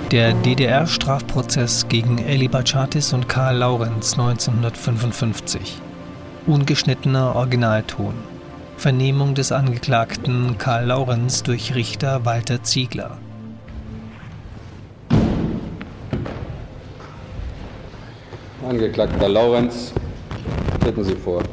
Der DDR-Strafprozess gegen Elie Batschatis und Karl Laurenz 1955. Ungeschnittener Originalton. Vernehmung des Angeklagten Karl Laurenz durch Richter Walter Ziegler. Angeklagter Laurenz, treten Sie vor.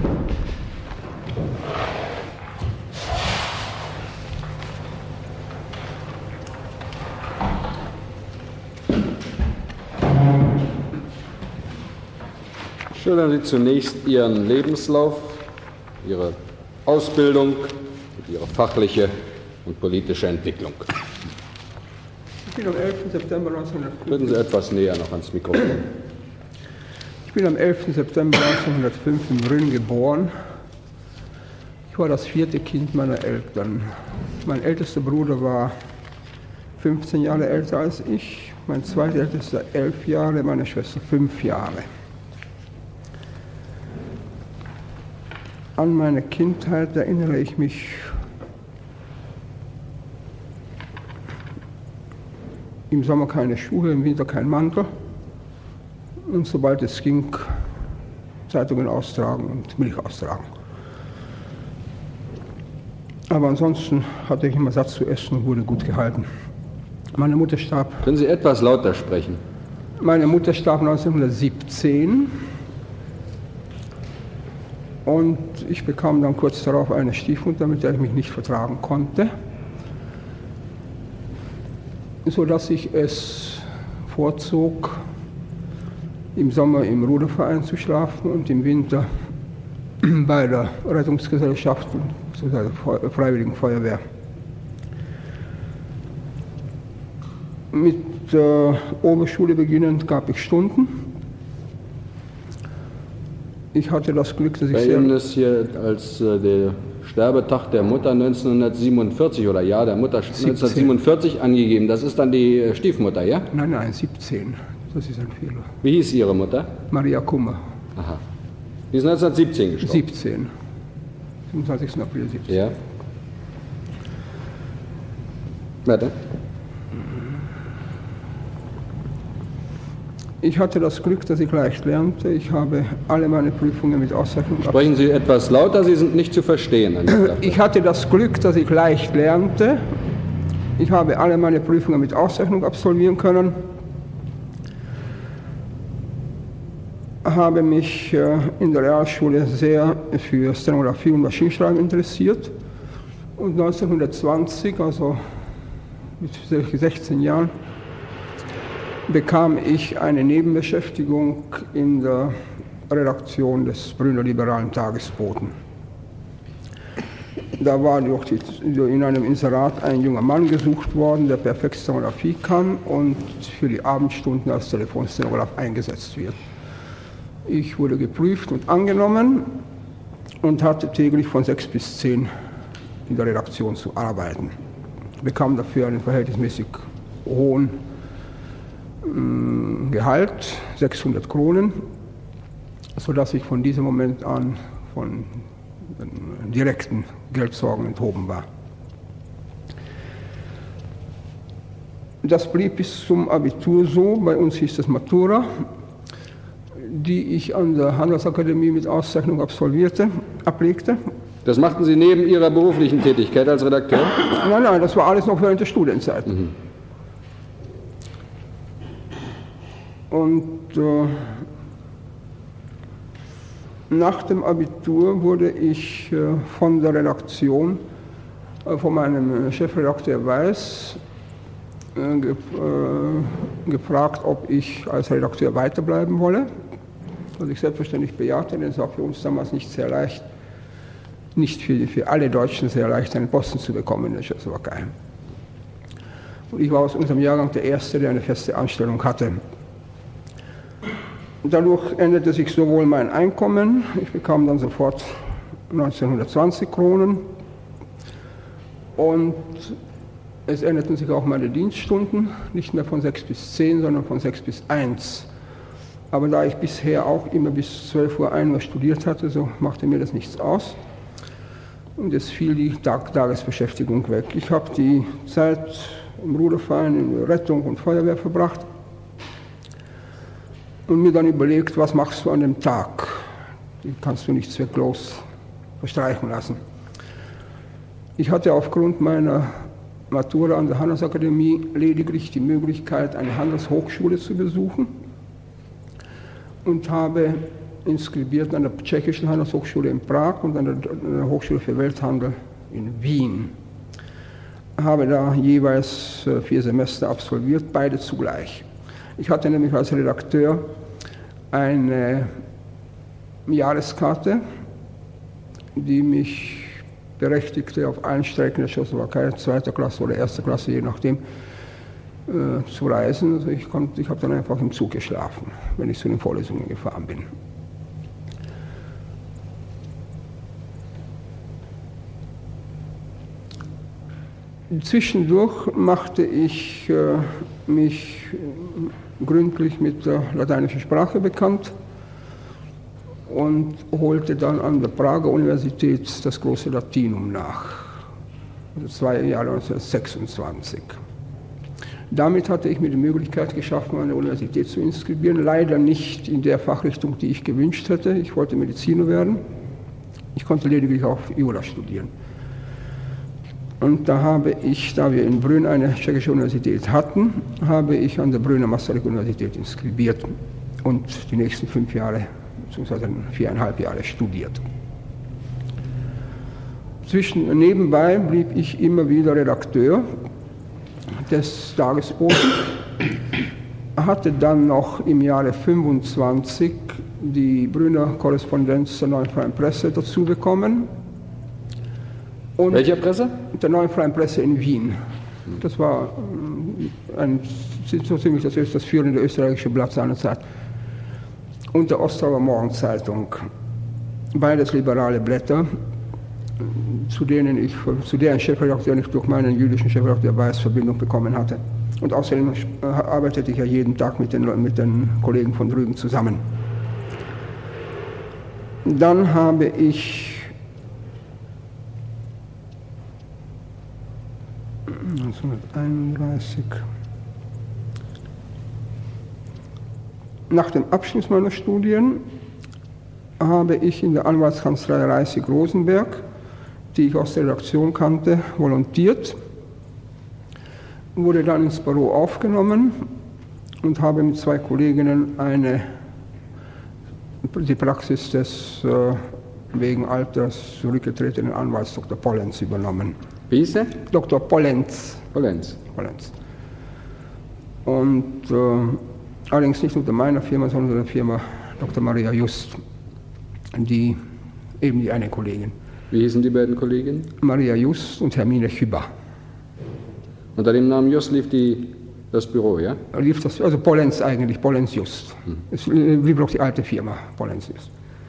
Schildern Sie zunächst Ihren Lebenslauf, Ihre Ausbildung und Ihre fachliche und politische Entwicklung. Ich bin am 11. September 1905. Treten Sie etwas näher noch ans Mikrofon. Ich bin am 11. September 1905 in Brünn geboren. Ich war das 4. Kind meiner Eltern. Mein ältester Bruder war 15 Jahre älter als ich, mein zweitältester 11 Jahre, meine Schwester 5 Jahre. An meine Kindheit erinnere ich mich im Sommer keine Schuhe, im Winter kein Mantel und sobald es ging, Zeitungen austragen und Milch austragen. Aber ansonsten hatte ich immer Satt zu essen und wurde gut gehalten. Meine Mutter starb. Können Sie etwas lauter sprechen? Meine Mutter starb 1917. Und ich bekam dann kurz darauf eine Stiefmutter, mit der ich mich nicht vertragen konnte, sodass ich es vorzog, im Sommer im Ruderverein zu schlafen und im Winter bei der Rettungsgesellschaft und der Freiwilligen Feuerwehr. Mit der Oberschule beginnend gab ich Stunden. Ich hatte das Glück, dass ich bei Ihnen ist hier als der Sterbetag der Mutter 1947 oder ja, der Mutter 1947 angegeben. Das ist dann die Stiefmutter, ja? Nein, 17. Das ist ein Fehler. Wie hieß Ihre Mutter? Maria Kummer. Aha. Die ist 1917 gestorben? 17. 27. April 17. Ja. Weiter. Ich hatte das Glück, dass ich leicht lernte. Ich habe alle meine Prüfungen mit Auszeichnung absolviert. Sprechen Sie etwas lauter, Sie sind nicht zu verstehen. Ich hatte das Glück, dass ich leicht lernte. Ich habe alle meine Prüfungen mit Auszeichnung absolvieren können. Habe mich in der Realschule sehr für Stenografie und Maschinenschreiben interessiert. Und 1920, also mit 16 Jahren, bekam ich eine Nebenbeschäftigung in der Redaktion des Brünner Liberalen Tagesboten. Da war in einem Inserat ein junger Mann gesucht worden, der perfekt Stenografie kann und für die Abendstunden als Telefonstenograf eingesetzt wird. Ich wurde geprüft und angenommen und hatte täglich von 6 bis 10 in der Redaktion zu arbeiten. Ich bekam dafür einen verhältnismäßig hohen Gehalt, 600 Kronen, sodass ich von diesem Moment an von direkten Geldsorgen enthoben war. Das blieb bis zum Abitur so, bei uns hieß es Matura, die ich an der Handelsakademie mit Auszeichnung ablegte. Das machten Sie neben Ihrer beruflichen Tätigkeit als Redakteur? Nein, das war alles noch während der Studienzeit. Mhm. Und nach dem Abitur wurde ich von der Redaktion, von meinem Chefredakteur Weiß, gefragt, ob ich als Redakteur weiterbleiben wolle. Was ich selbstverständlich bejahte, denn es war für uns damals nicht sehr leicht, nicht für alle Deutschen sehr leicht, einen Posten zu bekommen in der Tschechoslowakei. Und ich war aus unserem Jahrgang der Erste, der eine feste Anstellung hatte. Dadurch änderte sich sowohl mein Einkommen, ich bekam dann sofort 1920 Kronen, und es änderten sich auch meine Dienststunden, nicht mehr von 6 bis 10, sondern von 6 bis 1. Aber da ich bisher auch immer bis 12 Uhr, 1 Uhr studiert hatte, so machte mir das nichts aus. Und es fiel die Tagesbeschäftigung weg. Ich habe die Zeit im Ruderverein in Rettung und Feuerwehr verbracht und mir dann überlegt, was machst du an dem Tag? Den kannst du nicht zwecklos verstreichen lassen. Ich hatte aufgrund meiner Matura an der Handelsakademie lediglich die Möglichkeit, eine Handelshochschule zu besuchen und habe inskribiert an der tschechischen Handelshochschule in Prag und an der Hochschule für Welthandel in Wien. Habe da jeweils 4 Semester absolviert, beide zugleich. Ich hatte nämlich als Redakteur eine Jahreskarte, die mich berechtigte, auf allen Strecken der Tschechoslowakei, 2. Klasse oder 1. Klasse, je nachdem, zu reisen. Also ich habe dann einfach im Zug geschlafen, wenn ich zu den Vorlesungen gefahren bin. Zwischendurch machte ich mich gründlich mit der lateinischen Sprache bekannt und holte dann an der Prager Universität das große Latinum nach, also 2 Jahre 1926. Damit hatte ich mir die Möglichkeit geschaffen, an der Universität zu inskribieren, leider nicht in der Fachrichtung, die ich gewünscht hätte. Ich wollte Mediziner werden, ich konnte lediglich auch Jura studieren. Und da habe ich, da wir in Brünn eine tschechische Universität hatten, habe ich an der Brünner Masaryk-Universität inskribiert und die nächsten 5 Jahre, beziehungsweise 4,5 Jahre studiert. Nebenbei blieb ich immer wieder Redakteur des Tagesboten, hatte dann noch im Jahre 25 die Brünner Korrespondenz der Neuen Freien Presse dazu bekommen. Und welcher Presse? Der Neuen Freien Presse in Wien. Das war so ziemlich das führende österreichische Blatt seiner Zeit. Und der Ostrauer Morgenzeitung. Beides liberale Blätter, zu deren Chefredakteur ich durch meinen jüdischen Chefredakteur Weiß Verbindung bekommen hatte. Und außerdem arbeitete ich ja jeden Tag mit den Kollegen von drüben zusammen. Dann habe ich 1931, nach dem Abschluss meiner Studien, habe ich in der Anwaltskanzlei Reissig-Rosenberg, die ich aus der Redaktion kannte, volontiert, wurde dann ins Büro aufgenommen und habe mit 2 Kolleginnen die Praxis des wegen Alters zurückgetretenen Anwalts Dr. Pollenz übernommen. Wie hieß er? Dr. Pollenz. Pollenz. Und allerdings nicht unter meiner Firma, sondern unter der Firma Dr. Maria Just, die eine Kollegin. Wie hießen die beiden Kolleginnen? Maria Just und Hermine Hüber. Unter dem Namen Just lief das Büro, ja? Also Pollenz eigentlich, Pollenz Just. Es blieb noch die alte Firma, Pollenz Just.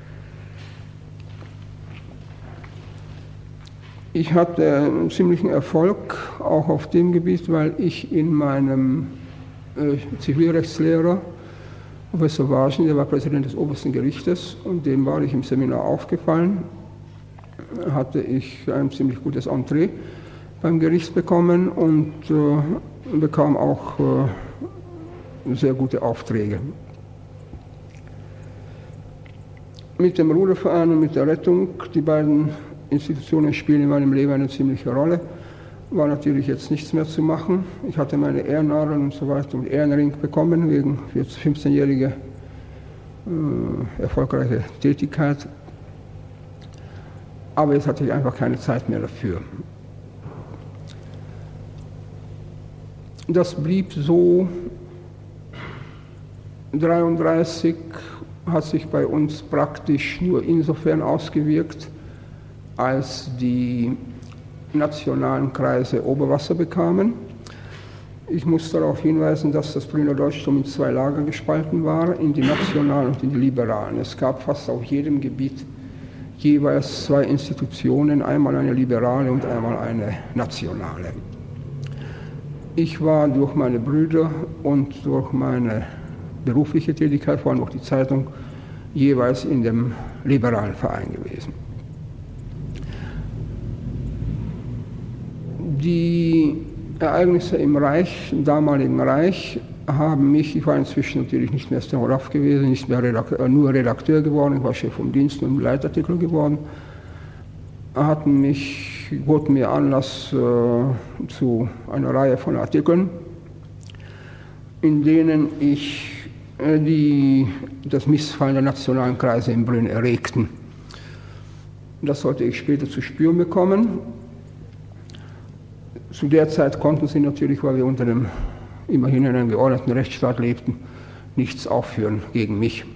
Ich hatte einen ziemlichen Erfolg, auch auf dem Gebiet, weil ich in meinem Zivilrechtslehrer, Professor Warschen, der war Präsident des Obersten Gerichtes, und dem war ich im Seminar aufgefallen, hatte ich ein ziemlich gutes Entree beim Gericht bekommen und bekam auch sehr gute Aufträge. Mit dem Ruderverein und mit der Rettung, die beiden Institutionen spielen in meinem Leben eine ziemliche Rolle. War natürlich jetzt nichts mehr zu machen. Ich hatte meine Ehrennadel und so weiter und Ehrenring bekommen wegen 15-jährige erfolgreiche Tätigkeit. Aber jetzt hatte ich einfach keine Zeit mehr dafür. Das blieb so. 1933 hat sich bei uns praktisch nur insofern ausgewirkt, als die nationalen Kreise Oberwasser bekamen. Ich muss darauf hinweisen, dass das Brünner Deutschtum in 2 Lager gespalten war, in die Nationalen und in die Liberalen. Es gab fast auf jedem Gebiet jeweils 2 Institutionen, einmal eine liberale und einmal eine nationale. Ich war durch meine Brüder und durch meine berufliche Tätigkeit, vor allem durch die Zeitung, jeweils in dem liberalen Verein gewesen. Die Ereignisse im Reich, im damaligen Reich, haben mich, ich war inzwischen natürlich nicht mehr Stenograf gewesen, nicht mehr nur Redakteur geworden, ich war Chef vom Dienst und Leitartikel geworden, boten mir Anlass zu einer Reihe von Artikeln, in denen ich das Missfallen der nationalen Kreise in Brünn erregten. Das sollte ich später zu spüren bekommen. Zu der Zeit konnten sie natürlich, weil wir immerhin in einem geordneten Rechtsstaat lebten, nichts aufführen gegen mich.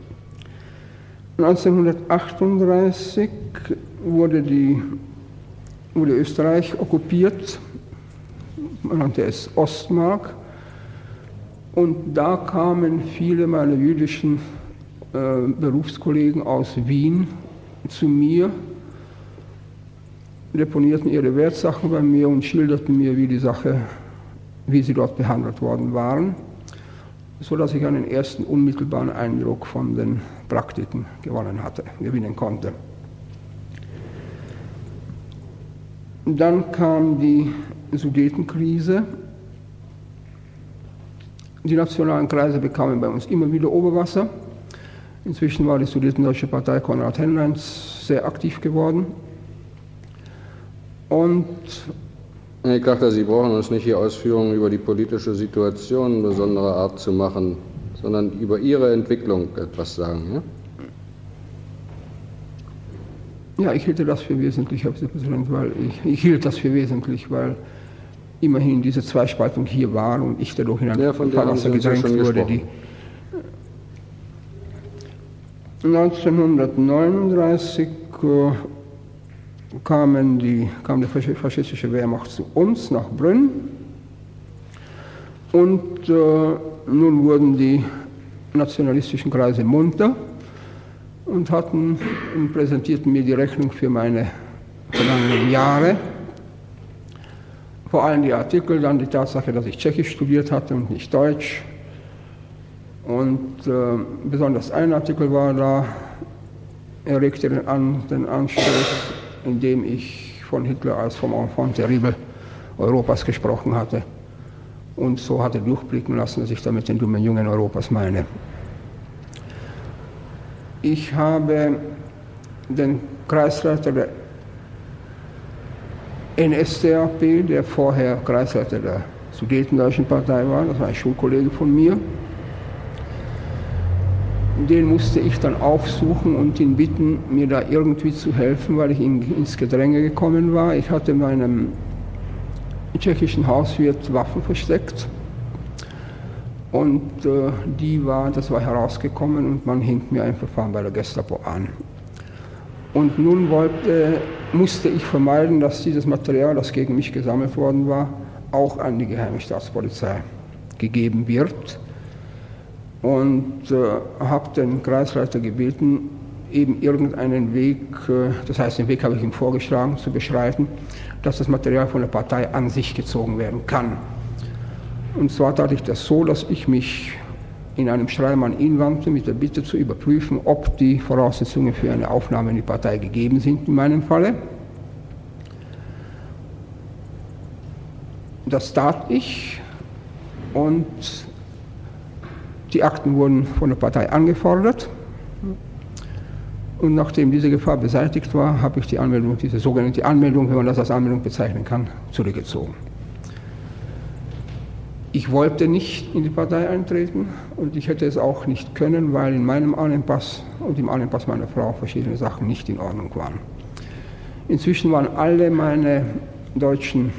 1938 wurde Österreich okkupiert, man nannte es Ostmark, und da kamen viele meiner jüdischen Berufskollegen aus Wien zu mir, deponierten ihre Wertsachen bei mir und schilderten mir, wie sie dort behandelt worden waren, sodass ich einen ersten unmittelbaren Eindruck von den Praktiken gewinnen konnte. Dann kam die Sudetenkrise. Die nationalen Kreise bekamen bei uns immer wieder Oberwasser. Inzwischen war die Sudetendeutsche Partei Konrad Henleins sehr aktiv geworden. Und Herr Klachter, Sie brauchen uns nicht hier Ausführungen über die politische Situation besonderer Art zu machen, sondern über Ihre Entwicklung etwas sagen. Ja? Ja, ich hielt das für wesentlich, Herr Präsident, weil immerhin diese Zweispaltung hier war und ich dadurch in ein Fahrwasser gedrängt wurde. 1939 kam die faschistische Wehrmacht zu uns nach Brünn und nun wurden die nationalistischen Kreise munter und präsentierten mir die Rechnung für meine vergangenen Jahre. Vor allem die Artikel, dann die Tatsache, dass ich Tschechisch studiert hatte und nicht Deutsch. Und besonders ein Artikel war da, erregte den Anstoß, indem ich von Hitler als vom Enfant terrible Europas gesprochen hatte. Und so hatte durchblicken lassen, dass ich damit den dummen Jungen Europas meine. Ich habe den Kreisleiter der NSDAP, der vorher Kreisleiter der Sudetendeutschen Partei war, das war ein Schulkollege von mir, den musste ich dann aufsuchen und ihn bitten, mir da irgendwie zu helfen, weil ich ins Gedränge gekommen war. Ich hatte meinem tschechischen Hauswirt Waffen versteckt und das war herausgekommen und man hing mir ein Verfahren bei der Gestapo an. Und nun musste ich vermeiden, dass dieses Material, das gegen mich gesammelt worden war, auch an die Geheime Staatspolizei gegeben wird. Und habe den Kreisleiter gebeten, eben irgendeinen Weg, das heißt, den Weg habe ich ihm vorgeschlagen, zu beschreiten, dass das Material von der Partei an sich gezogen werden kann. Und zwar tat ich das so, dass ich mich in einem Schreiben an ihn wandte, mit der Bitte zu überprüfen, ob die Voraussetzungen für eine Aufnahme in die Partei gegeben sind, in meinem Falle. Das tat ich und die Akten wurden von der Partei angefordert. Und nachdem diese Gefahr beseitigt war, habe ich die Anmeldung, diese sogenannte Anmeldung, wenn man das als Anmeldung bezeichnen kann, zurückgezogen. Ich wollte nicht in die Partei eintreten und ich hätte es auch nicht können, weil in meinem Ahnenpass und im Ahnenpass meiner Frau verschiedene Sachen nicht in Ordnung waren. Inzwischen waren alle meine deutschen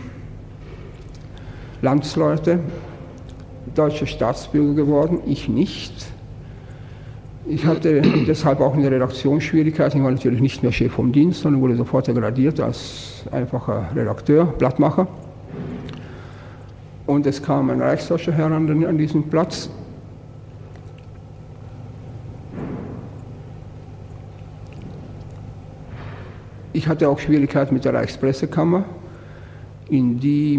Landsleute deutsche Staatsbürger geworden, ich nicht. Ich hatte deshalb auch in der Redaktion Schwierigkeiten. Ich war natürlich nicht mehr Chef vom Dienst, sondern wurde sofort degradiert als einfacher Redakteur, Blattmacher. Und es kam ein Reichsdeutscher heran an diesen Platz. Ich hatte auch Schwierigkeiten mit der Reichspressekammer, in die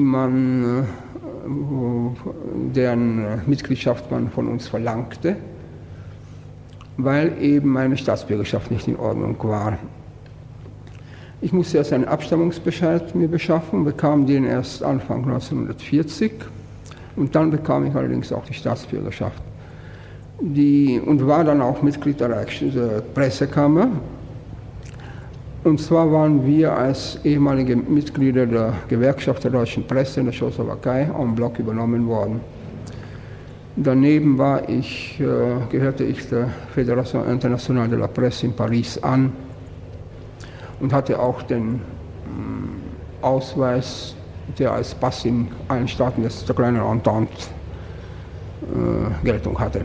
deren Mitgliedschaft man von uns verlangte, weil eben meine Staatsbürgerschaft nicht in Ordnung war. Ich musste erst einen Abstammungsbescheid mir beschaffen, bekam den erst Anfang 1940 und dann bekam ich allerdings auch die Staatsbürgerschaft. Und war dann auch Mitglied der Pressekammer. Und zwar waren wir als ehemalige Mitglieder der Gewerkschaft der deutschen Presse in der Tschechoslowakei en bloc übernommen worden. Daneben gehörte ich der Fédération Internationale de la Presse in Paris an und hatte auch den Ausweis, der als Pass in allen Staaten der kleinen Entente Geltung hatte.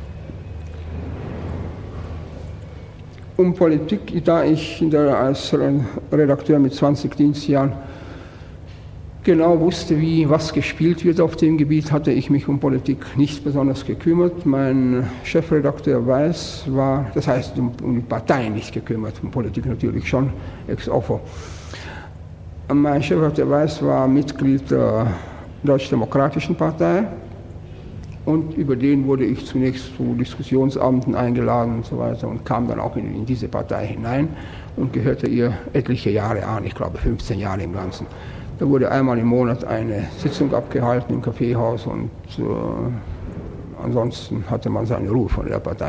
Um Politik, da ich als Redakteur mit 20 Dienstjahren genau wusste, was gespielt wird auf dem Gebiet, hatte ich mich um Politik nicht besonders gekümmert. Mein Chefredakteur Weiß war, das heißt um die Partei nicht gekümmert, um Politik natürlich schon, ex ofo. Mein Chefredakteur Weiß war Mitglied der Deutsch-Demokratischen Partei und über den wurde ich zunächst zu Diskussionsabenden eingeladen und so weiter und kam dann auch in diese Partei hinein und gehörte ihr etliche Jahre an, ich glaube 15 Jahre im Ganzen. Da wurde einmal im Monat eine Sitzung abgehalten im Kaffeehaus und ansonsten hatte man seine Ruhe von der Partei.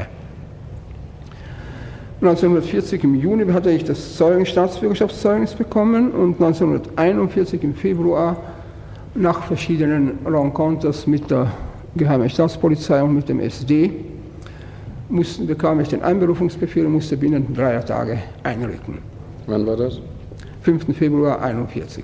1940 im Juni hatte ich das Staatsbürgerschaftszeugnis bekommen und 1941 im Februar nach verschiedenen Rencontres mit der Geheimen Staatspolizei und mit dem SD bekam ich den Einberufungsbefehl und musste binnen 3 Tage einrücken. Wann war das? 5. Februar 1941.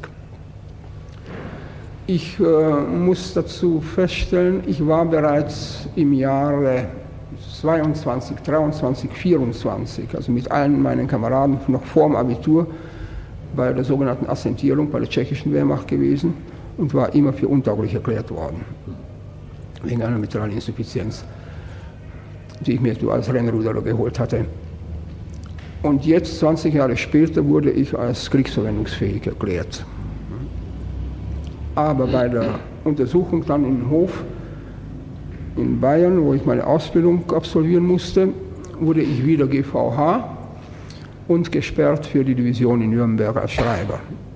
Ich muss dazu feststellen, ich war bereits im Jahre 22, 23, 24, also mit allen meinen Kameraden noch vor dem Abitur bei der sogenannten Assentierung bei der tschechischen Wehrmacht gewesen und war immer für untauglich erklärt worden, wegen einer mitralen Insuffizienz, die ich mir als Rennruderer geholt hatte. Und jetzt, 20 Jahre später, wurde ich als kriegsverwendungsfähig erklärt. Aber bei der Untersuchung dann in Hof in Bayern, wo ich meine Ausbildung absolvieren musste, wurde ich wieder GVH und gesperrt für die Division in Nürnberg als Schreiber.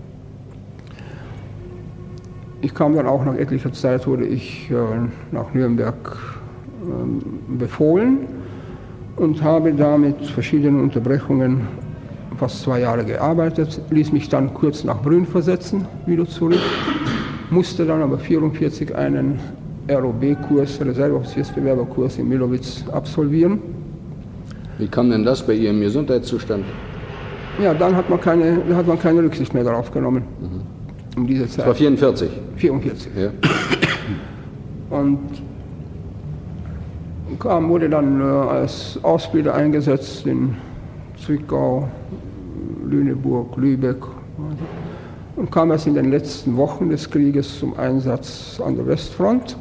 Ich kam dann auch nach etlicher Zeit, wurde ich nach Nürnberg befohlen und habe da mit verschiedenen Unterbrechungen fast 2 Jahre gearbeitet, ließ mich dann kurz nach Brünn versetzen, wieder zurück, musste dann aber 1944 einen ROB-Kurs, Reserveoffiziersbewerberkurs in Millowitz absolvieren. Wie kam denn das bei Ihrem Gesundheitszustand? Ja, dann hat man keine Rücksicht mehr darauf genommen. Um diese Zeit. Das war 1944? 1944. Ja. Und wurde dann als Ausbilder eingesetzt in Zwickau, Lüneburg, Lübeck und kam erst in den letzten Wochen des Krieges zum Einsatz an der Westfront.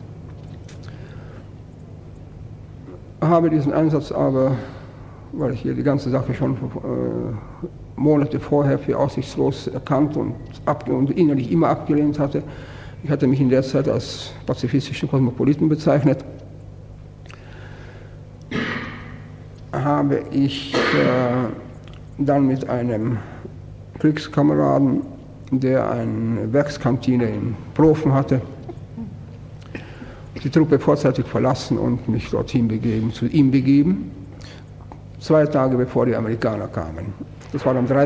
Habe diesen Einsatz aber, weil ich hier die ganze Sache schon Monate vorher für aussichtslos erkannt und innerlich immer abgelehnt hatte, ich hatte mich in der Zeit als pazifistischen Kosmopoliten bezeichnet, habe ich dann mit einem Kriegskameraden, der eine Werkskantine in Profen hatte, die Truppe vorzeitig verlassen und mich dorthin zu ihm begeben, 2 Tage bevor die Amerikaner kamen. Das war am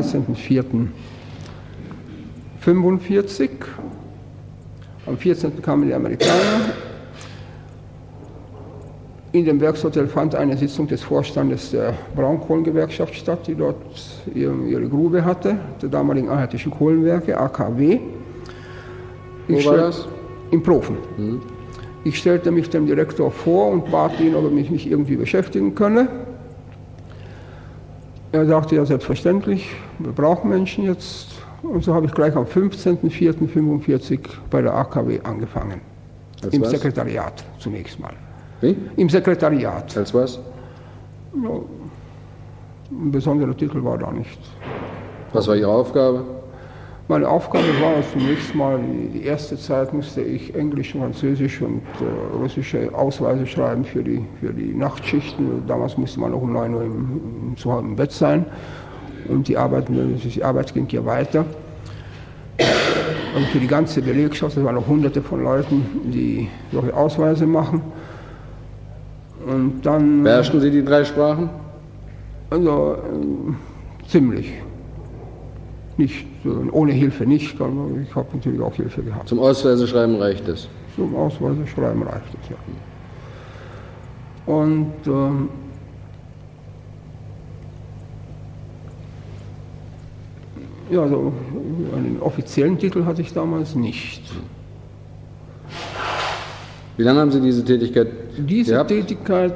13.04.1945. Am 14. kamen die Amerikaner. In dem Werkshotel fand eine Sitzung des Vorstandes der Braunkohlengewerkschaft statt, die dort ihre Grube hatte, der damaligen Einheitlichen Kohlenwerke, AKW. Wo war das? In Profen. Ich stellte mich dem Direktor vor und bat ihn, ob er mich nicht irgendwie beschäftigen könne. Er sagte, ja, selbstverständlich, wir brauchen Menschen jetzt. Und so habe ich gleich am 15.04.1945 bei der AKW angefangen. Im Sekretariat zunächst mal. Wie? Im Sekretariat. Als was? Ja, ein besonderer Titel war da nicht. Was war Ihre Aufgabe? Meine Aufgabe war zunächst mal, die erste Zeit musste ich Englisch, Französisch und russische Ausweise schreiben für die Nachtschichten. Damals musste man noch um 9 Uhr im Bett sein. Und die Arbeit ging ja weiter. Und für die ganze Belegschaft, es waren noch Hunderte von Leuten, die solche Ausweise machen. Und dann... Beherrschen Sie die 3 Sprachen? Also ziemlich. Nicht, ohne Hilfe nicht, aber ich habe natürlich auch Hilfe gehabt. Zum Ausweiseschreiben reicht es? Zum Ausweiseschreiben reicht es, ja. Und ja, also einen offiziellen Titel hatte ich damals nicht. Wie lange haben Sie diese Tätigkeit gehabt? Tätigkeit,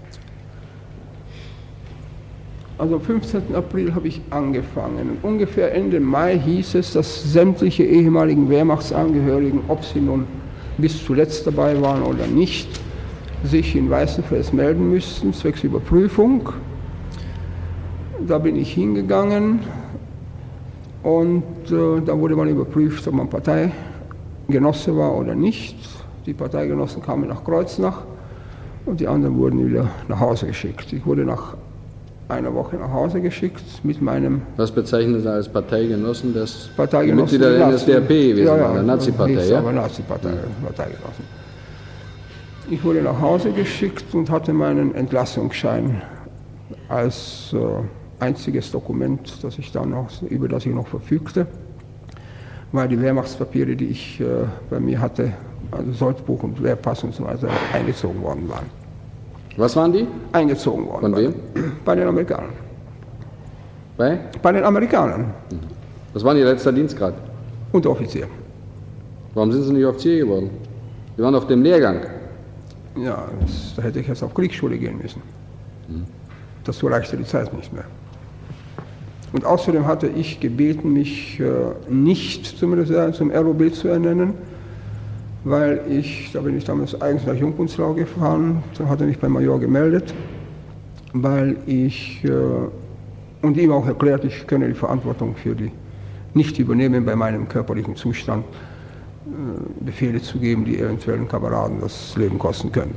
also 15. April habe ich angefangen. Ungefähr Ende Mai hieß es, dass sämtliche ehemaligen Wehrmachtsangehörigen, ob sie nun bis zuletzt dabei waren oder nicht, sich in Weißenfels melden müssten, zwecks Überprüfung. Da bin ich hingegangen und da wurde man überprüft, ob man Parteigenosse war oder nicht. Die Parteigenossen kamen nach Kreuznach und die anderen wurden wieder nach Hause geschickt. Ich wurde nach einer Woche nach Hause geschickt mit meinem... Was bezeichnen Sie als Parteigenossen? Das Parteigenossen Mitglieder der NSDAP gewesen, ja, der Nazi-Partei, ja? Aber Nazi-Parteigenossen. Ich wurde nach Hause geschickt und hatte meinen Entlassungsschein als einziges Dokument, über das ich noch verfügte, weil die Wehrmachtspapiere, die ich bei mir hatte, also Soldbuch und Wehrpass und so weiter, eingezogen worden waren. Was waren die? Eingezogen worden. Von wem? Bei den Amerikanern. Bei? Bei den Amerikanern. Was war Ihr letzter Dienstgrad? Unteroffizier. Warum sind Sie nicht Offizier geworden? Sie waren auf dem Lehrgang. Ja, da hätte ich jetzt auf Kriegsschule gehen müssen. Dazu reichte die Zeit nicht mehr. Und außerdem hatte ich gebeten, mich nicht zum ROB zu ernennen, weil da bin ich damals eigens nach Jungbunslau gefahren, da hat er mich beim Major gemeldet, weil ich, und ihm auch erklärt, ich könne die Verantwortung für die nicht übernehmen bei meinem körperlichen Zustand, Befehle zu geben, die eventuellen Kameraden das Leben kosten könnten.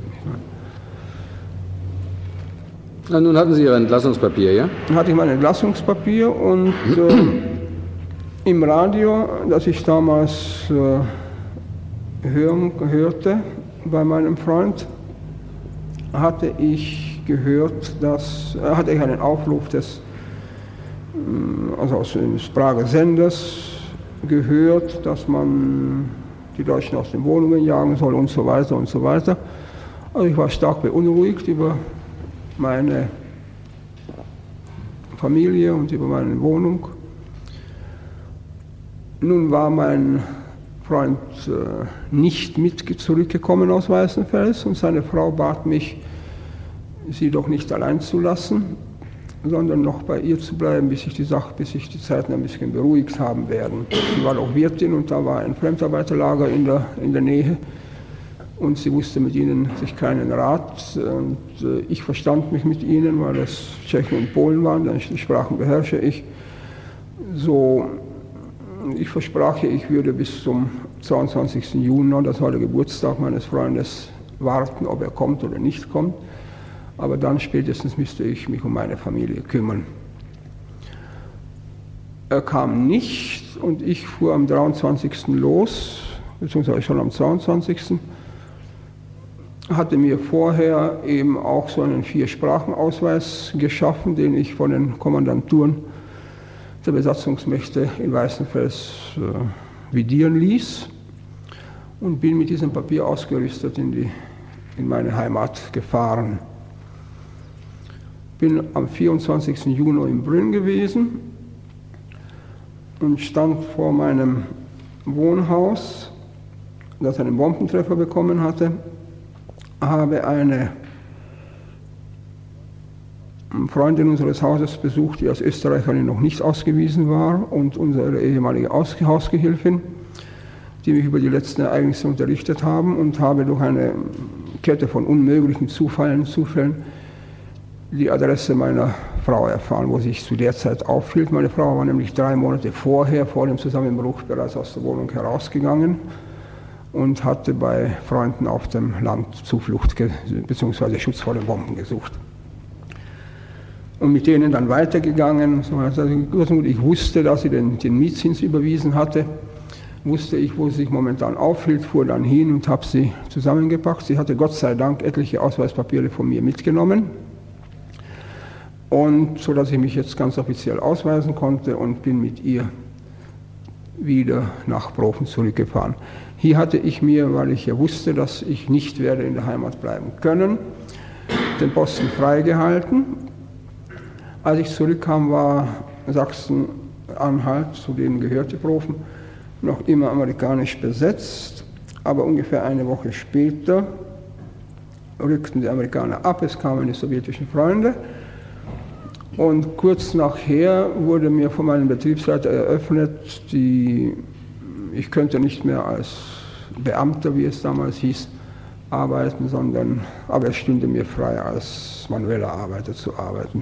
Na, nun hatten Sie Ihr Entlassungspapier, ja? Dann hatte ich mein Entlassungspapier und im Radio, das ich damals hörte bei meinem Freund, hatte ich einen Aufruf aus des Prager Senders gehört, dass man die Deutschen aus den Wohnungen jagen soll und so weiter und so weiter. Also ich war stark beunruhigt über meine Familie und über meine Wohnung. Nun war mein Freund nicht zurückgekommen aus Weißenfels und seine Frau bat mich, sie doch nicht allein zu lassen, sondern noch bei ihr zu bleiben, bis sich die Zeiten ein bisschen beruhigt haben werden. Sie war auch Wirtin und da war ein Fremdarbeiterlager in der Nähe und sie wusste mit ihnen sich keinen Rat. Und ich verstand mich mit ihnen, weil das Tschechen und Polen waren, die Sprachen beherrsche ich. So, ich versprach ihr, ich würde bis zum 22. Juni, das war der Geburtstag meines Freundes, warten, ob er kommt oder nicht kommt. Aber dann spätestens müsste ich mich um meine Familie kümmern. Er kam nicht und ich fuhr am 23. los, beziehungsweise schon am 22. Hatte mir vorher eben auch so einen 4-Sprachen-Ausweis geschaffen, den ich von den Kommandanturen der Besatzungsmächte in Weißenfels vidieren ließ und bin mit diesem Papier ausgerüstet in meine Heimat gefahren. Bin am 24. Juni in Brünn gewesen und stand vor meinem Wohnhaus, das einen Bombentreffer bekommen hatte, habe eine Freundin unseres Hauses besucht, die als Österreicherin noch nicht ausgewiesen war, und unsere ehemalige Hausgehilfin, die mich über die letzten Ereignisse unterrichtet haben, und habe durch eine Kette von unmöglichen Zufällen die Adresse meiner Frau erfahren, wo sie sich zu der Zeit aufhielt. Meine Frau war nämlich 3 Monate vor dem Zusammenbruch bereits aus der Wohnung herausgegangen und hatte bei Freunden auf dem Land Zuflucht bzw. Schutz vor den Bomben gesucht. und mit denen dann weitergegangen. Also ich wusste, dass sie den Mietzins überwiesen hatte, wusste ich, wo sie sich momentan aufhielt, fuhr dann hin und habe sie zusammengepackt. Sie hatte Gott sei Dank etliche Ausweispapiere von mir mitgenommen, und so dass ich mich jetzt ganz offiziell ausweisen konnte, und bin mit ihr wieder nach Profen zurückgefahren. Hier hatte ich mir, weil ich ja wusste, dass ich nicht werde in der Heimat bleiben können, den Posten freigehalten. Als ich zurückkam, war Sachsen-Anhalt, zu denen gehörte Profen, noch immer amerikanisch besetzt, aber ungefähr eine Woche später rückten die Amerikaner ab, es kamen die sowjetischen Freunde, und kurz nachher wurde mir von meinem Betriebsleiter eröffnet, ich könnte nicht mehr als Beamter, wie es damals hieß, arbeiten, aber es stünde mir frei, als manueller Arbeiter zu arbeiten.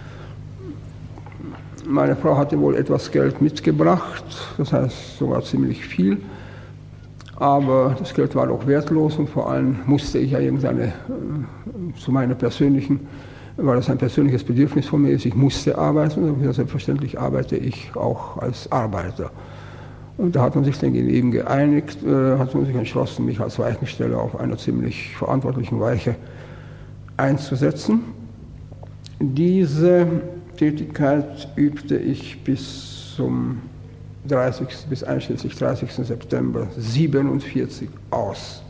Meine Frau hatte wohl etwas Geld mitgebracht, das heißt sogar ziemlich viel, aber das Geld war doch wertlos, und vor allem musste ich ja zu meiner persönlichen, weil das ein persönliches Bedürfnis von mir ist, ich musste arbeiten, und selbstverständlich arbeite ich auch als Arbeiter. Und da hat man sich dann eben geeinigt, hat man sich entschlossen, mich als Weichensteller auf einer ziemlich verantwortlichen Weiche einzusetzen. Diese Tätigkeit übte ich bis einschließlich 30. September 1947 aus.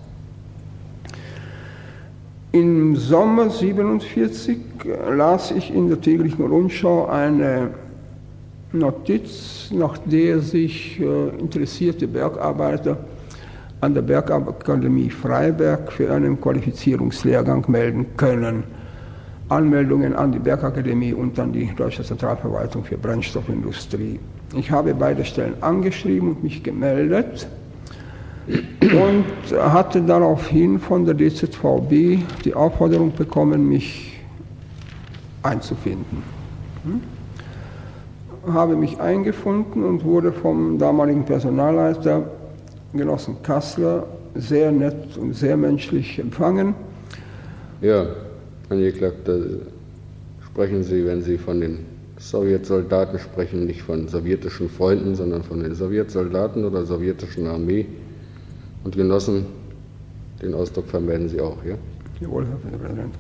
Im Sommer 1947 las ich in der täglichen Rundschau eine Notiz, nach der sich interessierte Bergarbeiter an der Bergakademie Freiberg für einen Qualifizierungslehrgang melden können. Anmeldungen an die Bergakademie und an die Deutsche Zentralverwaltung für Brennstoffindustrie. Ich habe beide Stellen angeschrieben und mich gemeldet und hatte daraufhin von der DZVB die Aufforderung bekommen, mich einzufinden. Habe mich eingefunden und wurde vom damaligen Personalleiter, Genossen Kassler, sehr nett und sehr menschlich empfangen. Ja, Angeklagter, sprechen Sie, wenn Sie von den Sowjetsoldaten sprechen, nicht von sowjetischen Freunden, sondern von den Sowjetsoldaten oder sowjetischen Armee und Genossen. Den Ausdruck verwenden Sie auch, ja? Jawohl, Herr Präsident.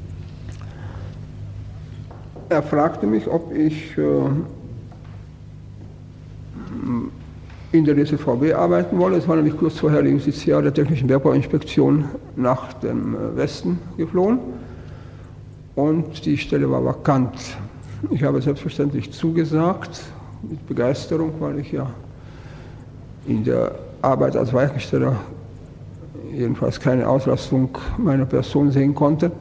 Er fragte mich, ob ich in der DZVB arbeiten wolle. Es war nämlich kurz vorher der Justiziar der Technischen Bergbauinspektion nach dem Westen geflohen und die Stelle war vakant. Ich habe selbstverständlich zugesagt, mit Begeisterung, weil ich ja in der Arbeit als Weichensteller jedenfalls keine Auslastung meiner Person sehen konnte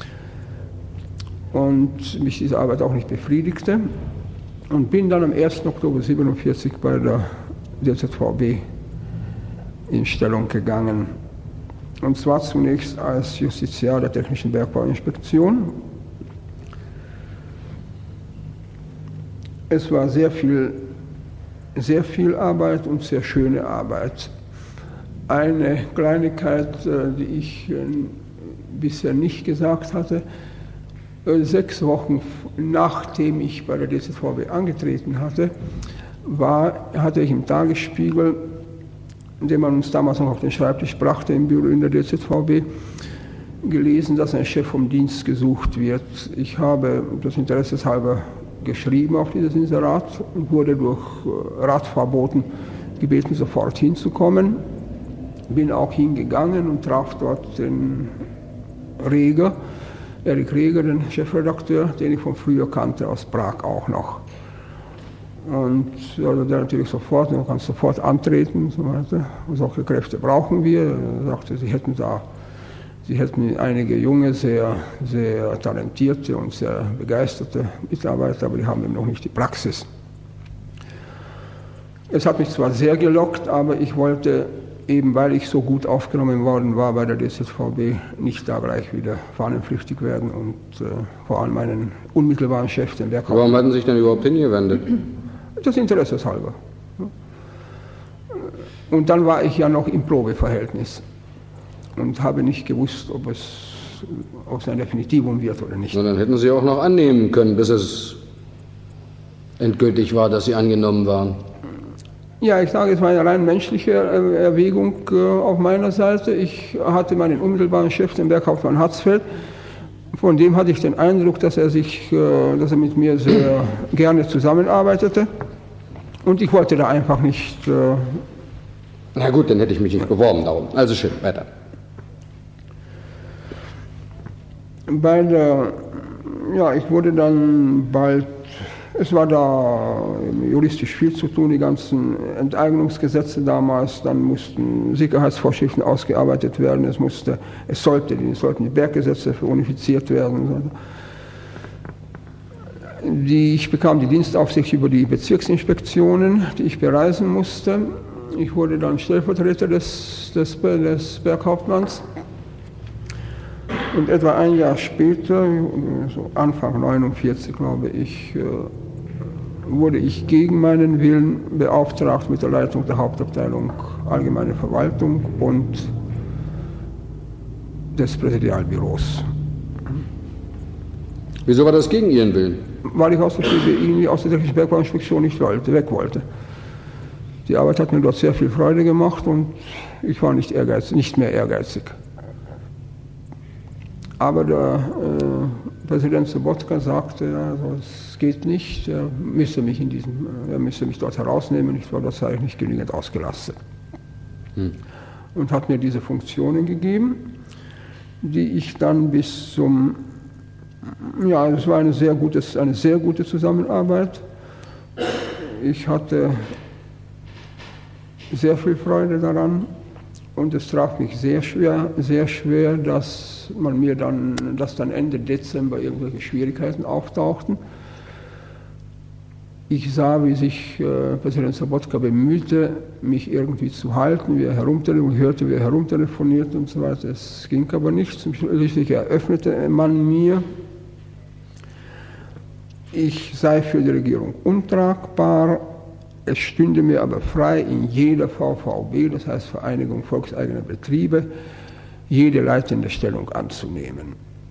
und mich diese Arbeit auch nicht befriedigte. Und bin dann am 1. Oktober 1947 bei der DZVB in Stellung gegangen. Und zwar zunächst als Justiziar der Technischen Bergbauinspektion. Es war sehr viel Arbeit und sehr schöne Arbeit. Eine Kleinigkeit, die ich bisher nicht gesagt hatte: 6 Wochen nachdem ich bei der DZVB angetreten hatte, hatte ich im Tagesspiegel, den man uns damals noch auf den Schreibtisch brachte im Büro in der DZVB, gelesen, dass ein Chef vom Dienst gesucht wird. Ich habe das interesseshalber geschrieben auf dieses Inserat und wurde durch Radfahrboten gebeten, sofort hinzukommen. Bin auch hingegangen und traf dort den Erik Reger, den Chefredakteur, den ich von früher kannte, aus Prag auch noch. Und ja, der natürlich sofort, man kann sofort antreten und so weiter. Und solche Kräfte brauchen wir. Er sagte, sie hätten einige junge, sehr, sehr talentierte und sehr begeisterte Mitarbeiter, aber die haben eben noch nicht die Praxis. Es hat mich zwar sehr gelockt, aber ich wollte, eben weil ich so gut aufgenommen worden war bei der DZVB, nicht da gleich wieder fahnenflüchtig werden und vor allem meinen unmittelbaren Chef, den Berghauptmann. Warum hatten Sie sich denn überhaupt hingewendet? Das Interesse halber. Und dann war ich ja noch im Probeverhältnis und habe nicht gewusst, ob es es ein Definitivum wird oder nicht. Na, dann hätten Sie auch noch annehmen können, bis es endgültig war, dass Sie angenommen waren. Ja, ich sage, es war eine rein menschliche Erwägung auf meiner Seite. Ich hatte meinen unmittelbaren Chef, den Berghauptmann Hatzfeld. Von dem hatte ich den Eindruck, dass er mit mir sehr gerne zusammenarbeitete. Und ich wollte da einfach nicht... Na gut, dann hätte ich mich nicht beworben darum. Also schön, weiter. Ich wurde dann bald... Es war da juristisch viel zu tun, die ganzen Enteignungsgesetze damals, dann mussten Sicherheitsvorschriften ausgearbeitet werden, es sollten die Berggesetze unifiziert werden. Ich bekam die Dienstaufsicht über die Bezirksinspektionen, die ich bereisen musste. Ich wurde dann Stellvertreter des Berghauptmanns. Und etwa ein Jahr später, so Anfang 1949, glaube ich, wurde ich gegen meinen Willen beauftragt mit der Leitung der Hauptabteilung Allgemeine Verwaltung und des Präsidialbüros. Wieso war das gegen Ihren Willen? Weil ich aus der Technischen Bergbauinspektion nicht weg wollte. Die Arbeit hat mir dort sehr viel Freude gemacht und ich war nicht mehr ehrgeizig. Aber der Präsident Sobotka sagte, also es geht nicht, er müsse mich dort herausnehmen, ich war dort nicht genügend ausgelastet. Und hat mir diese Funktionen gegeben, die ich dann bis zum, es war eine sehr gute Zusammenarbeit. Ich hatte sehr viel Freude daran. Und es traf mich sehr schwer, dass dann Ende Dezember irgendwelche Schwierigkeiten auftauchten. Ich sah, wie sich Präsident Sobotka bemühte, mich irgendwie zu halten, ich hörte, wie er herumtelefoniert und so weiter. Es ging aber nicht. Schließlich eröffnete man mir, ich sei für die Regierung untragbar. Es stünde mir aber frei, in jeder VVB, das heißt Vereinigung Volkseigener Betriebe, jede leitende Stellung anzunehmen.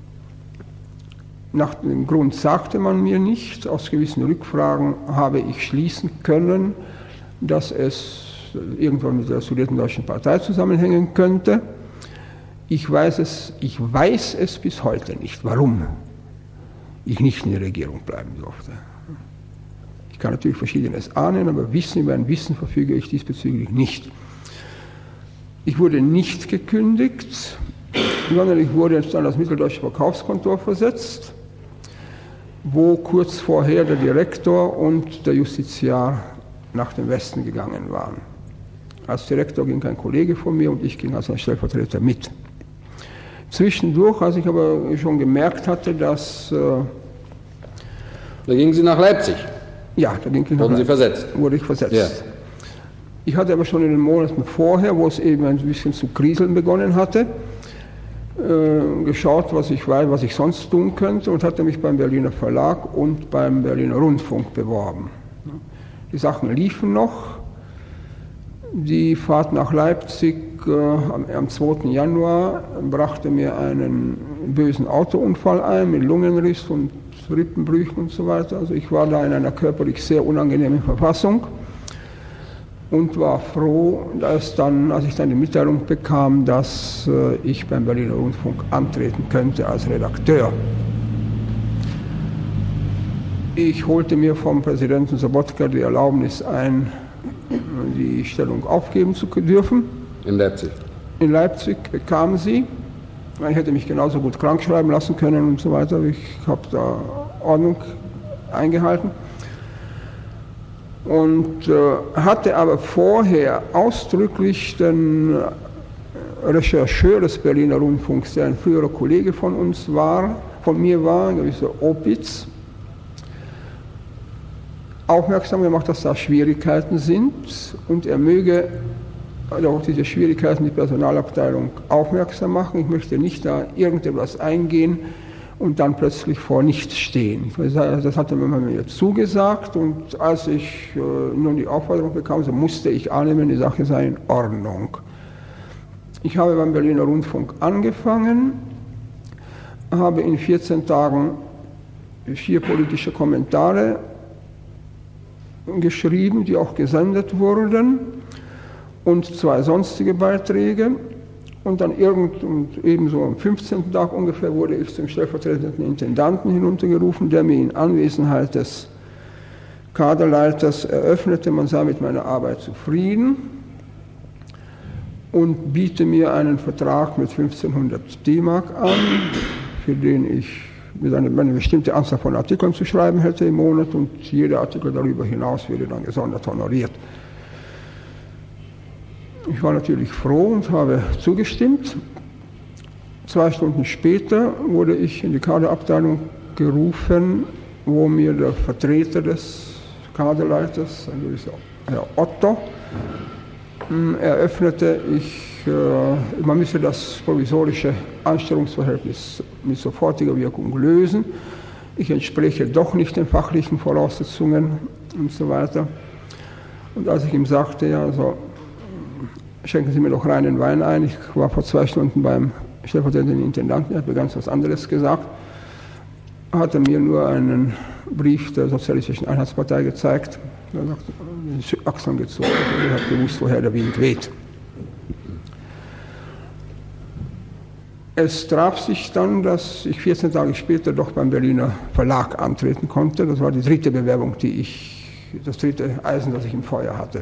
Nach dem Grund sagte man mir nicht. Aus gewissen Rückfragen habe ich schließen können, dass es irgendwann mit der Sudetendeutschen Partei zusammenhängen könnte. Ich weiß es bis heute nicht, warum ich nicht in der Regierung bleiben durfte. Ich kann natürlich Verschiedenes ahnen, aber über ein Wissen verfüge ich diesbezüglich nicht. Ich wurde nicht gekündigt, sondern ich wurde jetzt an das Mitteldeutsche Verkaufskontor versetzt, wo kurz vorher der Direktor und der Justiziar nach dem Westen gegangen waren. Als Direktor ging ein Kollege von mir und ich ging als ein Stellvertreter mit. Zwischendurch, als ich aber schon gemerkt hatte, dass... Da gingen Sie nach Leipzig? Ja, da ging ich nach Leipzig. Wurde ich versetzt. Ja. Ich hatte aber schon in den Monaten vorher, wo es eben ein bisschen zu kriseln begonnen hatte, geschaut, was ich sonst tun könnte und hatte mich beim Berliner Verlag und beim Berliner Rundfunk beworben. Die Sachen liefen noch. Die Fahrt nach Leipzig am 2. Januar brachte mir einen bösen Autounfall ein mit Lungenriss und Rippenbrüchen und so weiter. Also ich war da in einer körperlich sehr unangenehmen Verfassung und war froh, als ich dann die Mitteilung bekam, dass ich beim Berliner Rundfunk antreten könnte als Redakteur. Ich holte mir vom Präsidenten Sobotka die Erlaubnis ein, die Stellung aufgeben zu dürfen. In Leipzig? In Leipzig bekam sie. Ich hätte mich genauso gut krank schreiben lassen können und so weiter. Ich habe da Ordnung eingehalten. Und hatte aber vorher ausdrücklich den Rechercheur des Berliner Rundfunks, der ein früherer Kollege von mir war, ein gewisser Opitz, aufmerksam gemacht, dass da Schwierigkeiten sind und er möge auf diese Schwierigkeiten die Personalabteilung aufmerksam machen. Ich möchte nicht da irgendetwas eingehen und dann plötzlich vor nichts stehen. Das hatte man mir zugesagt und als ich nun die Aufforderung bekam, so musste ich annehmen, die Sache sei in Ordnung. Ich habe beim Berliner Rundfunk angefangen. habe in 14 Tagen 4 politische Kommentare geschrieben, die auch gesendet wurden, und 2 sonstige Beiträge. Und dann ebenso am 15. Tag ungefähr wurde ich zum stellvertretenden Intendanten hinuntergerufen, der mir in Anwesenheit des Kaderleiters eröffnete, man sei mit meiner Arbeit zufrieden und biete mir einen Vertrag mit 1500 D-Mark an, für den ich mit eine bestimmte Anzahl von Artikeln zu schreiben hätte im Monat, und jeder Artikel darüber hinaus würde dann gesondert honoriert. Ich war natürlich froh und habe zugestimmt. 2 Stunden später wurde ich in die Kaderabteilung gerufen, wo mir der Vertreter des Kaderleiters, ein gewisser Herr Otto, eröffnete, man müsse das provisorische Anstellungsverhältnis mit sofortiger Wirkung lösen. Ich entspreche doch nicht den fachlichen Voraussetzungen und so weiter. Und als ich ihm sagte, ja, also, schenken Sie mir doch reinen Wein ein. Ich war vor 2 Stunden beim stellvertretenden Intendanten, er hat mir ganz was anderes gesagt. Hat er mir nur einen Brief der Sozialistischen Einheitspartei gezeigt. Er hat die Achseln gezogen. Er hat gewusst, woher der Wind weht. Es traf sich dann, dass ich 14 Tage später doch beim Berliner Verlag antreten konnte. Das war die 3. Bewerbung, das 3. Eisen, das ich im Feuer hatte.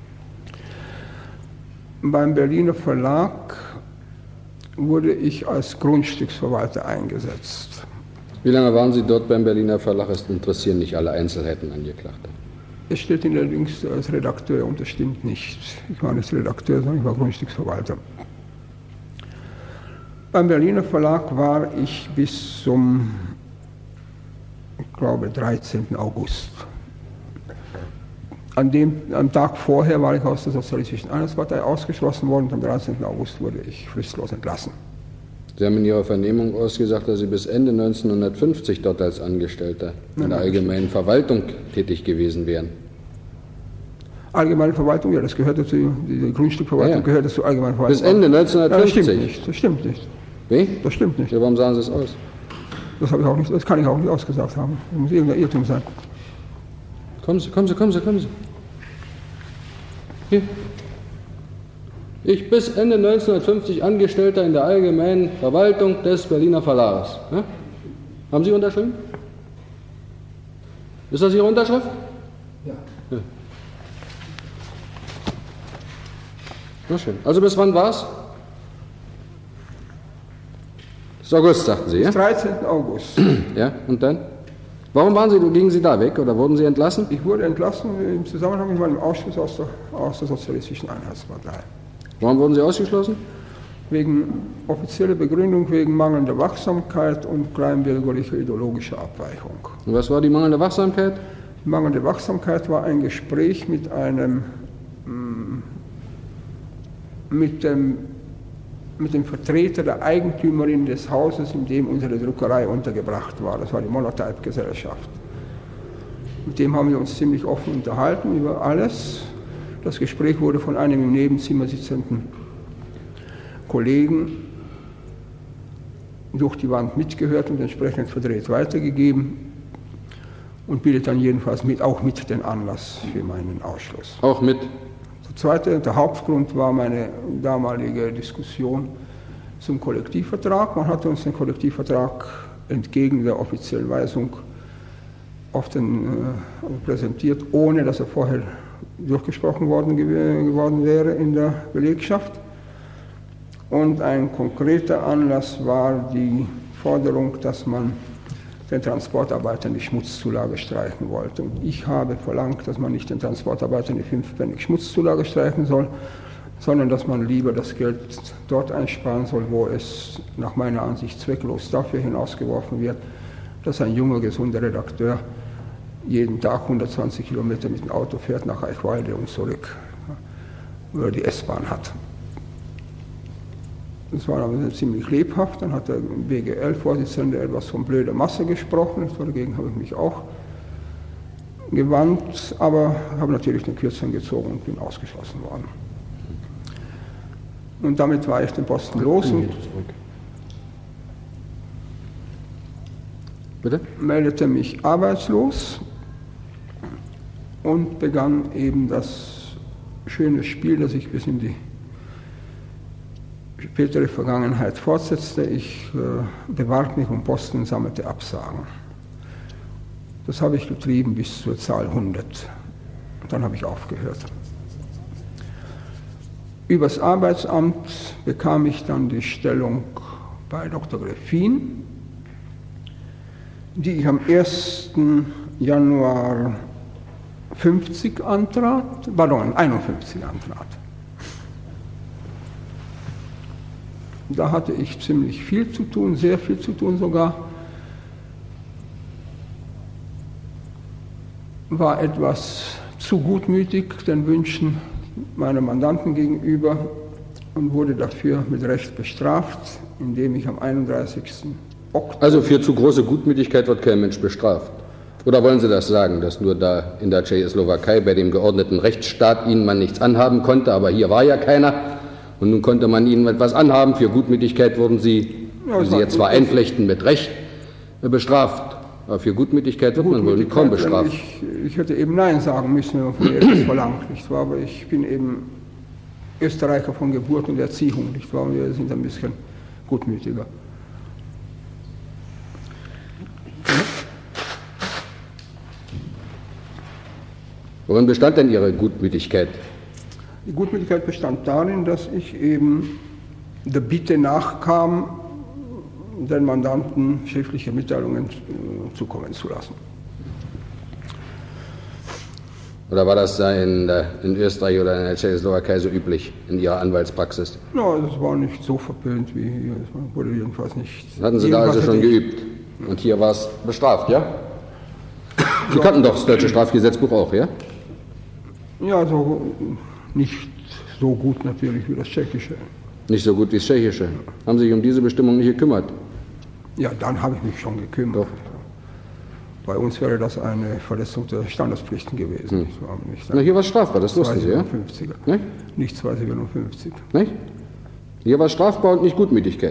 Beim Berliner Verlag wurde ich als Grundstücksverwalter eingesetzt. Wie lange waren Sie dort beim Berliner Verlag? Es interessieren nicht alle Einzelheiten Angeklagter. Es steht allerdings als Redakteur und das stimmt nicht. Ich war nicht Redakteur, sondern ich war Grundstücksverwalter. Beim Berliner Verlag war ich bis zum, ich glaube, 13. August. Am Tag vorher war ich aus der Sozialistischen Einheitspartei ausgeschlossen worden und am 13. August wurde ich fristlos entlassen. Sie haben in Ihrer Vernehmung ausgesagt, dass Sie bis Ende 1950 dort als Angestellter in der allgemeinen Verwaltung tätig gewesen wären. Allgemeine Verwaltung, ja, das gehört dazu, die Grundstückverwaltung gehört dazu allgemeine Verwaltung. Bis Ende 1950? Ja, das stimmt nicht. Wie? Das stimmt nicht. Ja, warum sagen Sie es aus? Das kann ich auch nicht ausgesagt haben. Das muss irgendein Irrtum sein. Kommen Sie. Hier. Ich bis Ende 1950 Angestellter in der allgemeinen Verwaltung des Berliner Verlages. Ja? Haben Sie unterschrieben? Ist das Ihre Unterschrift? Ja. Na schön. Also bis wann war es? Bis August, sagten Sie, ja? Bis 13. August. Ja, und dann? Warum gingen Sie da weg oder wurden Sie entlassen? Ich wurde entlassen im Zusammenhang mit meinem Ausschluss aus der Sozialistischen Einheitspartei. Warum wurden Sie ausgeschlossen? Wegen offizieller Begründung, wegen mangelnder Wachsamkeit und kleinbürgerlicher ideologischer Abweichung. Und was war die mangelnde Wachsamkeit? Die mangelnde Wachsamkeit war ein Gespräch mit dem Vertreter der Eigentümerin des Hauses, in dem unsere Druckerei untergebracht war. Das war die Monotype-Gesellschaft. Mit dem haben wir uns ziemlich offen unterhalten über alles. Das Gespräch wurde von einem im Nebenzimmer sitzenden Kollegen durch die Wand mitgehört und entsprechend verdreht weitergegeben und bildet dann jedenfalls auch mit den Anlass für meinen Ausschluss. Auch mit? Der Hauptgrund war meine damalige Diskussion zum Kollektivvertrag. Man hatte uns den Kollektivvertrag entgegen der offiziellen Weisung präsentiert, ohne dass er vorher durchgesprochen geworden wäre in der Belegschaft. Und ein konkreter Anlass war die Forderung, dass man den Transportarbeitern die Schmutzzulage streichen wollte. Und ich habe verlangt, dass man nicht den Transportarbeitern die 5 Pfennig Schmutzzulage streichen soll, sondern dass man lieber das Geld dort einsparen soll, wo es nach meiner Ansicht zwecklos dafür hinausgeworfen wird, dass ein junger, gesunder Redakteur jeden Tag 120 Kilometer mit dem Auto fährt nach Eichwalde und zurück, wo er die S-Bahn hat. Das war aber ziemlich lebhaft. Dann hat der BGL-Vorsitzende etwas von blöder Masse gesprochen. Dagegen habe ich mich auch gewandt, aber habe natürlich den Kürzeren gezogen und bin ausgeschlossen worden. Und damit war ich den Posten los. Bitte? Meldete mich arbeitslos und begann eben das schöne Spiel, das ich bis in die spätere Vergangenheit fortsetzte. Ich bewarb mich um Posten und sammelte Absagen. Das habe ich getrieben bis zur Zahl 100. Dann habe ich aufgehört. Übers Arbeitsamt bekam ich dann die Stellung bei Dr. Greffin, die ich am 1. Januar 51 antrat. Da hatte ich ziemlich viel zu tun, sehr viel zu tun sogar. War etwas zu gutmütig den Wünschen meiner Mandanten gegenüber und wurde dafür mit Recht bestraft, indem ich am 31. Oktober... Also für zu große Gutmütigkeit wird kein Mensch bestraft. Oder wollen Sie das sagen, dass nur da in der Tschechoslowakei bei dem geordneten Rechtsstaat Ihnen man nichts anhaben konnte, aber hier war ja keiner und nun konnte man Ihnen etwas anhaben. Für Gutmütigkeit wurden Sie, wie Sie jetzt zwar einflechten, mit Recht bestraft. Aber für Gutmütigkeit wird man wohl kaum bestraft. Ich hätte eben Nein sagen müssen, wenn man von mir etwas verlangt, nicht wahr? Aber ich bin eben Österreicher von Geburt und Erziehung, nicht wahr? Wir sind ein bisschen gutmütiger. Worin bestand denn Ihre Gutmütigkeit? Die Gutmütigkeit bestand darin, dass ich eben der Bitte nachkam, den Mandanten schriftliche Mitteilungen zukommen zu lassen. Oder war das in Österreich oder in der Tschechoslowakei so üblich in Ihrer Anwaltspraxis? Ja, das war nicht so verpönt wie hier. Es wurde jedenfalls nicht. Hatten Sie da also schon geübt? Und hier war es bestraft, ja? Sie kannten doch das deutsche Strafgesetzbuch auch, ja? Ja, also nicht so gut natürlich wie das tschechische. Nicht so gut wie das tschechische. Haben Sie sich um diese Bestimmung nicht gekümmert? Ja, dann habe ich mich schon gekümmert. Doch. Bei uns wäre das eine Verletzung der Standespflichten gewesen. Na, hier war es strafbar, das wussten Sie, ja? Nicht? Nicht 257. Nicht? Hier war es strafbar und nicht Gutmütigkeit.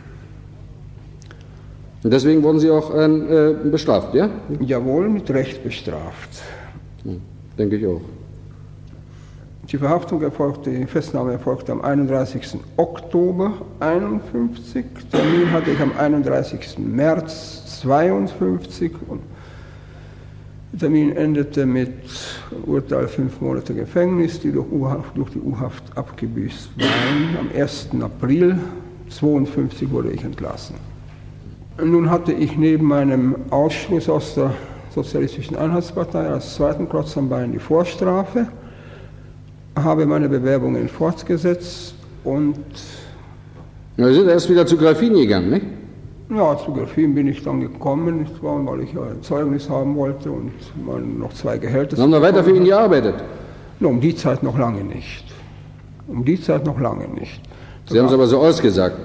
Und deswegen wurden Sie auch bestraft, ja? Jawohl, mit Recht bestraft. Denke ich auch. Die Verhaftung erfolgte, die Festnahme erfolgte am 31. Oktober 51. Termin hatte ich am 31. März 52 und der Termin endete mit Urteil 5 Monate Gefängnis, die durch die U-Haft abgebüßt waren. Am 1. April 52 wurde ich entlassen. Und nun hatte ich neben meinem Ausschluss aus der Sozialistischen Einheitspartei als zweiten Klotz am Bein die Vorstrafe, habe meine Bewerbungen fortgesetzt und... Na, Sie sind erst wieder zu Greffin gegangen, nicht? Ja, zu Greffin bin ich dann gekommen, nicht wahr, weil ich ein Zeugnis haben wollte und noch 2 Gehälter... Sie haben noch weiter für ihn gearbeitet? No, um die Zeit noch lange nicht. Um die Zeit noch lange nicht. Sie haben es aber so ausgesagt.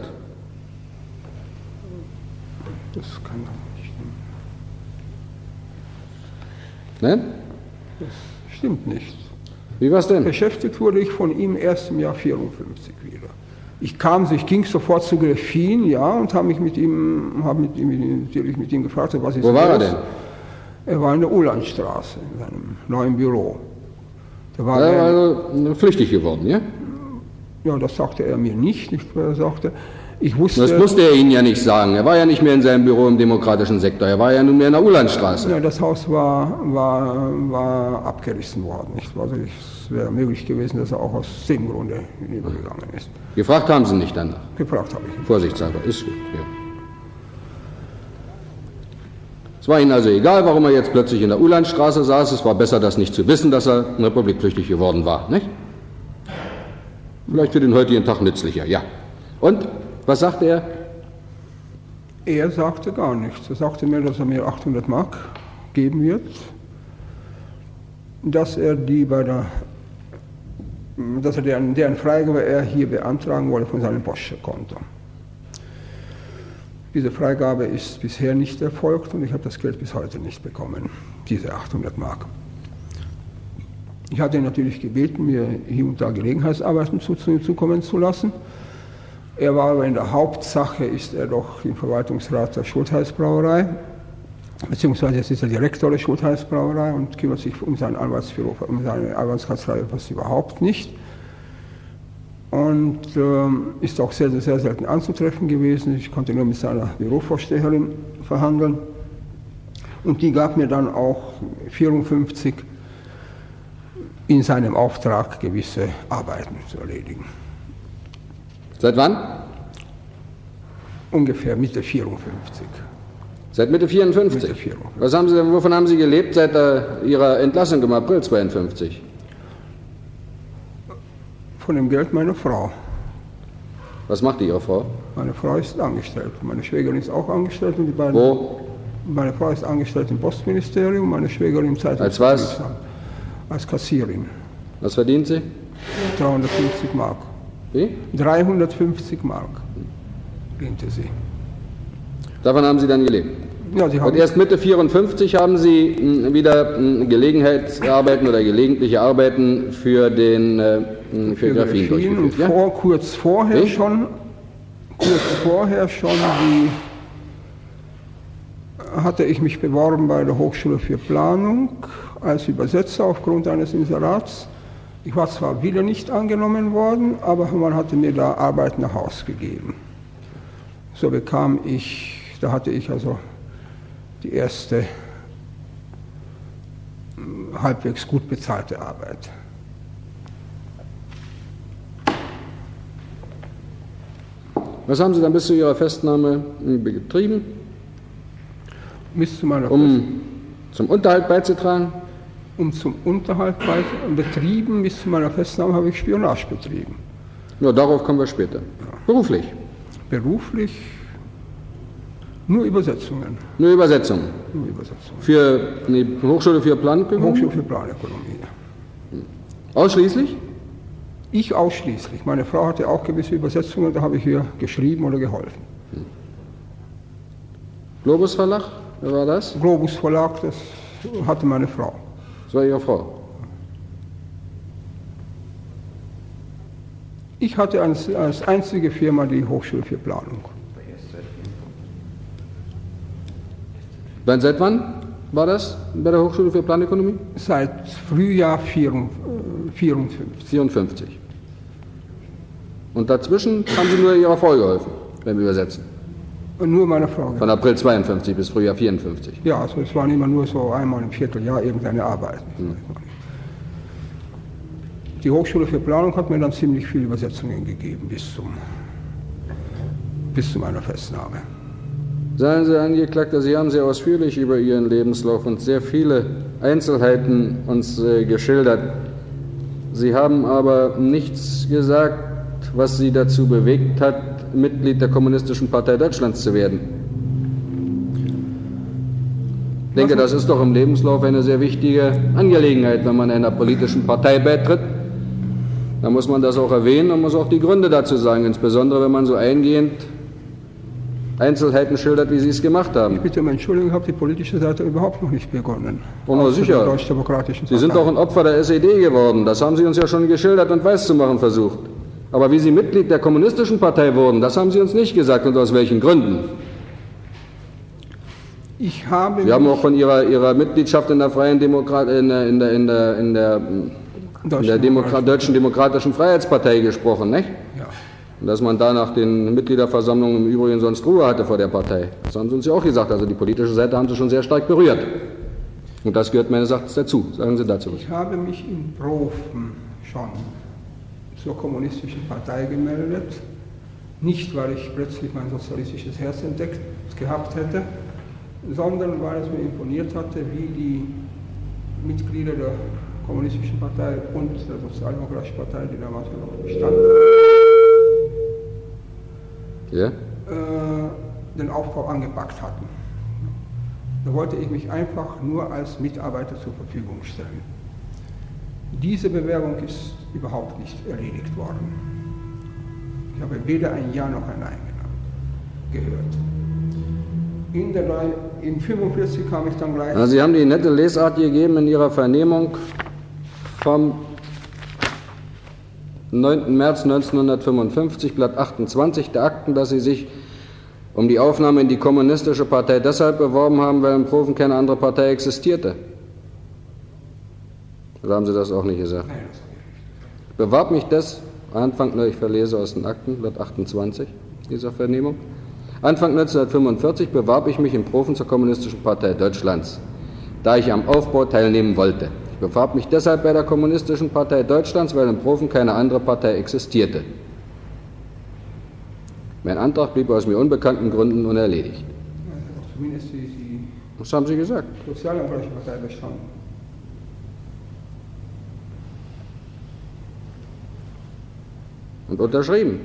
Das kann doch nicht stimmen. Nein? Das stimmt nicht. Wie war es denn? Beschäftigt wurde ich von ihm erst im Jahr 54 wieder. Ich ging sofort zu Greffin, ja, und habe mit ihm gefragt, was ist Wo war er denn? Er war in der Ulandstraße, in seinem neuen Büro. Er war also flüchtig geworden, ja? Ja, das sagte er mir nicht. Er sagte, ich wusste... Das musste er Ihnen ja nicht sagen. Er war ja nicht mehr in seinem Büro im demokratischen Sektor. Er war ja nunmehr in der Ulandstraße. Ja, das Haus war abgerissen worden. Also es wäre möglich gewesen, dass er auch aus dem Grunde hinübergegangen ist. Gefragt haben Sie nicht danach? Gefragt habe ich ihn. Vorsichtshalber, ist gut, ja. Es war Ihnen also egal, warum er jetzt plötzlich in der Ulandstraße saß. Es war besser, das nicht zu wissen, dass er in Republikflüchtig geworden war, nicht? Vielleicht für den heutigen Tag nützlicher, ja. Und, was sagte er? Er sagte gar nichts. Er sagte mir, dass er mir 800 Mark geben wird, dass er deren Freigabe er hier beantragen wolle von seinem Porsche-Konto. Diese Freigabe ist bisher nicht erfolgt und ich habe das Geld bis heute nicht bekommen, diese 800 Mark. Ich hatte ihn natürlich gebeten, mir hier und da Gelegenheitsarbeiten zukommen zu lassen. Er war aber in der Hauptsache, ist er doch im Verwaltungsrat der Schultheiß-Brauerei beziehungsweise jetzt ist er Direktor der Schultheiß Brauerei und kümmert sich um sein Anwaltsbüro, um seine Anwaltskanzlei fast überhaupt nicht. Und ist auch sehr, sehr selten anzutreffen gewesen. Ich konnte nur mit seiner Bürovorsteherin verhandeln. Und die gab mir dann auch 1954 in seinem Auftrag gewisse Arbeiten zu erledigen. Seit wann? Ungefähr Mitte 1954. Seit Mitte 1954? Mitte 1954. Wovon haben Sie gelebt seit Ihrer Entlassung im April 1952? Von dem Geld meiner Frau. Was macht Ihre Frau? Meine Frau ist angestellt. Meine Schwägerin ist auch angestellt. Und die beiden, wo? Meine Frau ist angestellt im Postministerium, meine Schwägerin im Zeitungsdienst. Als was? Als Kassierin. Was verdient sie? 350 Mark. Wie? 350 Mark lehnte sie. Davon haben Sie dann gelebt? Ja, sie haben Und erst Mitte 1954 haben Sie wieder Gelegenheitsarbeiten oder gelegentliche Arbeiten für für Graphien durchgeführt. Und ja? Kurz vorher schon hatte ich mich beworben bei der Hochschule für Planung als Übersetzer aufgrund eines Inserats. Ich war zwar wieder nicht angenommen worden, aber man hatte mir da Arbeit nach Haus gegeben. So da hatte ich also die erste halbwegs gut bezahlte Arbeit. Was haben Sie dann bis zu Ihrer Festnahme betrieben? Bis zu meiner zum Unterhalt beizutragen? Zum Unterhalt betrieben, bis zu meiner Festnahme habe ich Spionage betrieben. Ja, darauf kommen wir später. Ja. Beruflich? Beruflich nur Übersetzungen. Nur Übersetzungen? Nur Übersetzungen. Für die Hochschule für Planökonomie? Hochschule für Planökonomie, ja. Ausschließlich? Ich ausschließlich. Meine Frau hatte auch gewisse Übersetzungen, da habe ich ihr geschrieben oder geholfen. Globus Verlag, wer war das? Globus Verlag, das hatte meine Frau. Das war Ihre Frau? Ich hatte als einzige Firma die Hochschule für Planung. Seit wann war das bei der Hochschule für Planökonomie? Seit Frühjahr 1954. Und dazwischen haben Sie nur Ihrer Frau geholfen beim Übersetzen? Und nur meiner Frau. Von April 52 bis Frühjahr 54? Ja, also es waren immer nur so einmal im Vierteljahr irgendeine Arbeit. Die Hochschule für Planung hat mir dann ziemlich viele Übersetzungen gegeben bis zu meiner Festnahme. Seien Sie Angeklagter, Sie haben sehr ausführlich über Ihren Lebenslauf und sehr viele Einzelheiten uns geschildert. Sie haben aber nichts gesagt, was Sie dazu bewegt hat, Mitglied der Kommunistischen Partei Deutschlands zu werden. Ich denke, das ist doch im Lebenslauf eine sehr wichtige Angelegenheit, wenn man einer politischen Partei beitritt. Da muss man das auch erwähnen und muss auch die Gründe dazu sagen, insbesondere wenn man so eingehend Einzelheiten schildert, wie Sie es gemacht haben. Ich bitte um Entschuldigung, ich habe die politische Seite überhaupt noch nicht begonnen. Oh, na sicher. Sie sind doch ein Opfer der SED geworden. Das haben Sie uns ja schon geschildert und weiszumachen versucht. Aber wie Sie Mitglied der Kommunistischen Partei wurden, das haben Sie uns nicht gesagt und aus welchen Gründen. Sie haben auch von Ihrer Mitgliedschaft in der Freien Deutschen Demokratischen Freiheitspartei gesprochen, nicht? Ja. Und dass man da nach den Mitgliederversammlungen im Übrigen sonst Ruhe hatte vor der Partei. Das haben Sie uns ja auch gesagt. Also die politische Seite haben Sie schon sehr stark berührt. Und das gehört meines Erachtens dazu. Sagen Sie dazu. Ich habe mich in Profen schon zur Kommunistischen Partei gemeldet. Nicht, weil ich plötzlich mein sozialistisches Herz entdeckt gehabt hätte, sondern weil es mir imponiert hatte, wie die Mitglieder der Kommunistischen Partei und der Sozialdemokratischen Partei, die damals noch bestand, den Aufbau angepackt hatten. Da wollte ich mich einfach nur als Mitarbeiter zur Verfügung stellen. Diese Bewerbung ist überhaupt nicht erledigt worden. Ich habe weder ein Ja noch ein Nein gehört. In 1945 kam ich dann gleich... Also Sie haben die nette Lesart gegeben in Ihrer Vernehmung vom 9. März 1955, Blatt 28 der Akten, dass Sie sich um die Aufnahme in die Kommunistische Partei deshalb beworben haben, weil in Profen keine andere Partei existierte. Oder haben Sie das auch nicht gesagt? Nein, das habe ich nicht. Ich bewarb mich ich verlese aus den Akten, Blatt 28 dieser Vernehmung. Anfang 1945 bewarb ich mich in Profen zur Kommunistischen Partei Deutschlands, da ich am Aufbau teilnehmen wollte. Ich bewarb mich deshalb bei der Kommunistischen Partei Deutschlands, weil in Profen keine andere Partei existierte. Mein Antrag blieb aus mir unbekannten Gründen unerledigt. Ja, zumindest die Was haben Sie gesagt? Sozialdemokratische Partei bestanden. Und unterschrieben.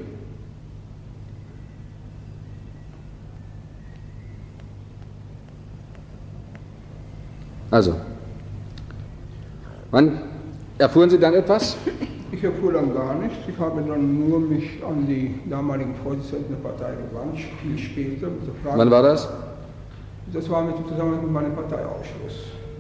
Also, wann erfuhren Sie dann etwas? Ich erfuhr dann gar nichts. Ich habe dann nur mich an die damaligen Vorsitzenden der Partei gewandt, viel später mit der Frage. Wann war das? Das war mit dem Zusammenhang mit meinem Parteiausschluss.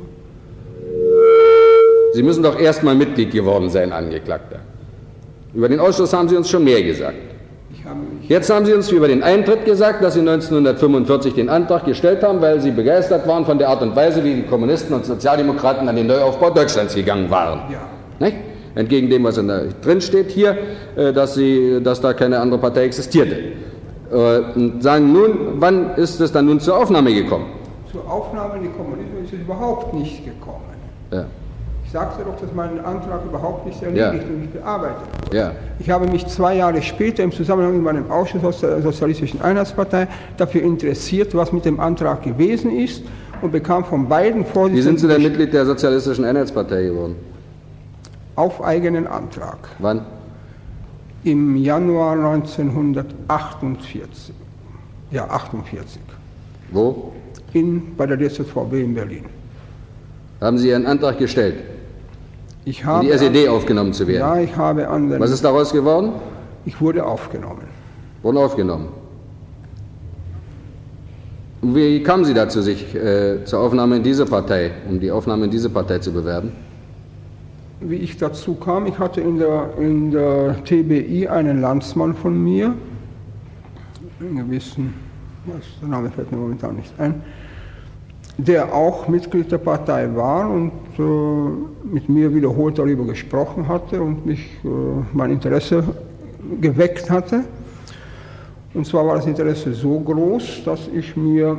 Sie müssen doch erst mal Mitglied geworden sein, Angeklagter. Über den Ausschluss haben Sie uns schon mehr gesagt. Jetzt haben Sie uns über den Eintritt gesagt, dass Sie 1945 den Antrag gestellt haben, weil Sie begeistert waren von der Art und Weise, wie die Kommunisten und Sozialdemokraten an den Neuaufbau Deutschlands gegangen waren. Ja. Nicht? Entgegen dem, was drin steht hier, dass da keine andere Partei existierte. Und sagen nun, wann ist es dann nun zur Aufnahme gekommen? Zur Aufnahme in die Kommunismus ist es überhaupt nicht gekommen. Ja. Ich sagte doch, dass mein Antrag überhaupt nicht erledigt und nicht bearbeitet wurde. Ja. Ich habe mich 2 Jahre später im Zusammenhang mit meinem Ausschuss aus der Sozialistischen Einheitspartei dafür interessiert, was mit dem Antrag gewesen ist, und bekam von beiden Vorsitzenden... Wie sind Sie denn Mitglied der Sozialistischen Einheitspartei geworden? Auf eigenen Antrag. Wann? Im Januar 1948. Ja, 48. Wo? Bei der DZVB in Berlin. Haben Sie Ihren Antrag gestellt, Ich habe in die SED aufgenommen zu werden? Ja, ich habe an den... Was ist daraus geworden? Ich wurde aufgenommen. Wurden aufgenommen. Wie kamen Sie dazu, sich zur Aufnahme in diese Partei, um die Aufnahme in diese Partei zu bewerben? Wie ich dazu kam, ich hatte in der TBI einen Landsmann von mir, einen gewissen, der Name fällt mir momentan nicht ein, der auch Mitglied der Partei war und mit mir wiederholt darüber gesprochen hatte und mein Interesse geweckt hatte. Und zwar war das Interesse so groß, dass ich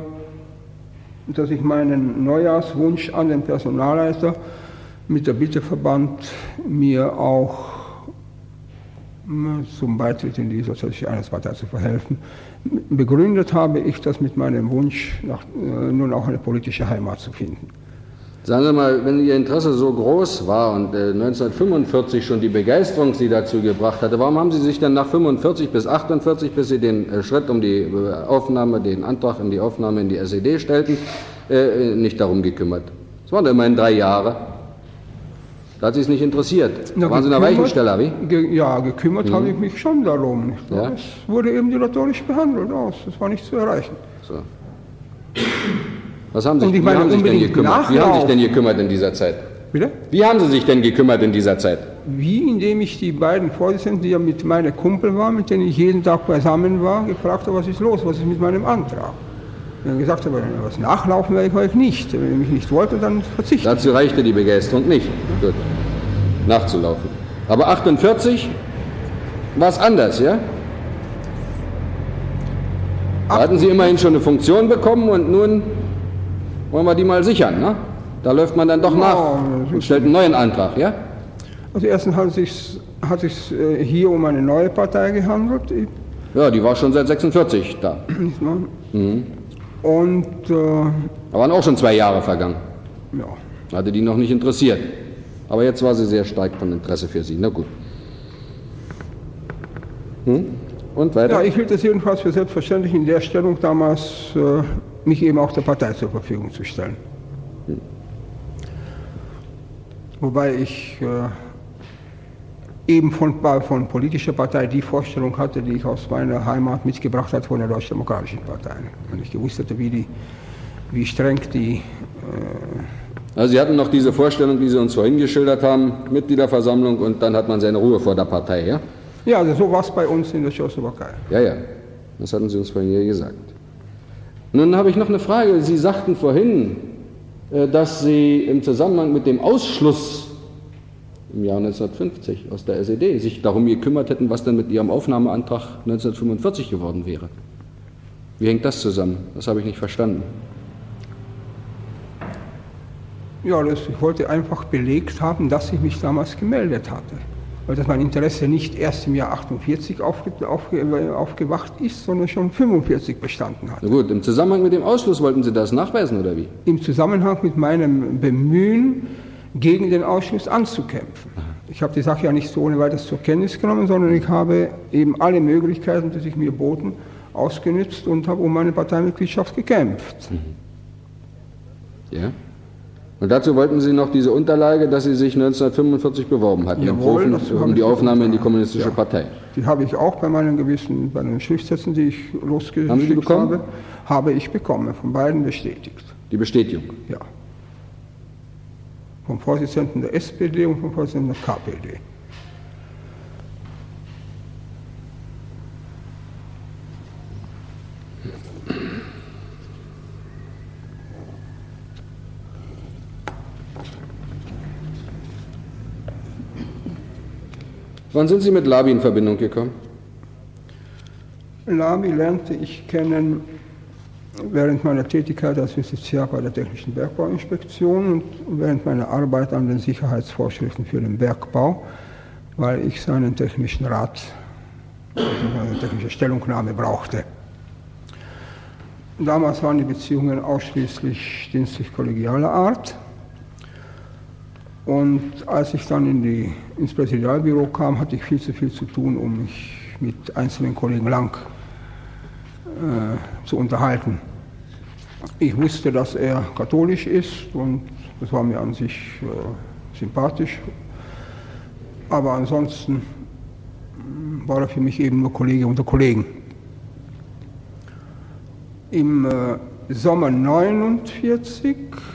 meinen Neujahrswunsch an den Personalleiter mit der Bitte verband, mir auch zum Beitritt in die Sozialistische Einheitspartei zu verhelfen. Begründet habe ich das mit meinem Wunsch, nun auch eine politische Heimat zu finden. Sagen Sie mal, wenn Ihr Interesse so groß war und 1945 schon die Begeisterung Sie dazu gebracht hatte, warum haben Sie sich dann nach 45 bis 48, bis Sie den Schritt um die Aufnahme, den Antrag in die Aufnahme in die SED stellten, nicht darum gekümmert? Das waren immerhin 3 Jahre. Da hat Sie es nicht interessiert. Na, waren Sie eine Weichensteller, wie? Ja, gekümmert habe ich mich schon darum. Ja? Es wurde eben dilatorisch behandelt aus. Das war nicht zu erreichen. So. Wie haben Sie sich denn gekümmert in dieser Zeit? Bitte? Wie haben Sie sich denn gekümmert in dieser Zeit? Wie? Indem ich die beiden Vorsitzenden, die ja mit meinen Kumpel waren, mit denen ich jeden Tag beisammen war, gefragt habe, was ist los, was ist mit meinem Antrag? Und dann gesagt habe, was nachlaufen werde ich euch nicht. Wenn ihr mich nicht wollt, dann verzichte. Dazu reichte die Begeisterung nicht. Gut. Nachzulaufen. Aber 48 war es anders, ja? Da hatten Sie immerhin schon eine Funktion bekommen und nun wollen wir die mal sichern, ne? Da läuft man dann doch nach und stellt einen neuen Antrag, ja? Also erstens hat es sich hier um eine neue Partei gehandelt. Ja, die war schon seit 46 da. Mhm. Und da waren auch schon 2 Jahre vergangen. Ja. Hatte die noch nicht interessiert. Aber jetzt war sie sehr stark von Interesse für Sie. Na gut. Und weiter? Ja, ich hielt es jedenfalls für selbstverständlich, in der Stellung damals mich eben auch der Partei zur Verfügung zu stellen. Wobei ich eben von politischer Partei die Vorstellung hatte, die ich aus meiner Heimat mitgebracht hatte von der Deutsch-Demokratischen Partei. Wenn ich gewusst hätte, wie streng die... Also Sie hatten noch diese Vorstellung, die Sie uns vorhin geschildert haben, Mitgliederversammlung, und dann hat man seine Ruhe vor der Partei, ja? Ja, also so war es bei uns in der Tschechoslowakei. Ja, ja. Das hatten Sie uns vorhin hier gesagt. Nun habe ich noch eine Frage. Sie sagten vorhin, dass Sie im Zusammenhang mit dem Ausschluss im Jahr 1950 aus der SED sich darum gekümmert hätten, was dann mit Ihrem Aufnahmeantrag 1945 geworden wäre. Wie hängt das zusammen? Das habe ich nicht verstanden. Ja, ich wollte einfach belegt haben, dass ich mich damals gemeldet hatte. Weil dass mein Interesse nicht erst im Jahr 48 aufgewacht ist, sondern schon 45 bestanden hat. Na gut, im Zusammenhang mit dem Ausschluss wollten Sie das nachweisen, oder wie? Im Zusammenhang mit meinem Bemühen, gegen den Ausschluss anzukämpfen. Ich habe die Sache ja nicht so ohne weiteres zur Kenntnis genommen, sondern ich habe eben alle Möglichkeiten, die sich mir boten, ausgenützt und habe um meine Parteimitgliedschaft gekämpft. Ja. Und dazu wollten Sie noch diese Unterlage, dass Sie sich 1945 beworben hatten, Jawohl, um die Aufnahme in die Kommunistische Partei. Die habe ich auch bei den Schriftsätzen, die ich losgeschickt habe ich bekommen, von beiden bestätigt. Die Bestätigung? Ja. Vom Vorsitzenden der SPD und vom Vorsitzenden der KPD. Wann sind Sie mit Labi in Verbindung gekommen? Labi lernte ich kennen während meiner Tätigkeit als Justiziar bei der Technischen Bergbauinspektion und während meiner Arbeit an den Sicherheitsvorschriften für den Bergbau, weil ich seinen technischen Rat, also eine technische Stellungnahme brauchte. Damals waren die Beziehungen ausschließlich dienstlich-kollegialer Art. Und als ich dann ins Präsidialbüro kam, hatte ich viel zu viel zu tun, um mich mit einzelnen Kollegen lang zu unterhalten. Ich wusste, dass er katholisch ist und das war mir an sich sympathisch. Aber ansonsten war er für mich eben nur Kollege unter Kollegen. Im Sommer 1949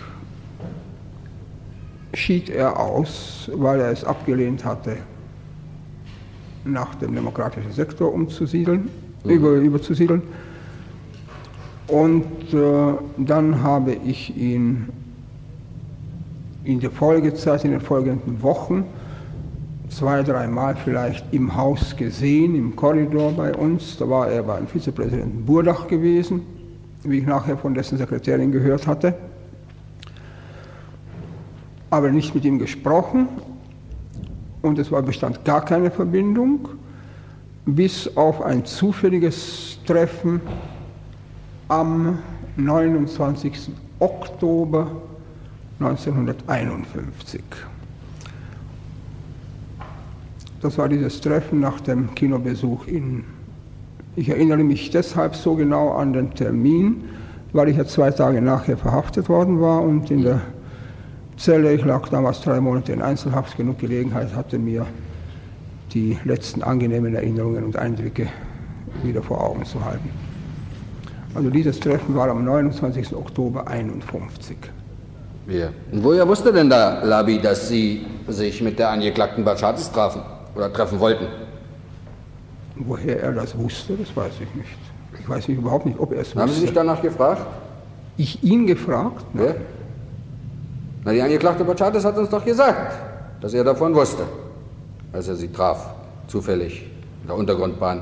schied er aus, weil er es abgelehnt hatte, nach dem demokratischen Sektor überzusiedeln. Und dann habe ich ihn in der Folgezeit, in den folgenden Wochen, 2-3 Mal vielleicht im Haus gesehen, im Korridor bei uns. Da war er beim Vizepräsidenten Burdach gewesen, wie ich nachher von dessen Sekretärin gehört hatte. Aber nicht mit ihm gesprochen und es bestand gar keine Verbindung, bis auf ein zufälliges Treffen am 29. Oktober 1951. Das war dieses Treffen nach dem Kinobesuch ich erinnere mich deshalb so genau an den Termin, weil ich ja 2 Tage nachher verhaftet worden war und in der Zelle, ich lag damals 3 Monate in Einzelhaft, genug Gelegenheit hatte, mir die letzten angenehmen Erinnerungen und Eindrücke wieder vor Augen zu halten. Also dieses Treffen war am 29. Oktober 1951. Ja. Und woher wusste denn da Labi, dass Sie sich mit der Angeklagten Batschatis trafen oder treffen wollten? Woher er das wusste, das weiß ich nicht. Ich weiß überhaupt nicht, ob er es wusste. Haben Sie sich danach gefragt? Ich ihn gefragt? Nein. Ja? Na, die Angeklagte Batschatis hat uns doch gesagt, dass er davon wusste, als er sie traf, zufällig in der Untergrundbahn.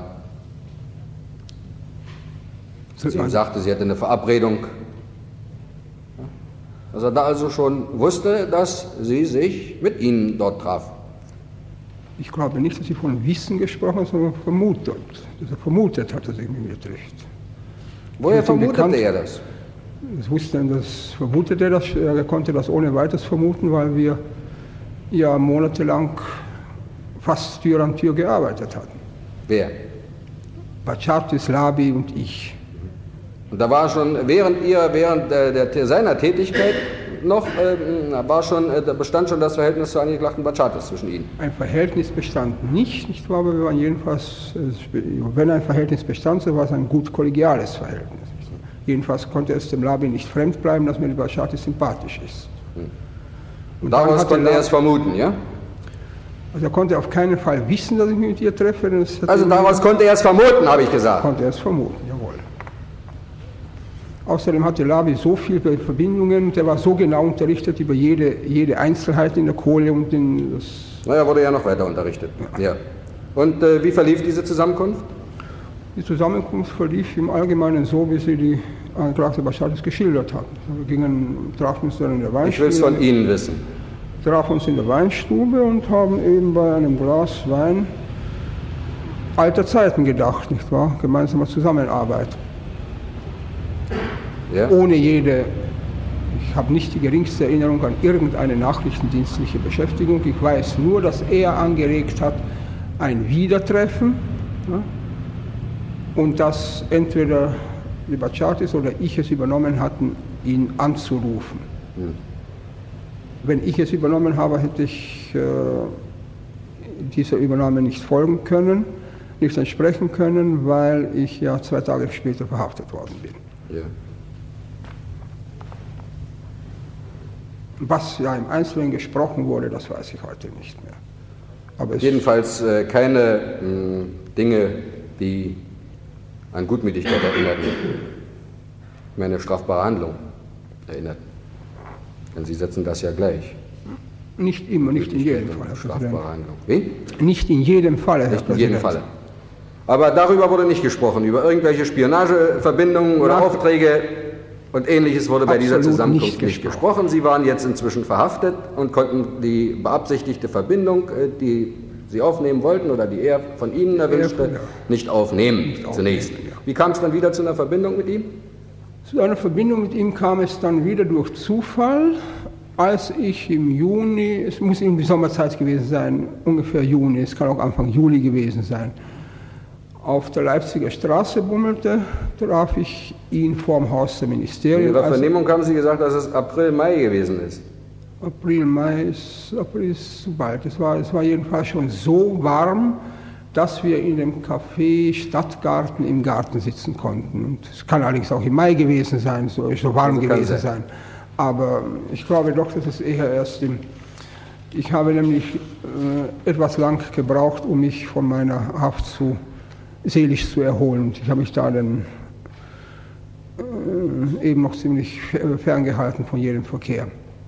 Sie ihm sagte, sie hätte eine Verabredung. Dass er da also schon wusste, dass sie sich mit Ihnen dort traf. Ich glaube nicht, dass Sie von Wissen gesprochen haben, sondern vermutet. Dass er vermutet hat, dass er sich mit mir trifft. Woher vermutete er das? Das vermutete er, er konnte das ohne weiteres vermuten, weil wir ja monatelang fast Tür an Tür gearbeitet hatten. Wer? Batschatis, Labi und ich. Und da war schon während seiner Tätigkeit noch, bestand schon das Verhältnis zur Angeklagten Batschatis zwischen Ihnen? Ein Verhältnis bestand nicht, ich glaube, wir waren jedenfalls, wenn ein Verhältnis bestand, so war es ein gut kollegiales Verhältnis. Jedenfalls konnte es dem Labi nicht fremd bleiben, dass mir die Batschatis sympathisch ist. Und daraus konnte er es vermuten, ja? Also er konnte auf keinen Fall wissen, dass ich mich mit ihr treffe. Also daraus konnte er es vermuten, habe ich gesagt. Konnte er es vermuten, jawohl. Außerdem hatte Labi so viele Verbindungen, der war so genau unterrichtet über jede Einzelheit in der Kohle und er wurde ja noch weiter unterrichtet. Ja. Und wie verlief diese Zusammenkunft? Die Zusammenkunft verlief im Allgemeinen so, wie sie die Angeklagte Bachatis geschildert hat. Wir trafen uns dann in der Weinstube. Ich will es von Ihnen wissen. Wir trafen uns in der Weinstube und haben eben bei einem Glas Wein alter Zeiten gedacht, nicht wahr? Gemeinsamer Zusammenarbeit. Ja. Ich habe nicht die geringste Erinnerung an irgendeine nachrichtendienstliche Beschäftigung. Ich weiß nur, dass er angeregt hat, ein Wiedertreffen, ja, und dass entweder die Bachatis oder ich es übernommen hatten, ihn anzurufen. Wenn ich es übernommen habe, hätte ich dieser Übernahme nicht folgen können, nicht entsprechen können, weil ich ja 2 Tage später verhaftet worden bin. Ja. Was ja im Einzelnen gesprochen wurde, das weiß ich heute nicht mehr. Aber jedenfalls keine Dinge, die an Gutmütigkeit erinnerten, meine strafbare Handlung erinnerten. Denn Sie setzen das ja gleich. Nicht immer, nicht in jedem Fall. Strafbare Handlung. Wie? Nicht in jedem Falle, Herr Nicht in Präsident. jedem Falle. Aber darüber wurde nicht gesprochen, über irgendwelche Spionageverbindungen oder Aufträge und Ähnliches wurde bei dieser Zusammenkunft nicht gesprochen. Sie waren jetzt inzwischen verhaftet und konnten die beabsichtigte Verbindung, die Sie aufnehmen wollten oder die er von Ihnen erwünschte, nicht aufnehmen zunächst. Wie kam es dann wieder zu einer Verbindung mit ihm? Zu einer Verbindung mit ihm kam es dann wieder durch Zufall, als ich im Juni, es muss irgendwie Sommerzeit gewesen sein, ungefähr Juni, es kann auch Anfang Juli gewesen sein, auf der Leipziger Straße bummelte, traf ich ihn vorm Haus der Ministerien. In Ihrer Vernehmung haben Sie gesagt, dass es April, Mai gewesen ist. April, Mai ist zu bald. Es war jedenfalls schon so warm, dass wir in dem Café Stadtgarten im Garten sitzen konnten. Und es kann allerdings auch im Mai gewesen sein, so warm gewesen sein. Aber ich glaube doch, dass es eher erst ich habe nämlich etwas lang gebraucht, um mich von meiner Haft seelisch zu erholen. Und ich habe mich da dann eben noch ziemlich ferngehalten von jedem Verkehr.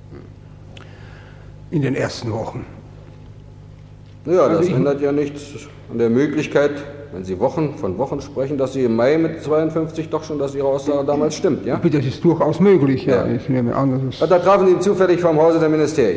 In den ersten Wochen. Ja, das ändert ja nichts an der Möglichkeit, wenn Sie von Wochen sprechen, dass Sie im Mai mit 52 doch schon, dass Ihre Aussage damals stimmt, ja? Das ist durchaus möglich, ja. Ich nehme an, dass da trafen Sie ihn zufällig vom Hause der Ministerien?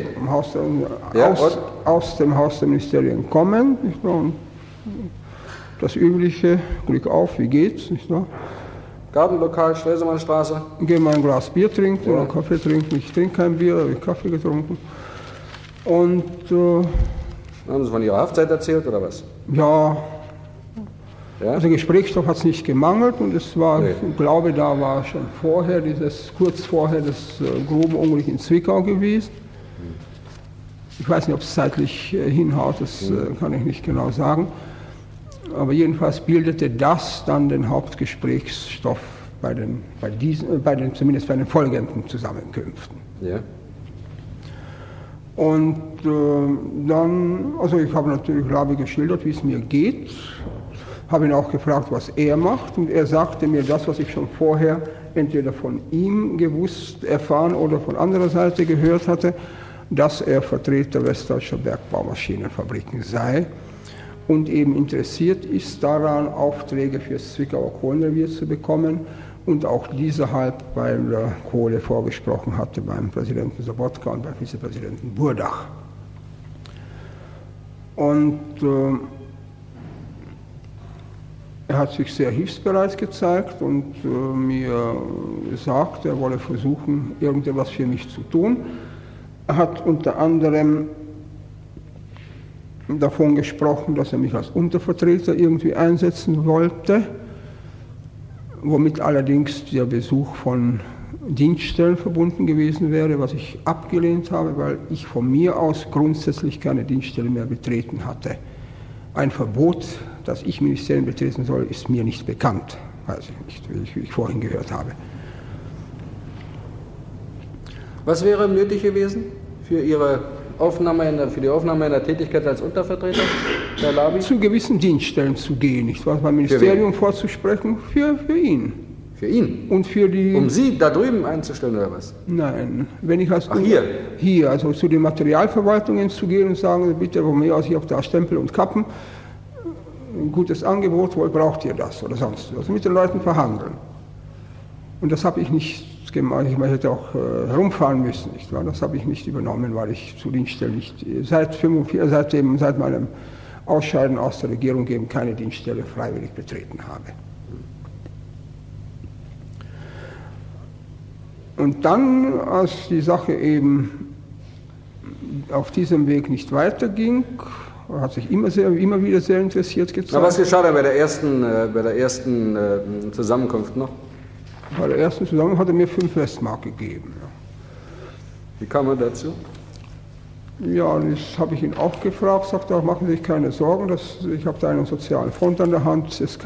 Aus dem Haus der Ministerien kommen, nicht wahr? Und das übliche, Glück auf, wie geht's, nicht wahr? Gartenlokal, Stresemannstraße. Gehen mal ein Glas Bier trinken oder Kaffee trinken. Ich trinke kein Bier, habe ich Kaffee getrunken. Und haben Sie von Ihrer Haftzeit erzählt oder was? Ja. Also Gesprächsstoff hat es nicht gemangelt und es war, ich glaube, da war schon kurz vorher das grobe Unglück in Zwickau gewesen. Ich weiß nicht, ob es zeitlich hinhaut, das kann ich nicht genau sagen. Aber jedenfalls bildete das dann den Hauptgesprächsstoff zumindest bei den folgenden Zusammenkünften. Ja. Und dann, also ich habe natürlich Labi geschildert, wie es mir geht, habe ihn auch gefragt, was er macht, und er sagte mir das, was ich schon vorher entweder von ihm erfahren oder von anderer Seite gehört hatte, dass er Vertreter westdeutscher Bergbaumaschinenfabriken sei und eben interessiert ist daran, Aufträge für das Zwickauer Kohlenrevier zu bekommen und auch deshalb bei der Kohle vorgesprochen hatte beim Präsidenten Sobotka und beim Vizepräsidenten Burdach. Und er hat sich sehr hilfsbereit gezeigt und mir gesagt, er wolle versuchen, irgendetwas für mich zu tun. Er hat unter anderem davon gesprochen, dass er mich als Untervertreter irgendwie einsetzen wollte, womit allerdings der Besuch von Dienststellen verbunden gewesen wäre, was ich abgelehnt habe, weil ich von mir aus grundsätzlich keine Dienststelle mehr betreten hatte. Ein Verbot, dass ich Ministerien betreten soll, ist mir nicht bekannt, weiß ich nicht, wie ich vorhin gehört habe. Was wäre nötig gewesen für Ihre für die Aufnahme einer Tätigkeit als Untervertreter, Herr Labi? Zu gewissen Dienststellen zu gehen, nicht wahr? Beim Ministerium vorzusprechen, für ihn. Für ihn? Und für die... Um Sie da drüben einzustellen oder was? Nein, wenn ich als... Ach, hier? Hier, also zu den Materialverwaltungen zu gehen und sagen, bitte von mir aus hier auf da Stempel und Kappen, ein gutes Angebot, wohl braucht ihr das oder sonst was. Also mit den Leuten verhandeln. Und das habe ich nicht gemacht. Ich hätte auch herumfahren müssen, nicht wahr? Das habe ich nicht übernommen, weil ich zu Dienststellen nicht... Seit meinem Ausscheiden aus der Regierung eben keine Dienststelle freiwillig betreten habe. Und dann, als die Sache eben auf diesem Weg nicht weiterging, hat sich immer wieder sehr interessiert gezeigt. Na, was geschah da bei der ersten Zusammenkunft noch? Bei der ersten Zusammenkunft hat er mir 5 Westmark gegeben. Ja. Wie kam er dazu? Ja, das habe ich ihn auch gefragt, sagte auch, machen Sie sich keine Sorgen, ich habe da einen sozialen Fonds an der Hand, ich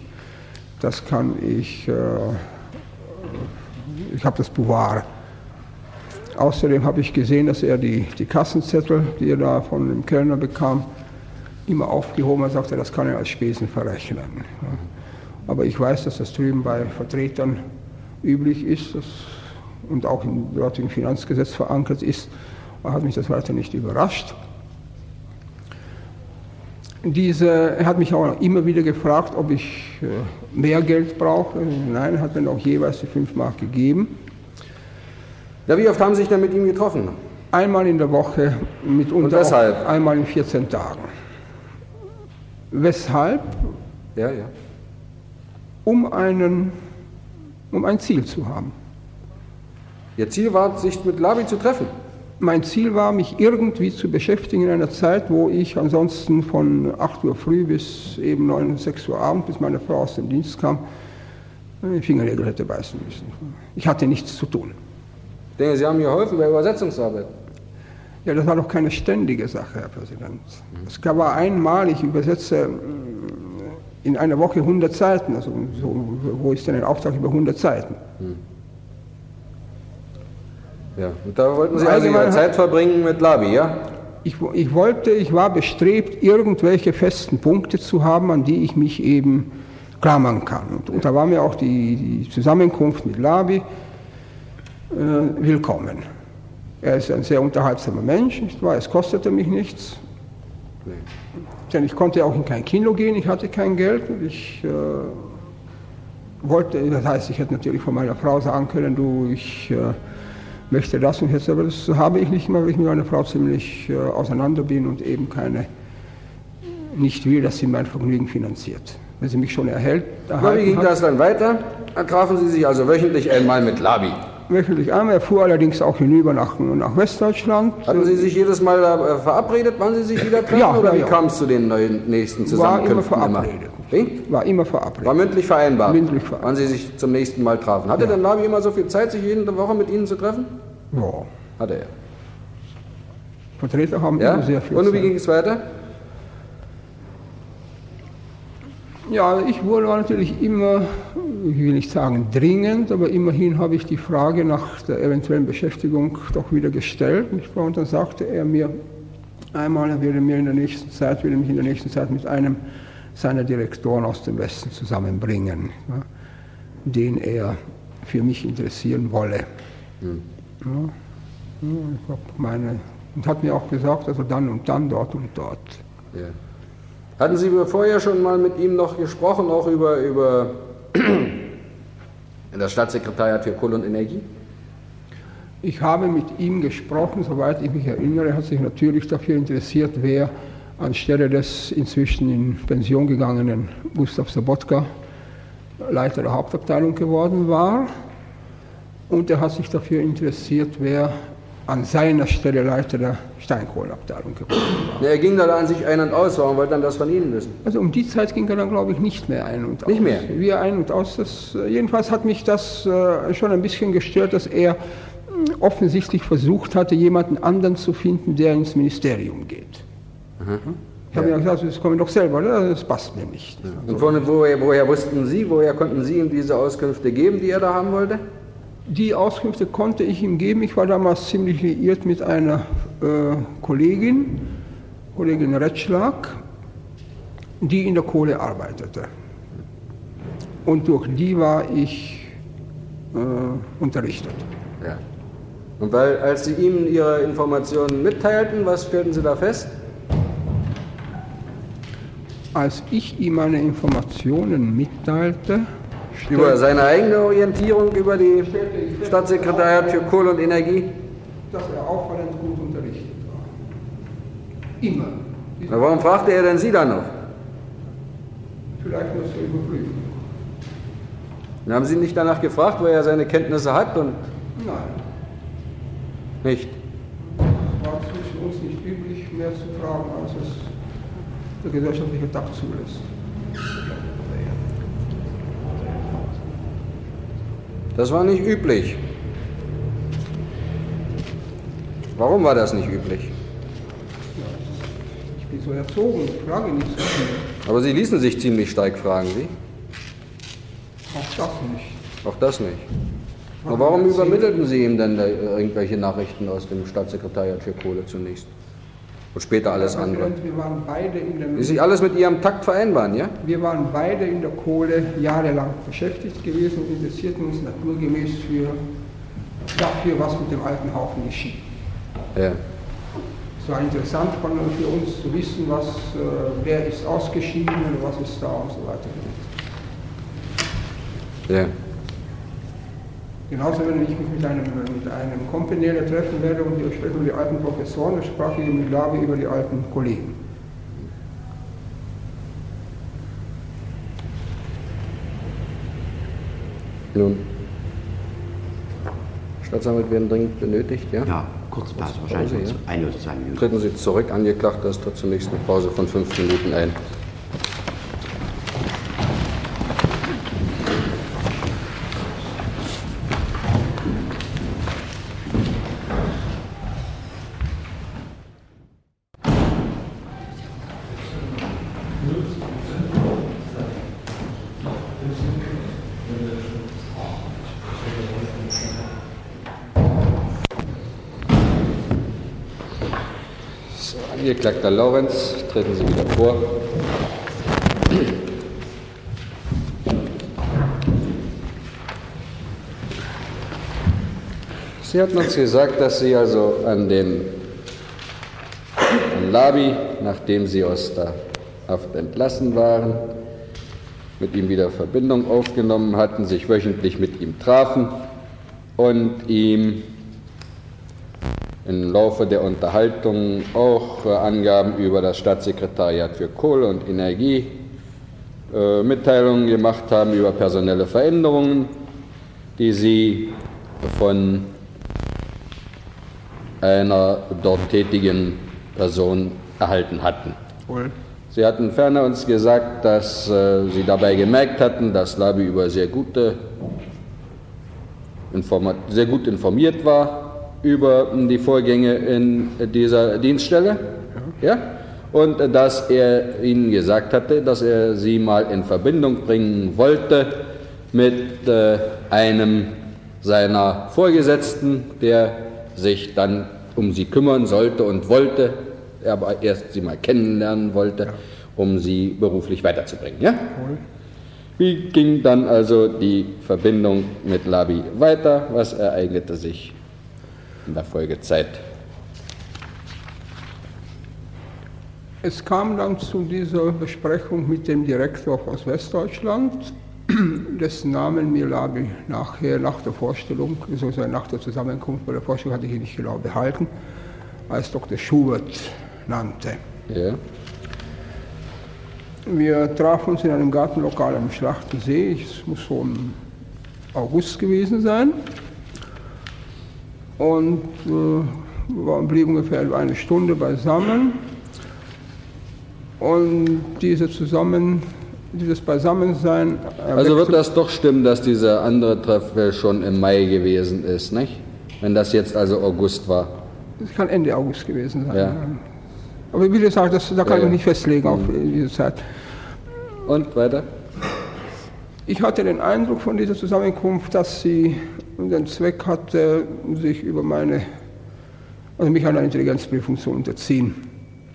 habe das Pouvoir. Außerdem habe ich gesehen, dass er die Kassenzettel, die er da von dem Kellner bekam, immer aufgehoben hat, sagte, das kann er als Spesen verrechnen. Ja. Aber ich weiß, dass das drüben bei Vertretern üblich ist und auch im dortigen Finanzgesetz verankert ist, hat mich das weiter nicht überrascht. Er hat mich auch immer wieder gefragt, ob ich mehr Geld brauche. Nein, er hat mir auch jeweils die 5 Mark gegeben. Ja, wie oft haben Sie sich denn mit ihm getroffen? Einmal in der Woche, mitunter auch einmal in 14 Tagen. Weshalb? Ja. Um ein Ziel zu haben. Ihr Ziel war, sich mit Labi zu treffen? Mein Ziel war, mich irgendwie zu beschäftigen in einer Zeit, wo ich ansonsten von 8 Uhr früh bis eben 6 Uhr Abend, bis meine Frau aus dem Dienst kam, die Fingernägel hätte beißen müssen. Ich hatte nichts zu tun. Ich denke, Sie haben mir geholfen bei Übersetzungsarbeit. Ja, das war doch keine ständige Sache, Herr Präsident. Es war einmal, ich übersetze in einer Woche 100 Seiten, also wo ist denn ein Auftrag über 100 Seiten? Ja, und da wollten Sie also Ihre Zeit verbringen mit Labi, ja? Ich war bestrebt, irgendwelche festen Punkte zu haben, an die ich mich eben klammern kann. Und da war mir auch die Zusammenkunft mit Labi willkommen. Er ist ein sehr unterhaltsamer Mensch, nicht wahr? Es kostete mich nichts. Nee. Denn ich konnte auch in kein Kino gehen, ich hatte kein Geld. Und ich das heißt, ich hätte natürlich von meiner Frau sagen können, ich möchte das und jetzt, aber das habe ich nicht mehr, weil ich mit meiner Frau ziemlich auseinander bin und eben nicht will, dass sie mein Vergnügen finanziert. Wenn sie mich schon erhalten hat. Wie ging das dann weiter? Dann trafen Sie sich also wöchentlich einmal mit Labi? Wöchentlich einmal. Er fuhr allerdings auch hinüber nach Westdeutschland. Hatten Sie sich jedes Mal verabredet, wann Sie sich wieder treffen? Ja, oder wie kam es zu den nächsten Zusammenkünften? War immer verabredet. War immer verabredet. War mündlich vereinbart? Mündlich vereinbart. Wann Sie sich zum nächsten Mal trafen. Hatte denn Labi immer so viel Zeit, sich jede Woche mit Ihnen zu treffen? Ja. Hatte er. Vertreter haben immer sehr viel Zeit. Und wie ging es weiter? Ja, ich wurde natürlich immer, ich will nicht sagen dringend, aber immerhin habe ich die Frage nach der eventuellen Beschäftigung doch wieder gestellt. Und dann sagte er mir einmal, er würde mich in der nächsten Zeit mit einem seiner Direktoren aus dem Westen zusammenbringen, ja, den er für mich interessieren wolle. Und hat mir auch gesagt, also dann und dann, dort und dort. Ja. Hatten Sie vorher schon mal mit ihm noch gesprochen, auch über das Staatssekretariat für Kohle und Energie? Ich habe mit ihm gesprochen, soweit ich mich erinnere, hat sich natürlich dafür interessiert, wer anstelle des inzwischen in Pension gegangenen Gustav Sobotka Leiter der Hauptabteilung geworden war. Und er hat sich dafür interessiert, wer an seiner Stelle Leiter der Steinkohlenabteilung geworden war. Ja, er ging da an sich ein und aus, warum wollte er das von Ihnen wissen? Also um die Zeit ging er dann, glaube ich, nicht mehr ein und aus. Nicht mehr? Wie er ein und aus. Jedenfalls hat mich das schon ein bisschen gestört, dass er offensichtlich versucht hatte, jemanden anderen zu finden, der ins Ministerium geht. Ich habe mir gesagt, das komme doch selber, oder? Das passt mir nicht. Ja. Und woher wussten Sie, woher konnten Sie ihm diese Auskünfte geben, die er da haben wollte? Die Auskünfte konnte ich ihm geben. Ich war damals ziemlich liiert mit einer Kollegin Retschlag, die in der Kohle arbeitete. und durch die war ich unterrichtet. Ja. Und als Sie ihm Ihre Informationen mitteilten, was stellten Sie da fest? Als ich ihm meine Informationen mitteilte, über seine eigene Orientierung über die Staatssekretariat für Kohle und Energie? Dass er auffallend gut unterrichtet war. Immer. Na, warum fragte er denn Sie dann noch? Vielleicht nur zur Überprüfung. Und haben Sie nicht danach gefragt, wo er seine Kenntnisse hat? Und Nein. Nicht? Es war zwischen uns nicht üblich, mehr zu fragen, als es der gesellschaftliche Takt zulässt. Das war nicht üblich. Warum war das nicht üblich? Ich bin so erzogen, ich frage nicht so viel. Aber Sie ließen sich ziemlich stark fragen, Sie? Auch das nicht. Auch das nicht. Aber warum übermittelten Sie ihm denn irgendwelche Nachrichten aus dem Staatssekretariat für Kohle zunächst? Und später alles andere? Wir waren beide in der Wie Sie alles mit Ihrem Takt vereinbaren, ja? Wir waren beide in der Kohle jahrelang beschäftigt gewesen und interessierten uns naturgemäß dafür, was mit dem alten Haufen geschieht. Ja. Es war interessant für uns zu wissen, wer ist ausgeschieden und was ist da und so weiter. Ja. Genauso, wenn ich mich mit einem Kompagnierer treffen werde und wir sprechen über die alten Professoren, dann sprach ich mit Labi über die alten Kollegen. Nun, Staatsanwalt werden dringend benötigt, ja? Ja, kurze Pause, wahrscheinlich 1 oder 2 Minuten. Treten Sie zurück, Angeklagter, es tritt zunächst eine Pause von 5 Minuten ein. Angeklagter Laurenz, treten Sie wieder vor. Sie hatten uns gesagt, dass Sie also an Labi, nachdem Sie aus der Haft entlassen waren, mit ihm wieder Verbindung aufgenommen hatten, sich wöchentlich mit ihm trafen und ihm im Laufe der Unterhaltung auch Angaben über das Staatssekretariat für Kohle und Energie, Mitteilungen gemacht haben über personelle Veränderungen, die Sie von einer dort tätigen Person erhalten hatten. Sie hatten ferner uns gesagt, dass Sie dabei gemerkt hatten, dass Labi über sehr gut informiert war über die Vorgänge in dieser Dienststelle, ja? Und dass er Ihnen gesagt hatte, dass er Sie mal in Verbindung bringen wollte mit einem seiner Vorgesetzten, der sich dann um Sie kümmern sollte und wollte, aber erst Sie mal kennenlernen wollte, um Sie beruflich weiterzubringen. Ja? Wie ging dann also die Verbindung mit Labi weiter? Was ereignete sich in der Folgezeit? Es kam dann zu dieser Besprechung mit dem Direktor aus Westdeutschland, dessen Namen mir Labi nachher nach der Vorstellung, beziehungsweise nach der Zusammenkunft bei der Vorstellung hatte ich ihn nicht genau behalten, als Dr. Schubert nannte. Ja. Wir trafen uns in einem Gartenlokal am Schlachtensee, es muss so im August gewesen sein, und blieben ungefähr eine Stunde beisammen. Und dieses Beisammensein... Also wird das doch stimmen, dass dieser andere Treff schon im Mai gewesen ist, nicht? Wenn das jetzt also August war. Das kann Ende August gewesen sein. Ja. Aber wie gesagt, da kann ich mich nicht festlegen auf diese Zeit. Und weiter? Ich hatte den Eindruck von dieser Zusammenkunft, dass sie den Zweck hatte, mich einer Intelligenzprüfung zu unterziehen.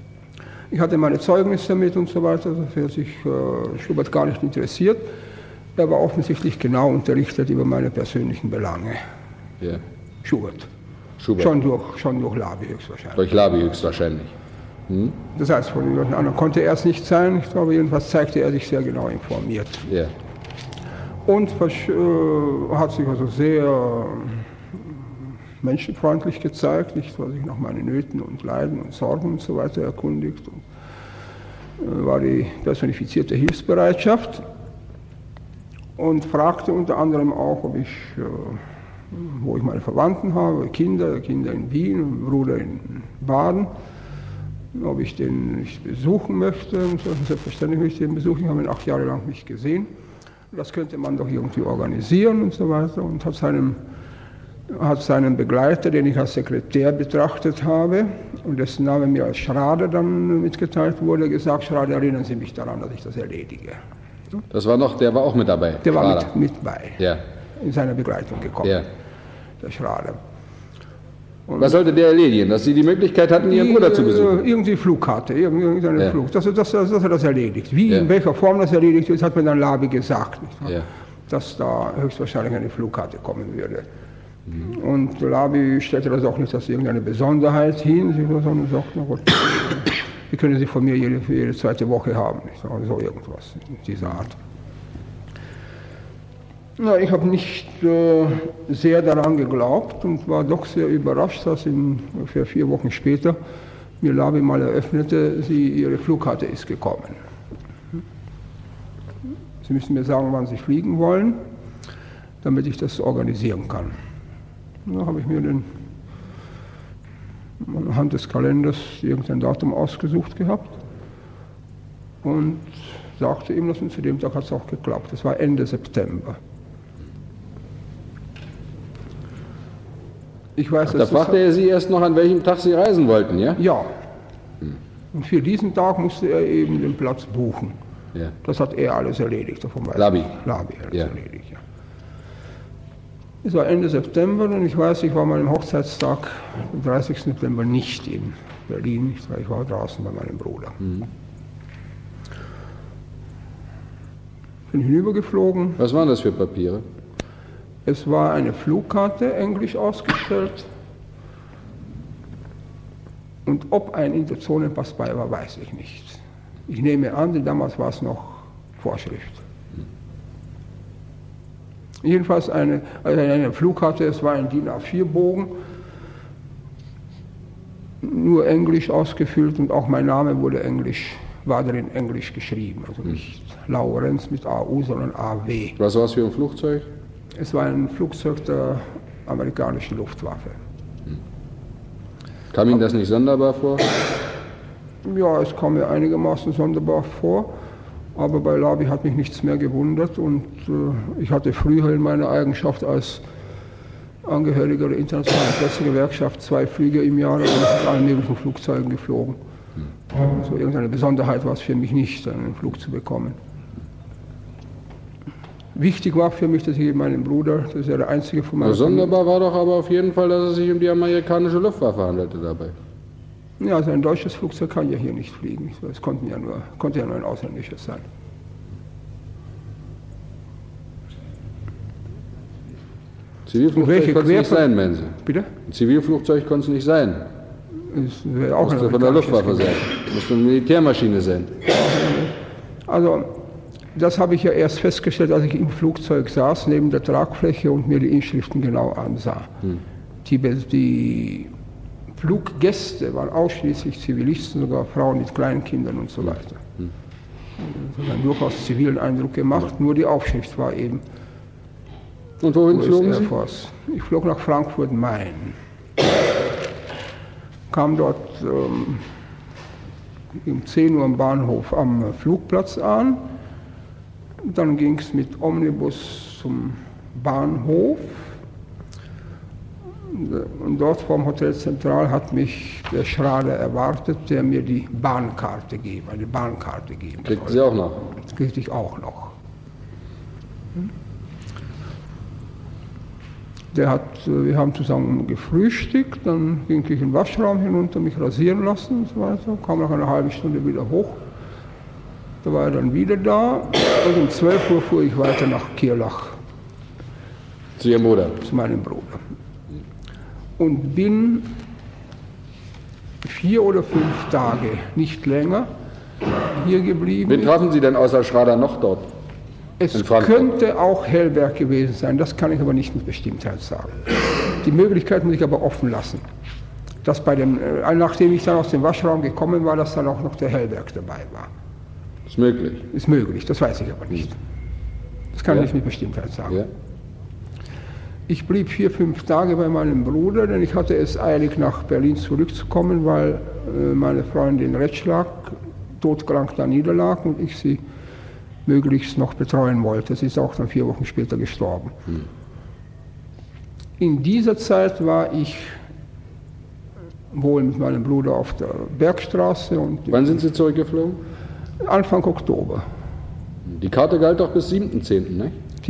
Ich hatte meine Zeugnisse mit und so weiter, dafür hat sich Schubert gar nicht interessiert. Er war offensichtlich genau unterrichtet über meine persönlichen Belange. Ja. Schubert. Schubert. Schon durch Labi höchstwahrscheinlich. Durch Labi höchstwahrscheinlich. Hm? Das heißt, von jemand anderem konnte er es nicht sein. Ich glaube, jedenfalls zeigte er sich sehr genau informiert. Ja. Und hat sich also sehr menschenfreundlich gezeigt, nicht, was sich nach meinen Nöten und Leiden und Sorgen und so weiter erkundigt. Und, war die personifizierte Hilfsbereitschaft und fragte unter anderem auch, ob wo ich meine Verwandten habe, Kinder in Wien, einen Bruder in Baden, ob ich den nicht besuchen möchte. Und selbstverständlich möchte ich den besuchen, ich habe ihn 8 Jahre lang nicht gesehen. Das könnte man doch irgendwie organisieren und so weiter. Und hat seinen Begleiter, den ich als Sekretär betrachtet habe und dessen Name mir als Schrader dann mitgeteilt wurde, gesagt, Schrader, erinnern Sie mich daran, dass ich das erledige. Das war der war auch mit dabei? Der war mit bei, ja. In seiner Begleitung gekommen, ja. Der Schrader. Und was sollte der erledigen? Dass Sie die Möglichkeit hatten, Ihren Bruder zu besuchen? Irgendwie Flugkarte, irgendeine Flug, dass er das erledigt. Wie, in welcher Form das erledigt ist, hat mir dann Labi gesagt, dass da höchstwahrscheinlich eine Flugkarte kommen würde. Und Labi stellte das auch nicht als irgendeine Besonderheit hin, sondern sagte, na gut, die können Sie von mir jede zweite Woche haben, so irgendwas in dieser Art. Na, ich habe nicht sehr daran geglaubt und war doch sehr überrascht, dass ungefähr 4 Wochen später mir Labi mal eröffnete, ihre Flugkarte ist gekommen. Sie müssen mir sagen, wann Sie fliegen wollen, damit ich das organisieren kann. Da habe ich mir anhand des Kalenders irgendein Datum ausgesucht gehabt und sagte ihm das, und zu dem Tag hat es auch geklappt. Das war Ende September. Ich weiß, da fragte er Sie erst noch, an welchem Tag Sie reisen wollten, ja? Ja. Und für diesen Tag musste er eben den Platz buchen. Ja. Das hat er alles erledigt. Labi alles erledigt, ja. Es war Ende September und ich weiß, ich war meinem Hochzeitstag, am 30. September, nicht in Berlin. Ich war draußen bei meinem Bruder. Bin hinübergeflogen. Was waren das für Papiere? Es war eine Flugkarte, englisch ausgestellt. Und ob ein Interzonenpass bei war, weiß ich nicht. Ich nehme an, denn damals war es noch Vorschrift. Jedenfalls eine Flugkarte, es war ein DIN A4-Bogen, nur englisch ausgefüllt und auch mein Name war darin englisch geschrieben. Also nicht Laurenz mit AU, sondern AW. Was war es für ein Flugzeug? Es war ein Flugzeug der amerikanischen Luftwaffe. Kam Ihnen das nicht sonderbar vor? Ja, es kam mir einigermaßen sonderbar vor, aber bei Labi hat mich nichts mehr gewundert und ich hatte früher in meiner Eigenschaft als Angehöriger der Internationalen Pressegewerkschaft 2 Flüge im Jahr mit allen möglichen Flugzeugen geflogen. Also irgendeine Besonderheit war es für mich nicht, einen Flug zu bekommen. Wichtig war für mich, dass ich meinen Bruder, das ist ja der einzige von meinen... Sonderbar war doch aber auf jeden Fall, dass es sich um die amerikanische Luftwaffe handelte dabei. Ja, also ein deutsches Flugzeug kann ja hier nicht fliegen. Es konnte ja nur ein ausländisches sein. Zivilflugzeug konnte es nicht sein, meinen Sie? Bitte? Ein Zivilflugzeug konnte es nicht sein. Es wäre auch musste von der Luftwaffe sein. Musste eine Militärmaschine sein. Also, das habe ich ja erst festgestellt, als ich im Flugzeug saß, neben der Tragfläche und mir die Inschriften genau ansah. Die Fluggäste waren ausschließlich Zivilisten, sogar Frauen mit kleinen Kindern und so weiter. Das hat einen durchaus zivilen Eindruck gemacht, nur die Aufschrift war eben. Und wohin flogen Sie? Ich flog nach Frankfurt-Main. Kam dort um 10 Uhr am Bahnhof am Flugplatz an. Dann ging es mit Omnibus zum Bahnhof. Und dort vom Hotel Zentral hat mich der Schrader erwartet, der mir die Bahnkarte geben, eine Bahnkarte geben. Kriegten Sie auch noch? Das kriegte ich auch noch. Wir haben zusammen gefrühstückt, dann ging ich in den Waschraum hinunter, mich rasieren lassen und so weiter, kam nach einer halben Stunde wieder hoch Da war er dann wieder da und um 12 Uhr fuhr ich weiter nach Kirlach. Zu Ihrem Bruder? Zu meinem Bruder. Und bin 4 oder 5 Tage, nicht länger, hier geblieben. Wen trafen Sie denn außer Schrader noch dort? Es könnte auch Hellberg gewesen sein, das kann ich aber nicht mit Bestimmtheit sagen. Die Möglichkeit muss ich aber offen lassen. Dass nachdem ich dann aus dem Waschraum gekommen war, dass dann auch noch der Hellberg dabei war. Ist möglich? Ist möglich, das weiß ich aber nicht. Das kann ich nicht mit Bestimmtheit sagen. Ja. Ich blieb 4, 5 Tage bei meinem Bruder, denn ich hatte es eilig, nach Berlin zurückzukommen, weil meine Freundin Retschlag todkrank da niederlag und ich sie möglichst noch betreuen wollte. Sie ist auch dann 4 Wochen später gestorben. In dieser Zeit war ich wohl mit meinem Bruder auf der Bergstraße. Und wann sind Sie zurückgeflogen? Anfang Oktober. Die Karte galt doch bis 7.10., ne?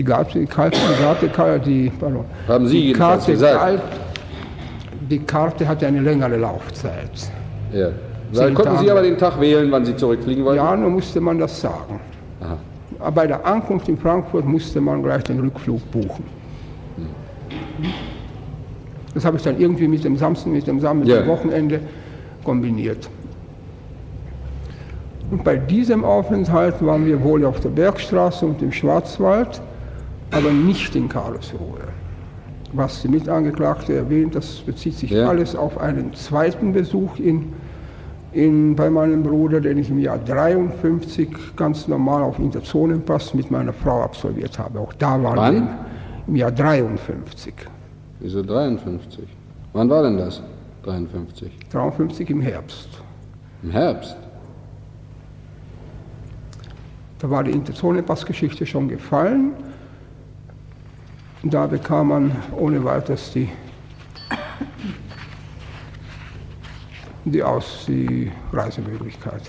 Haben Sie jedenfalls gesagt? Die Karte hatte eine längere Laufzeit. Ja. Konnten Sie aber den Tag wählen, wann Sie zurückfliegen wollten? Ja, nur musste man das sagen. Aha. Bei der Ankunft in Frankfurt musste man gleich den Rückflug buchen. Das habe ich dann irgendwie mit dem Wochenende kombiniert. Und bei diesem Aufenthalt waren wir wohl auf der Bergstraße und im Schwarzwald, aber nicht in Karlsruhe. Was die Mitangeklagte erwähnt, das bezieht sich alles auf einen zweiten Besuch bei meinem Bruder, den ich im Jahr 53 ganz normal auf Interzonenpass mit meiner Frau absolviert habe. Auch da waren wir im Jahr 53. Wieso 53? Wann war denn das? 53? 53 im Herbst. Im Herbst? Da war die Interzonenpass-Geschichte schon gefallen. Da bekam man ohne weiteres die Reisemöglichkeit.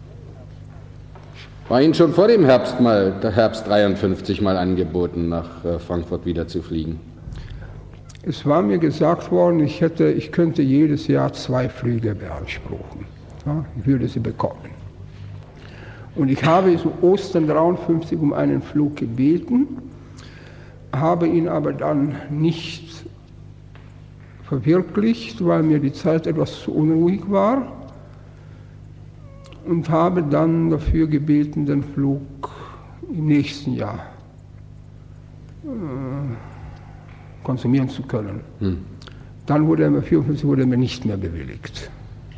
War Ihnen schon vor dem Herbst 53 mal angeboten, nach Frankfurt wieder zu fliegen? Es war mir gesagt worden, ich könnte jedes Jahr 2 Flüge beanspruchen. Ja, ich würde sie bekommen. Und ich habe so Ostern 53 um einen Flug gebeten, habe ihn aber dann nicht verwirklicht, weil mir die Zeit etwas zu unruhig war und habe dann dafür gebeten, den Flug im nächsten Jahr konsumieren zu können. Dann wurde er mir 54 nicht mehr bewilligt.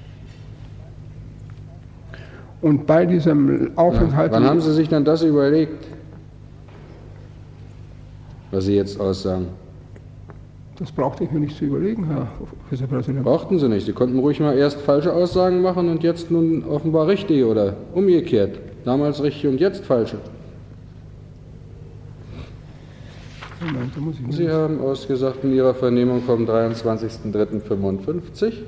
Und bei diesem Aufenthalt... Wann haben Sie sich dann das überlegt, was Sie jetzt aussagen? Das brauchte ich mir nicht zu überlegen, Herr Vizepräsident. Brauchten Sie nicht. Sie konnten ruhig mal erst falsche Aussagen machen und jetzt nun offenbar richtige oder umgekehrt. Damals richtige und jetzt falsche. Moment, da muss ich Sie haben ausgesagt in Ihrer Vernehmung vom 23.03.55,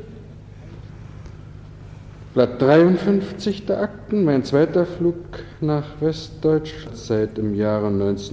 Blatt 53 der Akten, mein zweiter Flug nach Westdeutschland seit im Jahre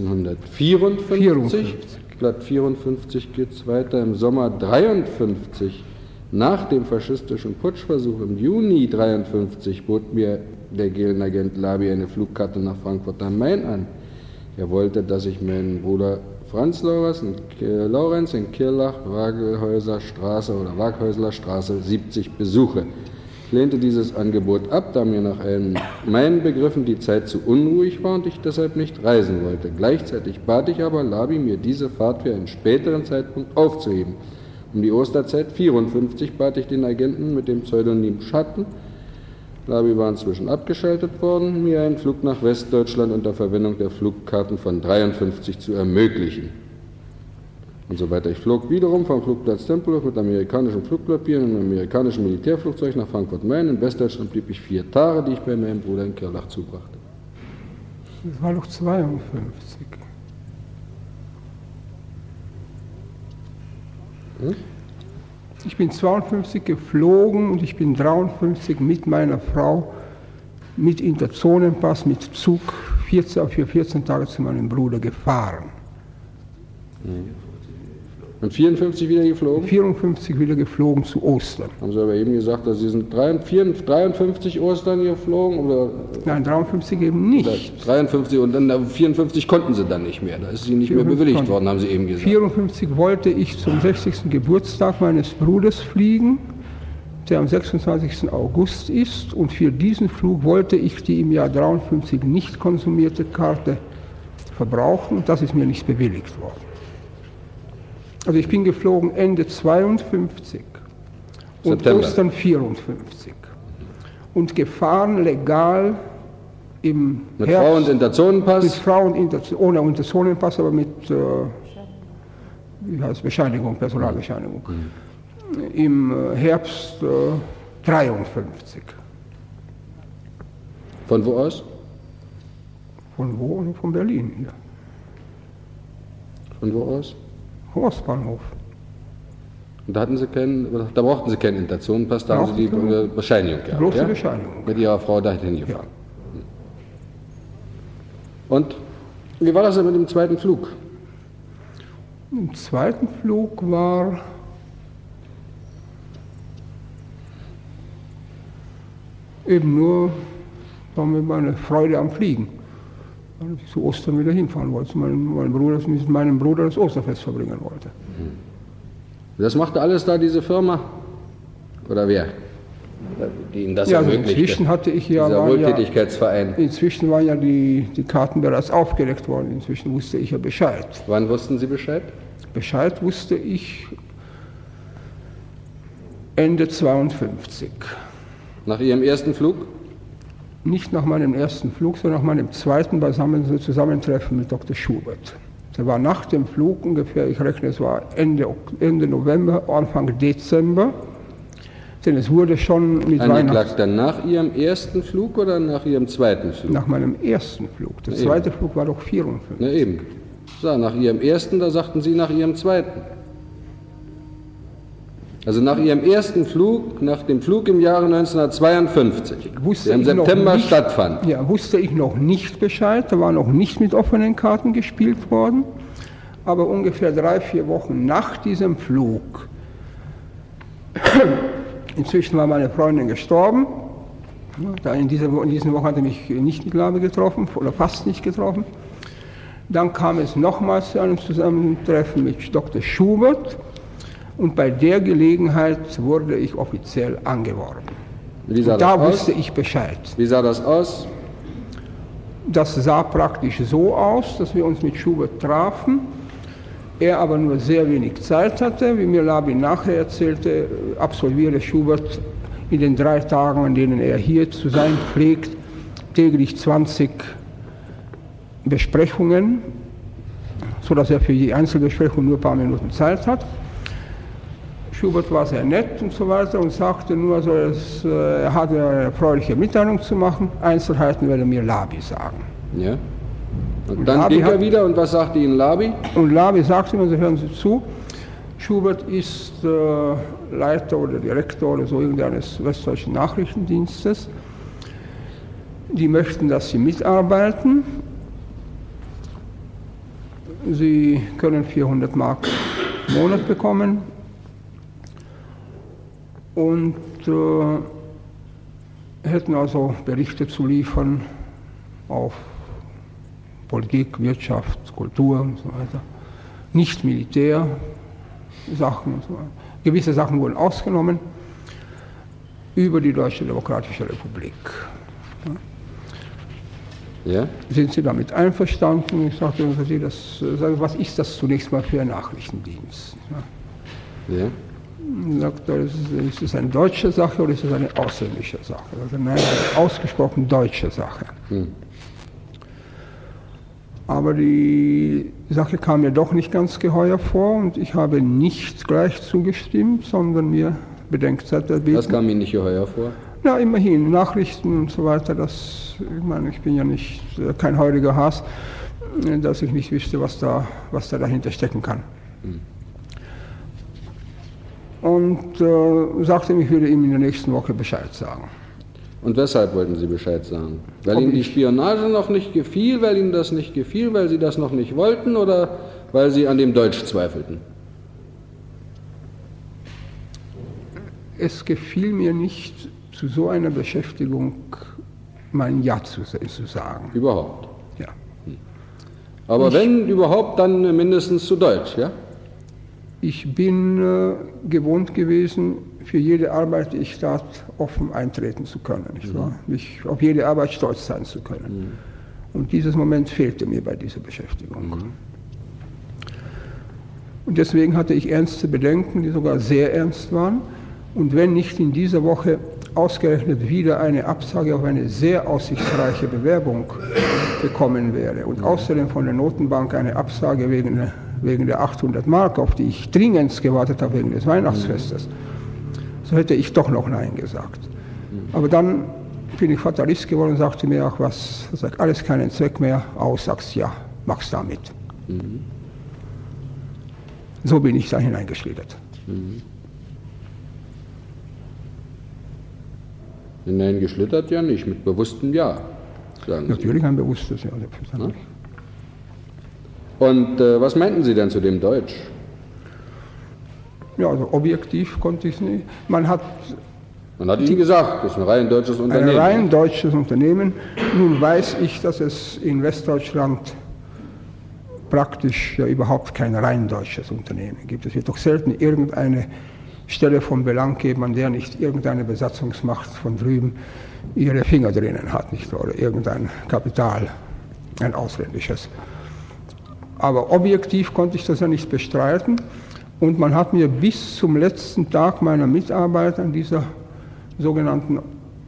1954. Blatt 54 geht es weiter im Sommer 53. Nach dem faschistischen Putschversuch im Juni 53 bot mir der Gelenagent Labi eine Flugkarte nach Frankfurt am Main an. Er wollte, dass ich meinen Bruder Franz Laurenz in Kirlach, Waghäusler Straße 70 besuche. Ich lehnte dieses Angebot ab, da mir nach meinen Begriffen die Zeit zu unruhig war und ich deshalb nicht reisen wollte. Gleichzeitig bat ich aber Labi, mir diese Fahrt für einen späteren Zeitpunkt aufzuheben. Um die Osterzeit 54 bat ich den Agenten mit dem Pseudonym Schatten, Labi war inzwischen abgeschaltet worden, mir einen Flug nach Westdeutschland unter Verwendung der Flugkarten von 53 zu ermöglichen. Und so weiter. Ich flog wiederum vom Flugplatz Tempelhof mit amerikanischen Flugpapieren und einem amerikanischen Militärflugzeug nach Frankfurt-Main. In Westdeutschland blieb ich 4 Tage, die ich bei meinem Bruder in Kirlach zubrachte. Das war doch 52. Ich bin 52 geflogen und ich bin 53 mit meiner Frau mit Interzonenpass, mit Zug für 14 Tage zu meinem Bruder gefahren. Und 54 wieder geflogen? 54 wieder geflogen zu Ostern. Haben Sie aber eben gesagt, dass Sie sind 53 Ostern geflogen? Oder? Nein, 53 eben nicht. 53 und dann 54 konnten Sie dann nicht mehr. Da ist Sie nicht mehr bewilligt worden, haben Sie eben gesagt. 54 wollte ich zum 60. Geburtstag meines Bruders fliegen, der am 26. August ist. Und für diesen Flug wollte ich die im Jahr 53 nicht konsumierte Karte verbrauchen. Das ist mir nicht bewilligt worden. Also ich bin geflogen Ende 52 und September. Ostern 54 und gefahren legal im mit Herbst. Frau- und Interzonenpass? Mit Frau- und ohne Interzonenpass, aber mit wie heißt Bescheinigung, Personalbescheinigung. Im Herbst 53. Von wo aus? Von wo? Von Berlin hier. Von wo aus? Ostbahnhof. Und da brauchten Sie keinen Interzonenpass, da haben Sie die Bescheinigung gehabt. Bloße ja? Bescheinigung. Mit Ihrer Frau dahin gefahren. Ja. Und wie war das denn mit dem zweiten Flug? Im zweiten Flug war eben nur, sagen wir, meine Freude am Fliegen. Weil ich zu Ostern wieder hinfahren wollte, mit meinem Bruder das Osterfest verbringen wollte. Das machte alles da diese Firma? Oder wer? Die Ihnen das Ja, also ermöglichte? inzwischen hatte ich ja, Dieser Wohltätigkeitsverein. Inzwischen waren ja die Karten bereits aufgedeckt worden. Inzwischen wusste ich ja Bescheid. Wann wussten Sie Bescheid? Bescheid wusste ich Ende 52. Nach Ihrem ersten Flug? Nicht nach meinem ersten Flug, sondern nach meinem zweiten Zusammentreffen mit Dr. Schubert. Das war nach dem Flug ungefähr, ich rechne, es war Ende November, Anfang Dezember. Denn es wurde schon mit Angeklagt dann nach Ihrem ersten Flug oder nach Ihrem zweiten Flug? Nach meinem ersten Flug. Der zweite Flug war doch 54. Na eben. So, nach Ihrem ersten, da sagten Sie nach Ihrem zweiten. Also nach Ihrem ersten Flug, nach dem Flug im Jahre 1952, der im September stattfand. Ja, wusste ich noch nicht Bescheid, da war noch nicht mit offenen Karten gespielt worden. Aber ungefähr 3-4 Wochen nach diesem Flug, inzwischen war meine Freundin gestorben, in diesen Wochen hatte mich nicht mit Labe getroffen, oder fast nicht getroffen. Dann kam es nochmals zu einem Zusammentreffen mit Dr. Schubert. Und bei der Gelegenheit wurde ich offiziell angeworben. Wie sah und da das aus? wusste ich Bescheid. Wie sah das aus? Das sah praktisch so aus, dass wir uns mit Schubert trafen. Er aber nur sehr wenig Zeit hatte. Wie mir Labi nachher erzählte, absolvierte Schubert in den 3 Tagen, an denen er hier zu sein pflegt, täglich 20 Besprechungen, sodass er für die Einzelbesprechung nur ein paar Minuten Zeit hat. Schubert war sehr nett und so weiter und sagte nur, also er hatte eine erfreuliche Mitteilung zu machen. Einzelheiten werde mir Labi sagen. Ja. Und dann ging er wieder und was sagte Ihnen Labi? Und Labi sagte mir, also hören Sie zu, Schubert ist Leiter oder Direktor oder so irgendeines westdeutschen Nachrichtendienstes. Die möchten, dass Sie mitarbeiten. Sie können 400 Mark im Monat bekommen. Und hätten also Berichte zu liefern auf Politik, Wirtschaft, Kultur und so weiter. Nicht Militärsachen und so weiter. Gewisse Sachen wurden ausgenommen über die Deutsche Demokratische Republik. Ja. Sind Sie damit einverstanden? Ich sagte, was ist das zunächst mal für ein Nachrichtendienst? Ja. Sagt er, ist es eine deutsche Sache oder ist es eine ausländische Sache? Also nein, eine ausgesprochen deutsche Sache. Aber die Sache kam mir doch nicht ganz geheuer vor und ich habe nicht gleich zugestimmt, sondern mir Bedenkzeit erbeten. Was kam Ihnen nicht geheuer vor? Na, immerhin, Nachrichten und so weiter, ich meine, ich bin ja nicht kein heuriger Has, dass ich nicht wüsste, was da dahinter stecken kann. Und sagte, ich würde ihm in der nächsten Woche Bescheid sagen. Und weshalb wollten Sie Bescheid sagen? Weil Ihnen die Spionage noch nicht gefiel, weil Ihnen das nicht gefiel, weil Sie das noch nicht wollten oder weil Sie an dem Deutsch zweifelten? Es gefiel mir nicht, zu so einer Beschäftigung mein Ja zu sagen. Überhaupt? Ja. Aber wenn überhaupt, dann mindestens zu Deutsch, ja? Ich bin gewohnt gewesen, für jede Arbeit, die ich tat, offen eintreten zu können, nicht wahr? Mich auf jede Arbeit stolz sein zu können. Und dieses Moment fehlte mir bei dieser Beschäftigung. Und deswegen hatte ich ernste Bedenken, die sogar sehr ernst waren. Und wenn nicht in dieser Woche ausgerechnet wieder eine Absage auf eine sehr aussichtsreiche Bewerbung gekommen wäre und außerdem von der Notenbank eine Absage wegen der 800 Mark, auf die ich dringend gewartet habe wegen des Weihnachtsfestes, so hätte ich doch noch Nein gesagt. Aber dann bin ich Fatalist geworden und sagte mir, ach was, das hat alles keinen Zweck mehr, sagst ja, mach's damit. So bin ich da hineingeschlittert. Hineingeschlittert ja nicht, mit bewusstem Ja, sagen Sie. Natürlich ein bewusstes Ja. Und was meinten Sie denn zu dem Deutsch? Ja, also objektiv konnte ich es nicht. Man hat Ihnen gesagt, das ist ein rein deutsches Unternehmen. Ein rein deutsches Unternehmen. Nun weiß ich, dass es in Westdeutschland praktisch ja überhaupt kein rein deutsches Unternehmen gibt. Es wird doch selten irgendeine Stelle von Belang geben, an der nicht irgendeine Besatzungsmacht von drüben ihre Finger drinnen hat, nicht wahr? Oder irgendein Kapital, ein ausländisches. Aber objektiv konnte ich das ja nicht bestreiten. Und man hat mir bis zum letzten Tag meiner Mitarbeit an diesem sogenannten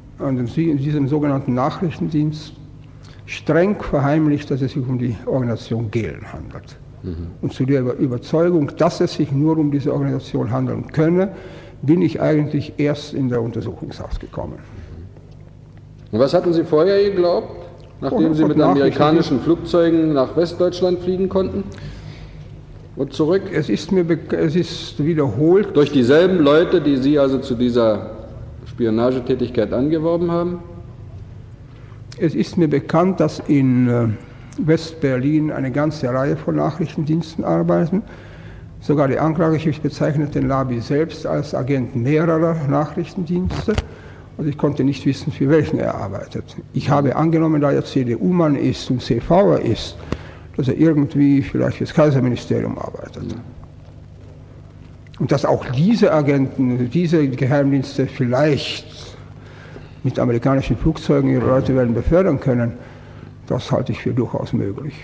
Nachrichtendienst streng verheimlicht, dass es sich um die Organisation Gehlen handelt. Und zu der Überzeugung, dass es sich nur um diese Organisation handeln könne, bin ich eigentlich erst in der Untersuchungshaft gekommen. Und was hatten Sie vorher geglaubt, nachdem Sie mit amerikanischen Flugzeugen nach Westdeutschland fliegen konnten und zurück? Es ist wiederholt. Durch dieselben Leute, die Sie also zu dieser Spionagetätigkeit angeworben haben? Es ist mir bekannt, dass in West-Berlin eine ganze Reihe von Nachrichtendiensten arbeiten. Sogar die Anklageschrift bezeichnet den Labi selbst als Agent mehrerer Nachrichtendienste. Also ich konnte nicht wissen, für welchen er arbeitet. Ich habe angenommen, da er CDU-Mann ist und CVer ist, dass er irgendwie vielleicht für das Kaiserministerium arbeitet. Und dass auch diese Agenten, diese Geheimdienste vielleicht mit amerikanischen Flugzeugen ihre Leute werden befördern können, das halte ich für durchaus möglich.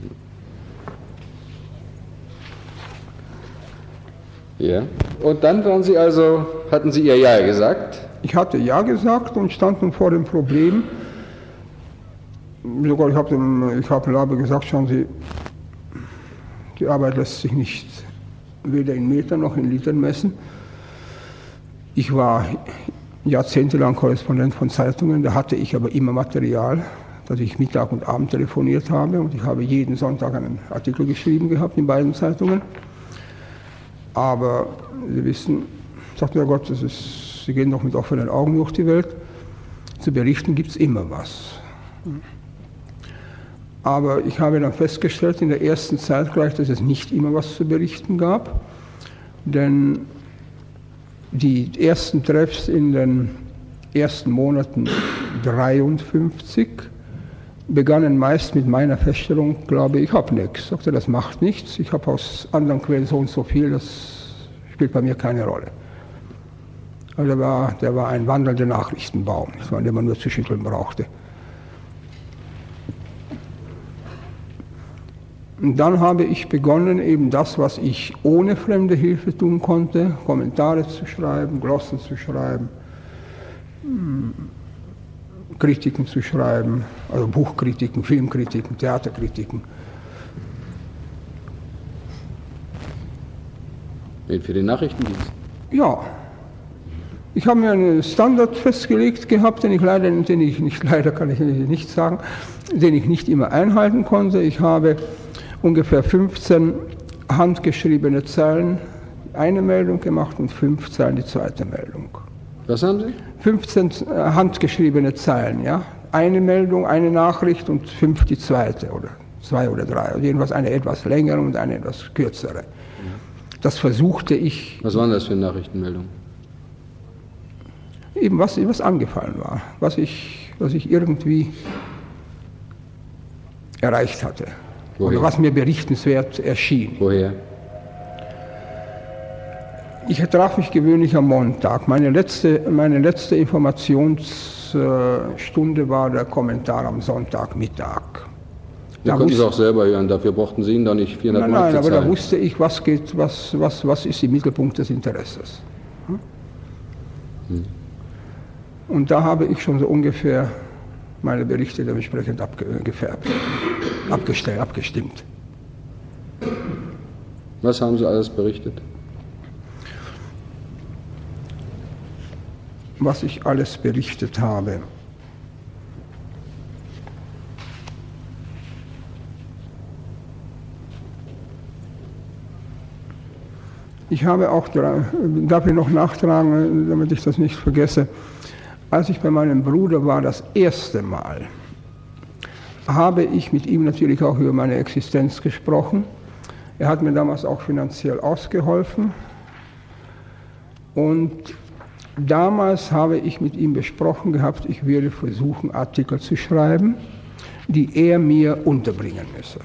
Ja. Und dann hatten Sie Ihr Ja gesagt? Ich hatte Ja gesagt und stand nun vor dem Problem. Sogar ich habe Labe gesagt, schauen Sie, die Arbeit lässt sich nicht weder in Metern noch in Litern messen. Ich war jahrzehntelang Korrespondent von Zeitungen, da hatte ich aber immer Material, dass ich Mittag und Abend telefoniert habe und ich habe jeden Sonntag einen Artikel geschrieben gehabt in beiden Zeitungen. Aber Sie wissen, sagt mir Gott, Sie gehen doch mit offenen Augen durch die Welt. Zu berichten gibt es immer was. Aber ich habe dann festgestellt in der ersten Zeit gleich, dass es nicht immer was zu berichten gab. Denn die ersten Treffs in den ersten Monaten 1953 begannen meist mit meiner Feststellung, glaube ich, habe nichts. Ich sagte, das macht nichts, ich habe aus anderen Quellen so und so viel, das spielt bei mir keine Rolle. Also der war ein wandelnder Nachrichtenbaum, den man nur zu schütteln brauchte. Und dann habe ich begonnen, eben das, was ich ohne fremde Hilfe tun konnte, Kommentare zu schreiben, Glossen zu schreiben, Kritiken zu schreiben, also Buchkritiken, Filmkritiken, Theaterkritiken. Für den Nachrichtendienst? Ja. Ich habe mir einen Standard festgelegt gehabt, den ich nicht immer einhalten konnte. Ich habe ungefähr 15 handgeschriebene Zeilen eine Meldung gemacht und 5 Zeilen die zweite Meldung. Was haben Sie? 15 handgeschriebene Zeilen, ja. Eine Meldung, eine Nachricht und 5 die zweite oder 2 oder 3. Also jedenfalls eine etwas längere und eine etwas kürzere. Das versuchte ich. Was waren das für Nachrichtenmeldungen? Eben was angefallen war, was ich irgendwie erreicht hatte. Woher? Oder was mir berichtenswert erschien. Woher? Ich traf mich gewöhnlich am Montag. Meine letzte Informationsstunde war der Kommentar am Sonntagmittag. Sie konnten es auch selber hören, dafür brauchten Sie ihn doch nicht 400 Mark zu Nein, aber zahlen. da wusste ich, was ist im Mittelpunkt des Interesses. Und da habe ich schon so ungefähr meine Berichte dementsprechend abgestimmt. Was haben Sie alles berichtet? Was ich alles berichtet habe. Ich habe auch, darf ich noch nachtragen, damit ich das nicht vergesse, als ich bei meinem Bruder war, das erste Mal, habe ich mit ihm natürlich auch über meine Existenz gesprochen. Er hat mir damals auch finanziell ausgeholfen. Und damals habe ich mit ihm besprochen gehabt, ich würde versuchen, Artikel zu schreiben, die er mir unterbringen müsse.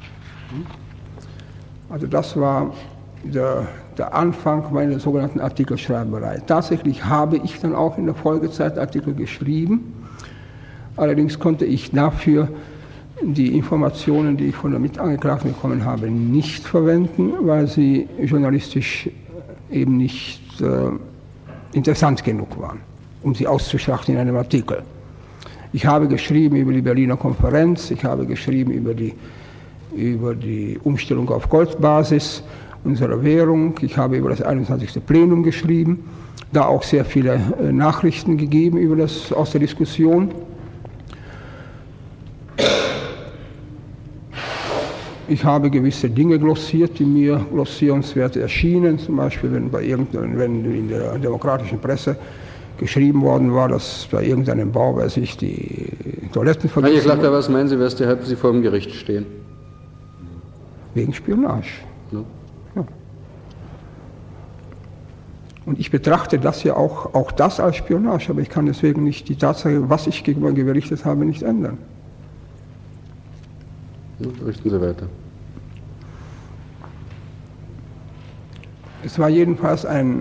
Also das war der Anfang meiner sogenannten Artikelschreiberei. Tatsächlich habe ich dann auch in der Folgezeit Artikel geschrieben. Allerdings konnte ich dafür die Informationen, die ich von der Mitangeklagten bekommen habe, nicht verwenden, weil sie journalistisch eben nicht interessant genug waren, um sie auszuschlachten in einem Artikel. Ich habe geschrieben über die Berliner Konferenz, ich habe geschrieben über die Umstellung auf Goldbasis unserer Währung, ich habe über das 21. Plenum geschrieben, da auch sehr viele Nachrichten gegeben aus der Diskussion. Ich habe gewisse Dinge glossiert, die mir glossierenswert erschienen, zum Beispiel wenn in der demokratischen Presse geschrieben worden war, dass bei irgendeinem Bau, weiß ich, die Toiletten vergessen wurden. Angeklagter, was meinen Sie, weshalb Sie vor dem Gericht stehen? Wegen Spionage. Ja. Ja. Und ich betrachte das ja auch das als Spionage, aber ich kann deswegen nicht die Tatsache, was ich gegenüber berichtet habe, nicht ändern. Richten Sie weiter. Es war jedenfalls ein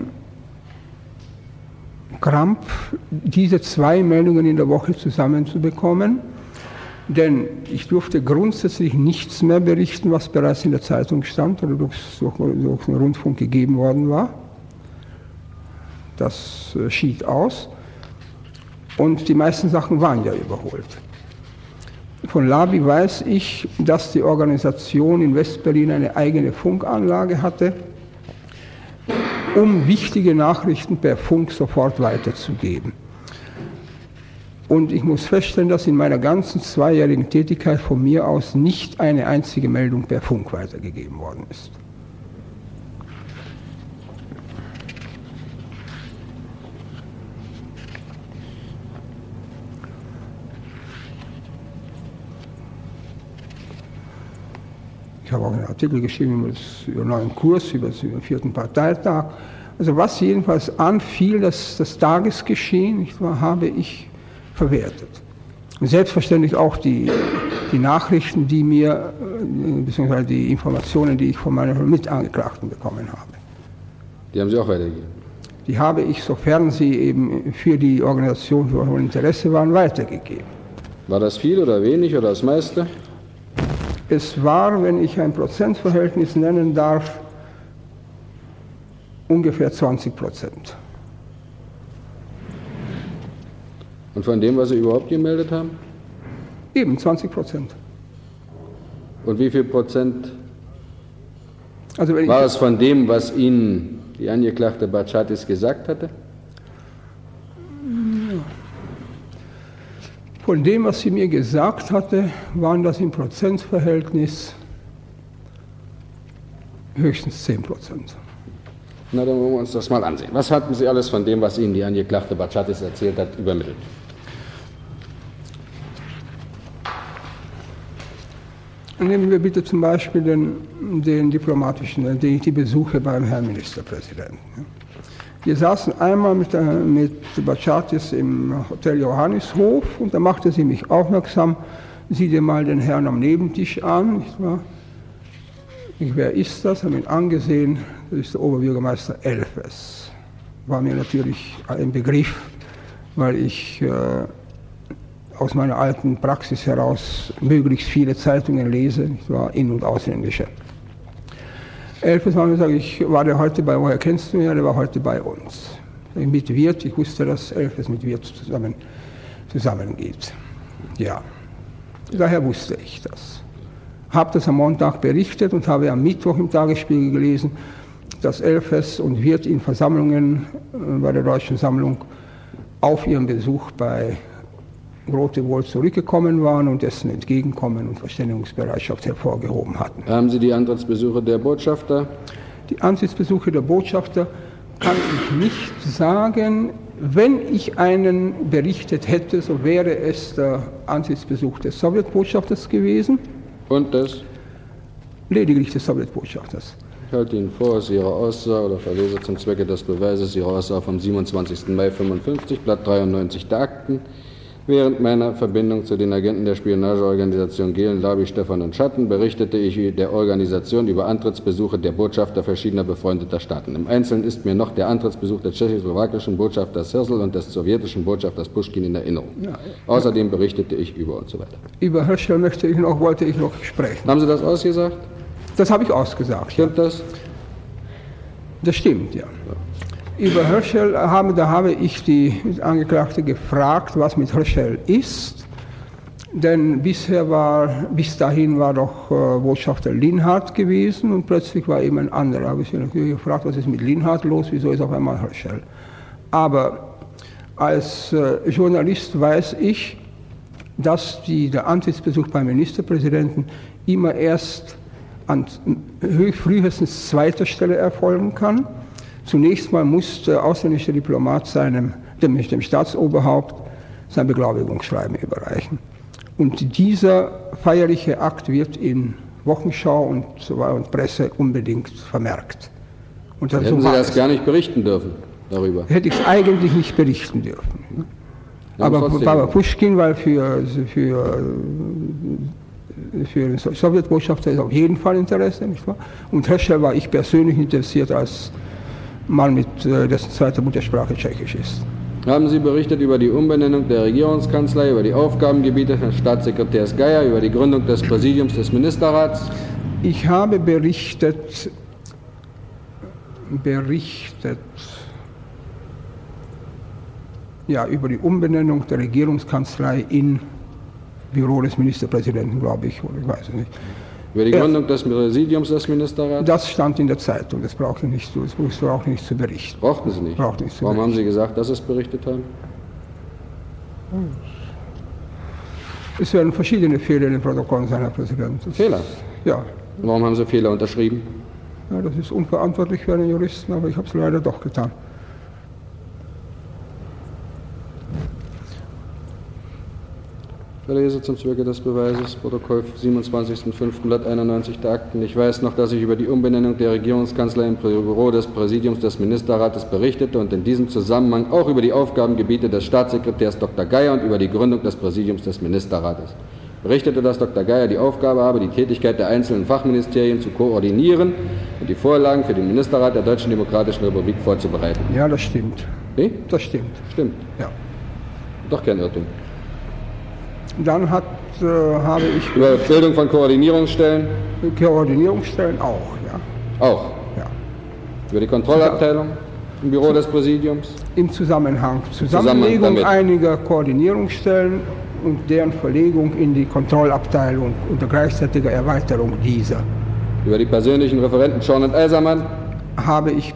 Krampf, diese 2 Meldungen in der Woche zusammenzubekommen, denn ich durfte grundsätzlich nichts mehr berichten, was bereits in der Zeitung stand oder durch den Rundfunk gegeben worden war. Das schied aus und die meisten Sachen waren ja überholt. Von Labi weiß ich, dass die Organisation in Westberlin eine eigene Funkanlage hatte, um wichtige Nachrichten per Funk sofort weiterzugeben. Und ich muss feststellen, dass in meiner ganzen 2-jährigen Tätigkeit von mir aus nicht eine einzige Meldung per Funk weitergegeben worden ist. Ich habe auch einen Artikel geschrieben über den neuen Kurs, über den 4. Parteitag. Also was jedenfalls anfiel, das Tagesgeschehen, nicht wahr, habe ich verwertet. Und selbstverständlich auch die Nachrichten, die mir, beziehungsweise die Informationen, die ich von meinen Mitangeklagten bekommen habe. Die haben Sie auch weitergegeben? Die habe ich, sofern sie eben für die Organisation von Interesse waren, weitergegeben. War das viel oder wenig oder das meiste? Es war, wenn ich ein Prozentverhältnis nennen darf, ungefähr 20%. Und von dem, was Sie überhaupt gemeldet haben? Eben 20%. Und wie viel Prozent Also wenn war es von dem, was Ihnen die Angeklagte Batschatis gesagt hatte? Von dem, was sie mir gesagt hatte, waren das im Prozentverhältnis höchstens 10%. Na, dann wollen wir uns das mal ansehen. Was hatten Sie alles von dem, was Ihnen die Angeklagte Batschatis erzählt hat, übermittelt? Nehmen wir bitte zum Beispiel den diplomatischen, die Besuche beim Herrn Ministerpräsidenten. Wir saßen einmal mit Batschatis im Hotel Johannishof und da machte sie mich aufmerksam, sieh dir mal den Herrn am Nebentisch an. Nicht wahr? Wer ist das? Habe ihn angesehen, das ist der Oberbürgermeister Elfes. War mir natürlich ein Begriff, weil ich aus meiner alten Praxis heraus möglichst viele Zeitungen lese, nicht wahr? In- und ausländische. Elfes haben gesagt, war der heute bei, woher kennst du ihn? Ja, der war heute bei uns. Mit Wirt, ich wusste, dass Elfes mit Wirt zusammengeht. Ja, daher wusste ich das. Habe das am Montag berichtet und habe am Mittwoch im Tagesspiegel gelesen, dass Elfes und Wirt in Versammlungen bei der Deutschen Sammlung auf ihrem Besuch bei Grote wohl zurückgekommen waren und dessen Entgegenkommen und Verständigungsbereitschaft hervorgehoben hatten. Haben Sie die Antrittsbesuche der Botschafter? Die Antrittsbesuche der Botschafter kann ich nicht sagen. Wenn ich einen berichtet hätte, so wäre es der Antrittsbesuch des Sowjetbotschafters gewesen. Und das? Lediglich des Sowjetbotschafters. Ich halte Ihnen vor, aus Ihrer Aussage oder verlese zum Zwecke des Beweises Ihre Aussage vom 27. Mai 55, Blatt 93 der Akten. Während meiner Verbindung zu den Agenten der Spionageorganisation Gehlen, Labi, Stephan und Schatten berichtete ich der Organisation über Antrittsbesuche der Botschafter verschiedener befreundeter Staaten. Im Einzelnen ist mir noch der Antrittsbesuch des tschechoslowakischen Botschafters Hirsl und des sowjetischen Botschafters Puschkin in Erinnerung. Ja. Außerdem berichtete ich über und so weiter. Über Hirschel wollte ich noch sprechen. Haben Sie das ausgesagt? Das habe ich ausgesagt. Stimmt das? Das stimmt, ja. Über Hirschel habe ich die Angeklagte gefragt, was mit Hirschel ist, denn bis dahin war doch Botschafter Linhart gewesen und plötzlich war eben ein anderer. Da habe ich natürlich gefragt, was ist mit Linhart los, wieso ist auf einmal Hirschel? Aber als Journalist weiß ich, dass der Antrittsbesuch beim Ministerpräsidenten immer erst an frühestens zweiter Stelle erfolgen kann. Zunächst mal muss der ausländische Diplomat dem Staatsoberhaupt sein Beglaubigungsschreiben überreichen. Und dieser feierliche Akt wird in Wochenschau und Presse unbedingt vermerkt. Und dann hätten Sie das gar nicht berichten dürfen darüber? Hätte ich es eigentlich nicht berichten dürfen. Aber bei Puschkin, weil für den Sowjetbotschafter ist auf jeden Fall Interesse, nicht wahr? Und Hirschel war ich persönlich interessiert als Mann, dessen zweite Muttersprache Tschechisch ist. Haben Sie berichtet über die Umbenennung der Regierungskanzlei, über die Aufgabengebiete des Staatssekretärs Geier, über die Gründung des Präsidiums des Ministerrats? Ich habe berichtet über die Umbenennung der Regierungskanzlei in Büro des Ministerpräsidenten, glaube ich, oder ich weiß es nicht. Über die Gründung des Präsidiums des Ministerrats? Das stand in der Zeitung, das brauchte ich nicht zu berichten. Brauchten Sie nicht? Warum haben Sie gesagt, dass Sie es berichtet haben? Es werden verschiedene Fehler in den Protokollen sein, Herr Präsident. Fehler? Ja. Warum haben Sie Fehler unterschrieben? Ja, das ist unverantwortlich für einen Juristen, aber ich habe es leider doch getan. Ich verlese zum Zwecke des Beweises Protokoll 27.05. Blatt 91 der Akten. Ich weiß noch, dass ich über die Umbenennung der Regierungskanzlei im Büro des Präsidiums des Ministerrates berichtete und in diesem Zusammenhang auch über die Aufgabengebiete des Staatssekretärs Dr. Geier und über die Gründung des Präsidiums des Ministerrates. Berichtete, dass Dr. Geier die Aufgabe habe, die Tätigkeit der einzelnen Fachministerien zu koordinieren und die Vorlagen für den Ministerrat der Deutschen Demokratischen Republik vorzubereiten. Ja, das stimmt. Wie? Das stimmt. Stimmt? Ja. Doch kein Irrtum. Dann habe ich... Über Bildung von Koordinierungsstellen? Koordinierungsstellen auch, ja. Auch? Ja. Über die Kontrollabteilung im Büro des Präsidiums? Im Zusammenhang. Zusammenlegung einiger Koordinierungsstellen und deren Verlegung in die Kontrollabteilung unter gleichzeitiger Erweiterung dieser. Über die persönlichen Referenten Schorn und Eisermann? Habe ich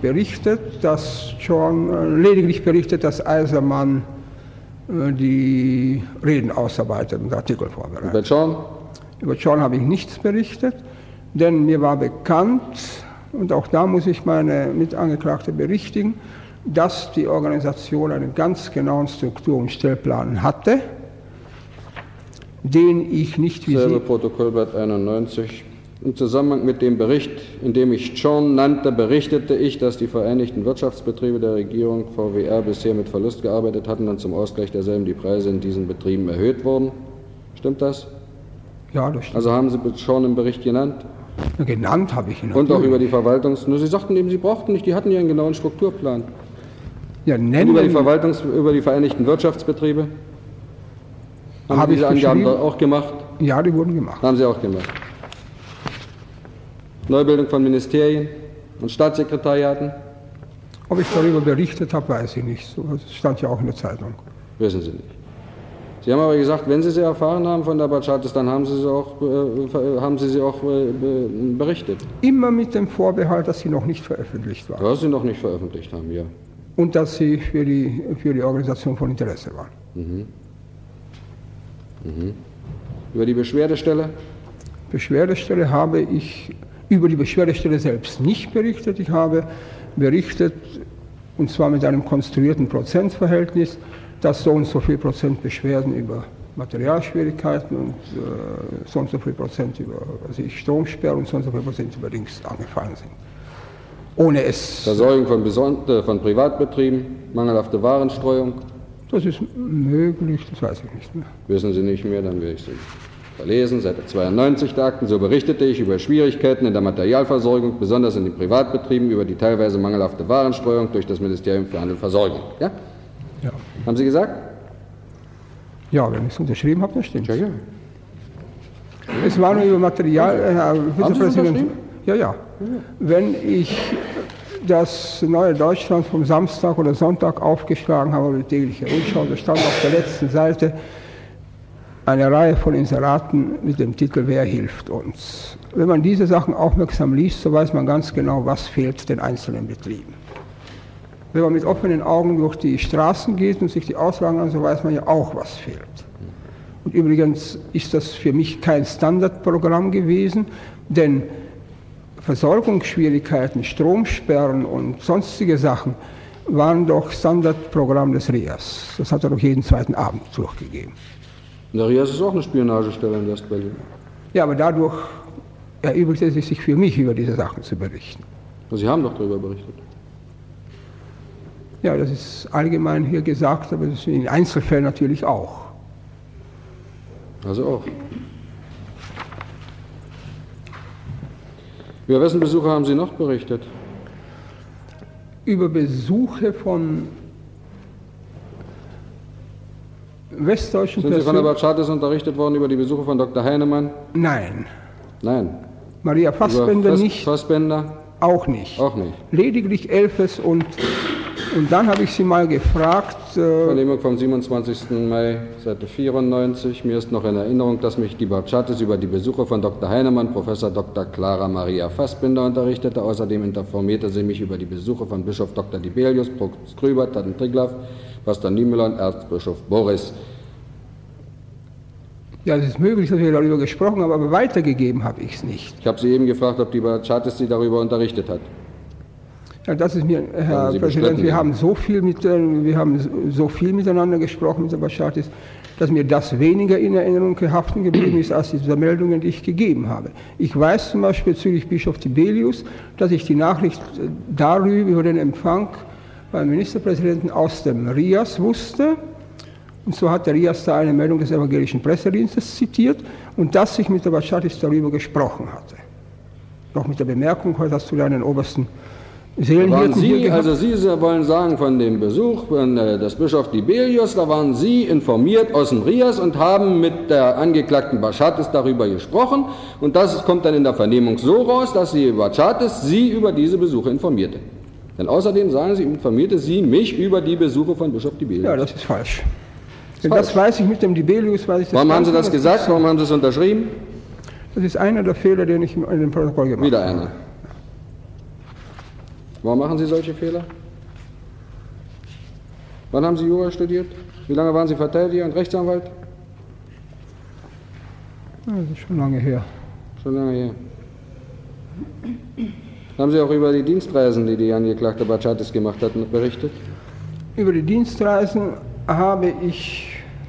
lediglich berichtet, dass Eisermann die Reden ausarbeitet und Artikel vorbereitet. Über Schorn? Über Schorn habe ich nichts berichtet, denn mir war bekannt, und auch da muss ich meine Mitangeklagte berichtigen, dass die Organisation einen ganz genauen Struktur- und Stellplan hatte, den ich nicht wie Sie... Protokollblatt 91. Im Zusammenhang mit dem Bericht, in dem ich Zorn nannte, berichtete ich, dass die Vereinigten Wirtschaftsbetriebe der Regierung VWR bisher mit Verlust gearbeitet hatten und zum Ausgleich derselben die Preise in diesen Betrieben erhöht wurden. Stimmt das? Ja, das stimmt. Also haben Sie Zorn im Bericht genannt? Ja, genannt habe ich ihn. Und auch über die Nur Sie sagten eben, Sie brauchten nicht, die hatten ja einen genauen Strukturplan. Ja, nennen über die Vereinigten Wirtschaftsbetriebe? Haben Sie diese Angaben auch gemacht? Ja, die wurden gemacht. Haben Sie auch gemacht. Neubildung von Ministerien und Staatssekretariaten? Ob ich darüber berichtet habe, weiß ich nicht. Das stand ja auch in der Zeitung. Wissen Sie nicht. Sie haben aber gesagt, wenn Sie sie erfahren haben von der Bacchatis, dann haben Sie sie auch berichtet. Immer mit dem Vorbehalt, dass sie noch nicht veröffentlicht waren. Dass sie noch nicht veröffentlicht haben, ja. Und dass sie für die Organisation von Interesse waren. Mhm. Mhm. Über die Beschwerdestelle? Über die Beschwerdestelle selbst nicht berichtet. Ich habe berichtet, und zwar mit einem konstruierten Prozentverhältnis, dass so und so viel Prozent Beschwerden über Materialschwierigkeiten und so und so viel Prozent über Stromsperren und so und so viel Prozent über Dings angefallen sind. Ohne es... Versorgung von Privatbetrieben, mangelhafte Warenstreuung? Das ist möglich, das weiß ich nicht mehr. Wissen Sie nicht mehr, dann werde ich Sie verlesen. Seite 92 der Akten, so berichtete ich über Schwierigkeiten in der Materialversorgung, besonders in den Privatbetrieben, über die teilweise mangelhafte Warenstreuung durch das Ministerium für Handel und Versorgung. Ja? Ja. Haben Sie gesagt? Ja, wenn ich es unterschrieben habe, dann stimmt es. Ja. Es war nur über Material... Haben Sie es unterschrieben? Ja. Wenn ich das Neue Deutschland vom Samstag oder Sonntag aufgeschlagen habe, die tägliche Rundschau, da stand auf der letzten Seite eine Reihe von Inseraten mit dem Titel Wer hilft uns? Wenn man diese Sachen aufmerksam liest, so weiß man ganz genau, was fehlt den einzelnen Betrieben. Wenn man mit offenen Augen durch die Straßen geht und sich die Auslagen anschaut, so weiß man ja auch, was fehlt. Und übrigens ist das für mich kein Standardprogramm gewesen, denn Versorgungsschwierigkeiten, Stromsperren und sonstige Sachen waren doch Standardprogramm des RIAS. Das hat er doch jeden zweiten Abend durchgegeben. Der RIAS ist auch eine Spionagestelle in Westberlin. Ja, aber dadurch erübrigte es sich für mich, über diese Sachen zu berichten. Sie haben doch darüber berichtet. Ja, das ist allgemein hier gesagt, aber das ist in Einzelfällen natürlich auch. Also auch. Über wessen Besuche haben Sie noch berichtet? Über Besuche von westdeutschen Sind Sie von der Bacchatis unterrichtet worden über die Besuche von Dr. Heinemann? Nein. Nein. Maria Fassbender nicht. Fassbender? Auch nicht. Auch nicht. Lediglich Elfes und dann habe ich sie mal gefragt. Vernehmung vom 27. Mai, Seite 94. Mir ist noch in Erinnerung, dass mich die Bacchatis über die Besuche von Dr. Heinemann, Professor Dr. Clara Maria Fassbender unterrichtete. Außerdem informierte sie mich über die Besuche von Bischof Dr. Dibelius, Propst Grüber, Taten Triglav, Pastor Niemöller und Erzbischof Boris. Ja, es ist möglich, dass wir darüber gesprochen haben, aber weitergegeben habe ich es nicht. Ich habe Sie eben gefragt, ob die Bacchatis Sie darüber unterrichtet hat. Ja, das ist mir, Herr Präsident, wir haben so viel miteinander gesprochen mit der Bacchatis, dass mir das weniger in Erinnerung gehaftet geblieben ist, als diese Meldungen, die ich gegeben habe. Ich weiß zum Beispiel bezüglich Bischof Dibelius, dass ich die Nachricht darüber, über den Empfang beim Ministerpräsidenten aus dem RIAS wusste. Und so hat der RIAS da eine Meldung des evangelischen Pressedienstes zitiert und dass ich mit der Bacchatis darüber gesprochen hatte. Noch mit der Bemerkung, heute hast du deinen obersten Seelenhirten hier gehabt. Also Sie wollen sagen, von dem Besuch des Bischof Dibelius, da waren Sie informiert aus dem RIAS und haben mit der angeklagten Bacchatis darüber gesprochen und das kommt dann in der Vernehmung so raus, dass die Bacchatis Sie über diese Besuche informierte. Denn außerdem sagen Sie, informierte sie mich über die Besuche von Bischof Dibelius. Ja, das ist falsch. Denn das weiß ich mit dem Dibelius, weiß ich das. Warum haben Sie das gesagt? Warum haben Sie es unterschrieben? Das ist einer der Fehler, den ich in dem Protokoll gemacht habe. Wieder einer. Warum machen Sie solche Fehler? Wann haben Sie Jura studiert? Wie lange waren Sie Verteidiger und Rechtsanwalt? Ja, das ist schon lange her. Schon lange her. Haben Sie auch über die Dienstreisen, die die angeklagte Bacchatis gemacht hat, berichtet? Über die Dienstreisen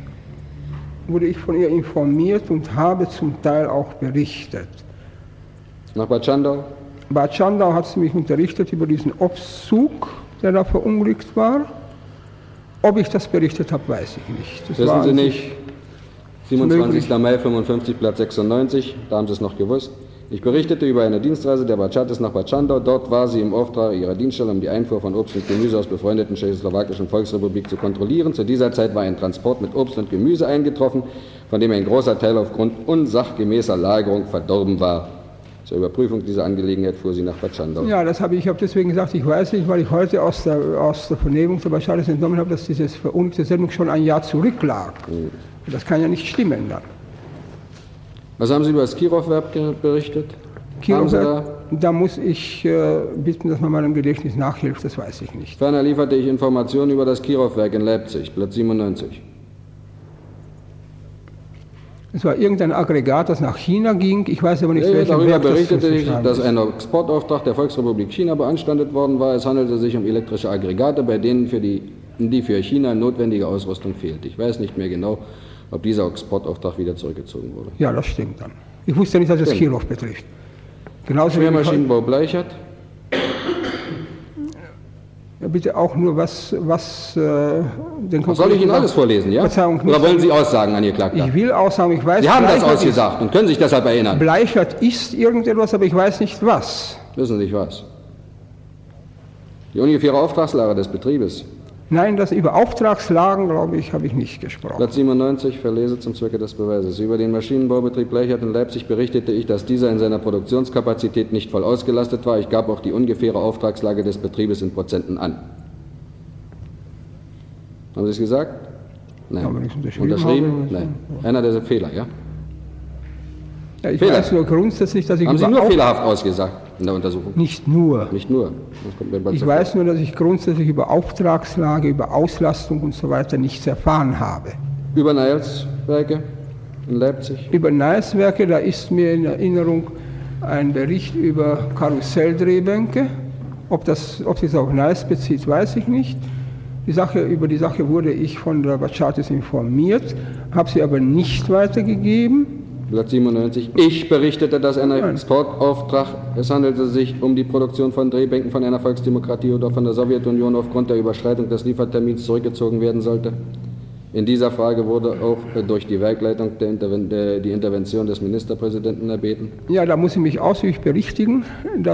wurde ich von ihr informiert und habe zum Teil auch berichtet. Nach Bad Schandau? Bad Schandau hat sie mich unterrichtet über diesen Obstzug, der da verunglückt war. Ob ich das berichtet habe, weiß ich nicht. Das wissen Sie nicht? 27. Mai 55, Platz 96, da haben Sie es noch gewusst. Ich berichtete über eine Dienstreise der Batschatis nach Bad Schandau. Dort war sie im Auftrag ihrer Dienststelle, um die Einfuhr von Obst und Gemüse aus befreundeten Tschechoslowakischen Volksrepublik zu kontrollieren. Zu dieser Zeit war ein Transport mit Obst und Gemüse eingetroffen, von dem ein großer Teil aufgrund unsachgemäßer Lagerung verdorben war. Zur Überprüfung dieser Angelegenheit fuhr sie nach Bad Schandau. Ja, ich habe deswegen gesagt, ich weiß nicht, weil ich heute aus der Vernehmung der Batschatis entnommen habe, dass diese verunglückte Sendung schon ein Jahr zurücklag. Das kann ja nicht stimmen dann. Was haben Sie über das Kirov-Werk berichtet? Kirov-Werk, da muss ich bitten, dass man meinem Gedächtnis nachhilft, das weiß ich nicht. Ferner lieferte ich Informationen über das Kirov-Werk in Leipzig, Platz 97. Es war irgendein Aggregat, das nach China ging. Ich weiß aber nicht, welches darüber Werk berichtete ich, dass ein Exportauftrag der Volksrepublik China beanstandet worden war. Es handelte sich um elektrische Aggregate, bei denen die für China notwendige Ausrüstung fehlt. Ich weiß nicht mehr genau, ob dieser Exportauftrag wieder zurückgezogen wurde. Ja, das stimmt dann. Ich wusste nicht, dass es Kirov betrifft. Genauso Schwermaschinenbau Bleichert. Ja, bitte auch nur was den soll ich Ihnen alles vorlesen, ja? Verzeihung, oder wollen Sie Aussagen, Angeklagter? Ich will Aussagen, ich weiß... Sie haben das ausgesagt und können sich deshalb erinnern. Bleichert ist irgendetwas, aber ich weiß nicht was. Wissen Sie nicht was? Die ungefähre Auftragslage des Betriebes. Nein, das über Auftragslagen, glaube ich, habe ich nicht gesprochen. Platz 97, verlese zum Zwecke des Beweises. Über den Maschinenbaubetrieb Bleichert in Leipzig berichtete ich, dass dieser in seiner Produktionskapazität nicht voll ausgelastet war. Ich gab auch die ungefähre Auftragslage des Betriebes in Prozenten an. Haben Sie es gesagt? Nein. Aber nicht unterschrieben? Nein. Einer der Fehler, ja? Ja, ich weiß nur grundsätzlich, dass ich... Haben Sie nur fehlerhaft ausgesagt in der Untersuchung? Nicht nur. Nicht nur. Ich weiß nur, dass ich grundsätzlich über Auftragslage, über Auslastung und so weiter nichts erfahren habe. Über Neilswerke in Leipzig? Über Neilswerke, da ist mir in Erinnerung ein Bericht über Karusselldrehbänke. Ob sich auf Neils bezieht, weiß ich nicht. Über die Sache wurde ich von der Batschatis informiert, habe sie aber nicht weitergegeben. Blatt 97. Ich berichtete, dass ein Exportauftrag, es handelte sich um die Produktion von Drehbänken von einer Volksdemokratie oder von der Sowjetunion aufgrund der Überschreitung des Liefertermins zurückgezogen werden sollte. In dieser Frage wurde auch durch die Werkleitung die Intervention des Ministerpräsidenten erbeten. Ja, da muss ich mich ausführlich berichtigen.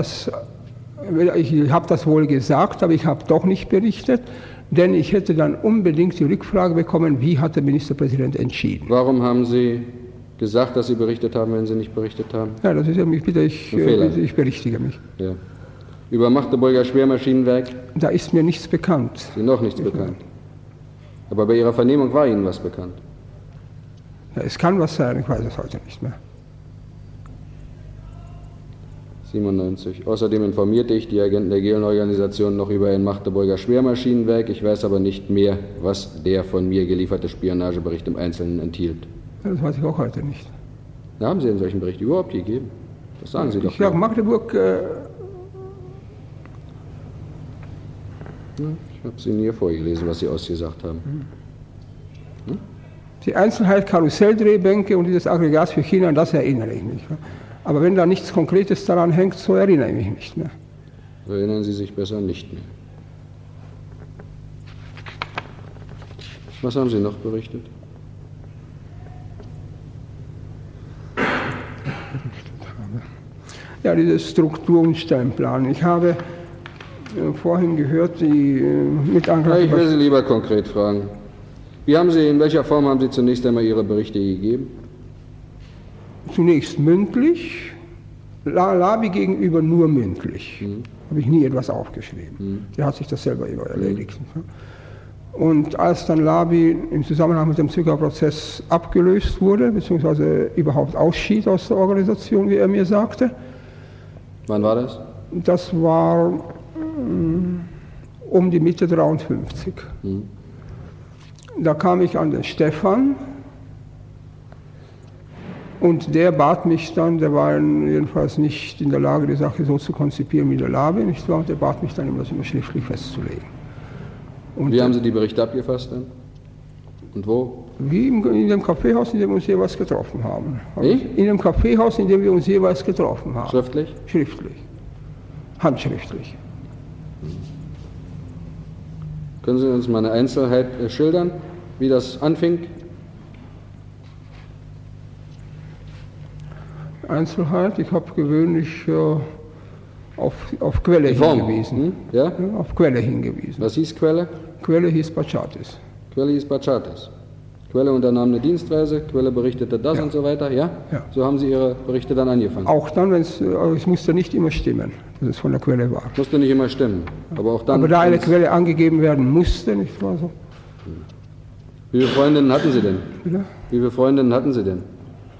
Ich habe das wohl gesagt, aber ich habe doch nicht berichtet, denn ich hätte dann unbedingt die Rückfrage bekommen, wie hat der Ministerpräsident entschieden. Warum haben Sie gesagt, dass Sie berichtet haben, wenn Sie nicht berichtet haben? Ja, das ist ja mich, bitte, ich berichtige mich. Ja. Über Magdeburger Schwermaschinenwerk? Da ist mir nichts bekannt. Ist Ihnen noch nichts bekannt? Aber bei Ihrer Vernehmung war Ihnen was bekannt? Ja, es kann was sein, ich weiß es heute nicht mehr. 97. Außerdem informierte ich die Agenten der Gehlen-Organisation noch über ein Magdeburger Schwermaschinenwerk. Ich weiß aber nicht mehr, was der von mir gelieferte Spionagebericht im Einzelnen enthielt. Das weiß ich auch heute nicht. Da haben Sie einen solchen Bericht überhaupt gegeben? Das sagen Sie doch. Ich sage Magdeburg... ich habe es Ihnen hier vorgelesen, was Sie ausgesagt haben. Die Einzelheit Karusselldrehbänke und dieses Aggregat für China, an das erinnere ich mich. Aber wenn da nichts Konkretes daran hängt, so erinnere ich mich nicht mehr. Erinnern Sie sich besser nicht mehr. Was haben Sie noch berichtet? Ja, dieses Struktur- und Stellenplan. Ich habe vorhin gehört, die Mitanklage... Ich will Sie lieber konkret fragen. In welcher Form haben Sie zunächst einmal Ihre Berichte gegeben? Zunächst mündlich, Labi gegenüber nur mündlich. Habe ich nie etwas aufgeschrieben. Der hat sich das selber immer erledigt. Und als dann Labi im Zusammenhang mit dem Zwickau-Prozess abgelöst wurde, beziehungsweise überhaupt ausschied aus der Organisation, wie er mir sagte. Wann war das? Das war um die Mitte 53. Da kam ich an den Stefan und der bat mich dann, der war jedenfalls nicht in der Lage, die Sache so zu konzipieren wie der Labi, nicht wahr? Und der bat mich dann, das immer schriftlich festzulegen. Und wie haben Sie die Berichte abgefasst dann? Und wo? Wie in dem Kaffeehaus, in dem wir uns jeweils getroffen haben. Wie? In dem Kaffeehaus, in dem wir uns jeweils getroffen haben. Schriftlich? Schriftlich. Handschriftlich. Können Sie uns mal eine Einzelheit schildern, wie das anfing? Einzelheit, ich habe gewöhnlich auf Quelle hingewiesen. Hm? Ja? Ja, auf Quelle hingewiesen. Was hieß Quelle? Quelle hieß Bachatis. Quelle hieß Bachatis. Quelle unternahm eine Dienstreise, Quelle berichtete das Ja. und so weiter, ja? Ja. So haben Sie Ihre Berichte dann angefangen. Auch dann, es musste nicht immer stimmen, dass es von der Quelle war. Musste nicht immer stimmen, aber auch dann... Aber da eine Quelle angegeben werden musste, nicht wahr so? Wie viele Freundinnen hatten Sie denn? Bitte? Wie viele Freundinnen hatten Sie denn?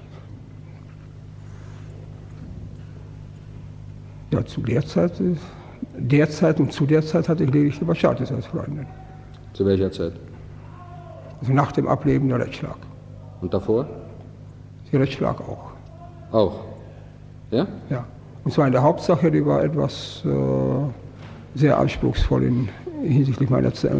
Ja, zu der Zeit und zu der Zeit hatte ich lediglich die Bachatis als Freundin. Zu welcher Zeit? Also nach dem Ableben der Rechtsschlag. Und davor? Der Rechtsschlag auch. Auch. Ja? Ja. Und zwar in der Hauptsache, die war etwas sehr anspruchsvoll hinsichtlich meiner Zeit.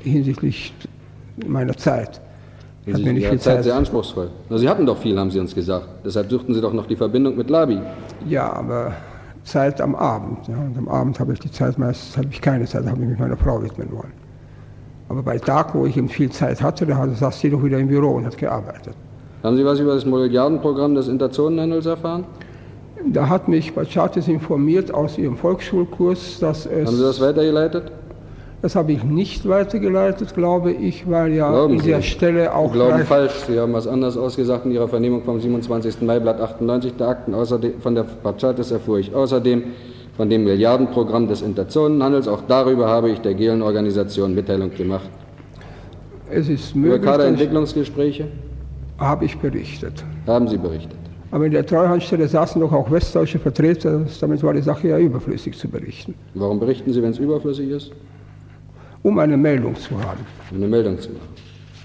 Hat mir nicht viel Zeit. Sehr anspruchsvoll. Na, Sie hatten doch viel, haben Sie uns gesagt. Deshalb suchten Sie doch noch die Verbindung mit Labi. Ja, aber Zeit am Abend. Ja. Und am Abend habe ich die Zeit, meistens habe ich keine Zeit, da habe ich mich meiner Frau widmen wollen. Aber bei Tag, wo ich eben viel Zeit hatte, da saß sie doch wieder im Büro und hat gearbeitet. Haben Sie was über das Milliardenprogramm des Interzonenhandels erfahren? Da hat mich Bachatis informiert aus ihrem Volksschulkurs, dass es... Haben Sie das weitergeleitet? Das habe ich nicht weitergeleitet, glaube ich, weil ja in der Stelle auch... Sie glauben falsch. Sie haben was anderes ausgesagt in Ihrer Vernehmung vom 27. Mai, Blatt 98 der Akten. Außerdem, von der Bachatis erfuhr ich außerdem von dem Milliardenprogramm des Interzonenhandels. Auch darüber habe ich der Gehlen-Organisation Mitteilung gemacht. Es ist möglich, über Kaderentwicklungsgespräche? Habe ich berichtet. Haben Sie berichtet. Aber in der Treuhandstelle saßen doch auch westdeutsche Vertreter, damit war die Sache ja überflüssig zu berichten. Warum berichten Sie, wenn es überflüssig ist? Um eine Meldung zu haben. Um eine Meldung zu machen.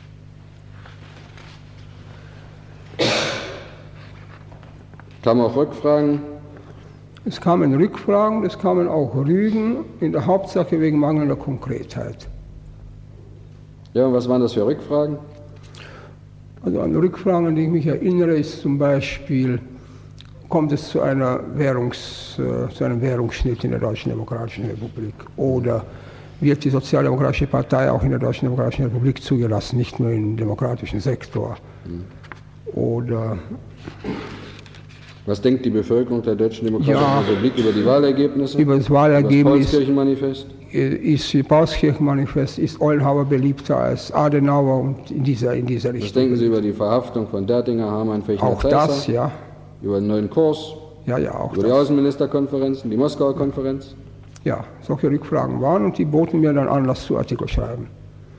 Kamen auch Rückfragen? Es kamen Rückfragen, es kamen auch Rügen, in der Hauptsache wegen mangelnder Konkretheit. Ja, und was waren das für Rückfragen? Also an Rückfragen, an die ich mich erinnere, ist zum Beispiel, kommt es zu einem Währungsschnitt in der Deutschen Demokratischen Republik? Oder wird die Sozialdemokratische Partei auch in der Deutschen Demokratischen Republik zugelassen, nicht nur im demokratischen Sektor? Oder... Was denkt die Bevölkerung der Deutschen Demokratischen Republik über die Wahlergebnisse? Über das Wahlergebnis. Das Paulskirchenmanifest? Paulskirchenmanifest ist Ollenhauer beliebter als Adenauer und in dieser Richtung. Was denken Sie über die Verhaftung von Dertinger, Hamann, Fechner, Auch das, ja. Über den neuen Kurs? Ja, auch über die Außenministerkonferenzen, die Moskauer Konferenz? Ja, solche Rückfragen waren und die boten mir dann Anlass zu Artikel schreiben.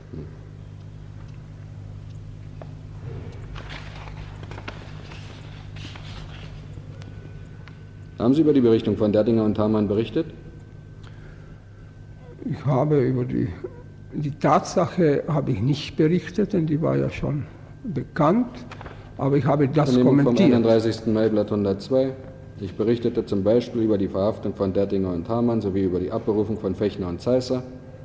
Haben Sie über die Berichtung von Dertinger und Hamann berichtet? Ich habe über die Tatsache habe ich nicht berichtet, denn die war ja schon bekannt, aber ich habe das kommentiert. Vom 31. Mai, Blatt 102. Ich berichtete zum Beispiel über die Verhaftung von Dertinger und Hamann sowie über die Abberufung von Fechner und Zeisser.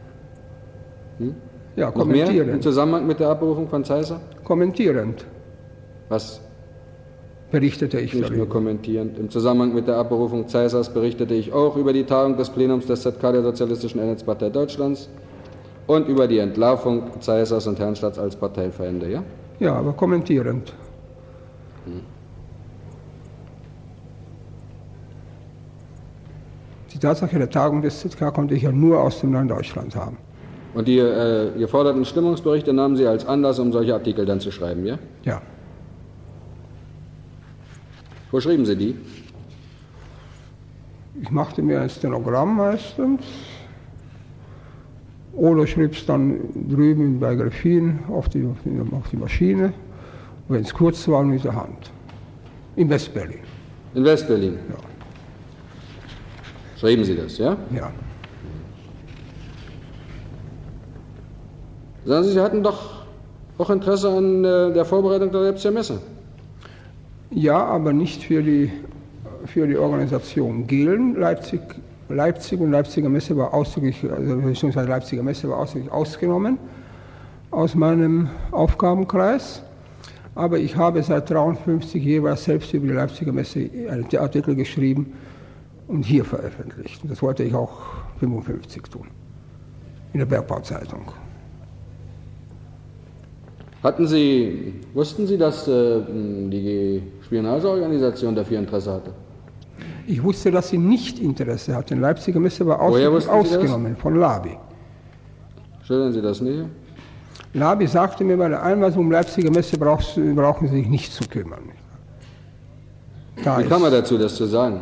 Ja, noch mehr kommentierend. im Zusammenhang mit der Abberufung von Zeisser? Kommentierend. Was? Berichtete ich Nicht darüber. nur kommentierend. Im Zusammenhang mit der Abberufung Zeissers berichtete ich auch über die Tagung des Plenums des ZK der Sozialistischen Einheitspartei Deutschlands und über die Entlarvung Zeissers und Herrnstadt als Parteifeinde, ja? Ja, aber kommentierend. Die Tatsache der Tagung des ZK konnte ich ja nur aus dem neuen Deutschland haben. Und die geforderten Stimmungsberichte nahmen Sie als Anlass, um solche Artikel dann zu schreiben, ja? Ja. Wo schrieben Sie die? Ich machte mir ein Stenogramm meistens oder schrieb es dann drüben bei Grafin auf die Maschine, wenn es kurz war, mit der Hand. In Westberlin. In Westberlin? Ja. Schrieben Sie das, ja? Ja. Sagen Sie, Sie hatten doch auch Interesse an der Vorbereitung der Leipziger Messe. Ja, aber nicht für die Organisation Gehlen. Leipzig und Leipziger Messe war ausdrücklich, also beziehungsweise Leipziger Messe war ausdrücklich ausgenommen. aus meinem Aufgabenkreis. Aber ich habe seit 1953 jeweils selbst über die Leipziger Messe einen Artikel geschrieben und hier veröffentlicht. Und das wollte ich auch 1955 tun, in der Bergbauzeitung. Wussten Sie, dass die Spionageorganisation dafür Interesse hatte? Ich wusste, dass sie nicht Interesse hatte. Die Leipziger Messe war ausgenommen von Labi. Schildern Sie das näher? Labi sagte mir bei der Einweisung Leipziger Messe, brauchen Sie sich nicht zu kümmern. Wie kam er dazu, das zu sagen?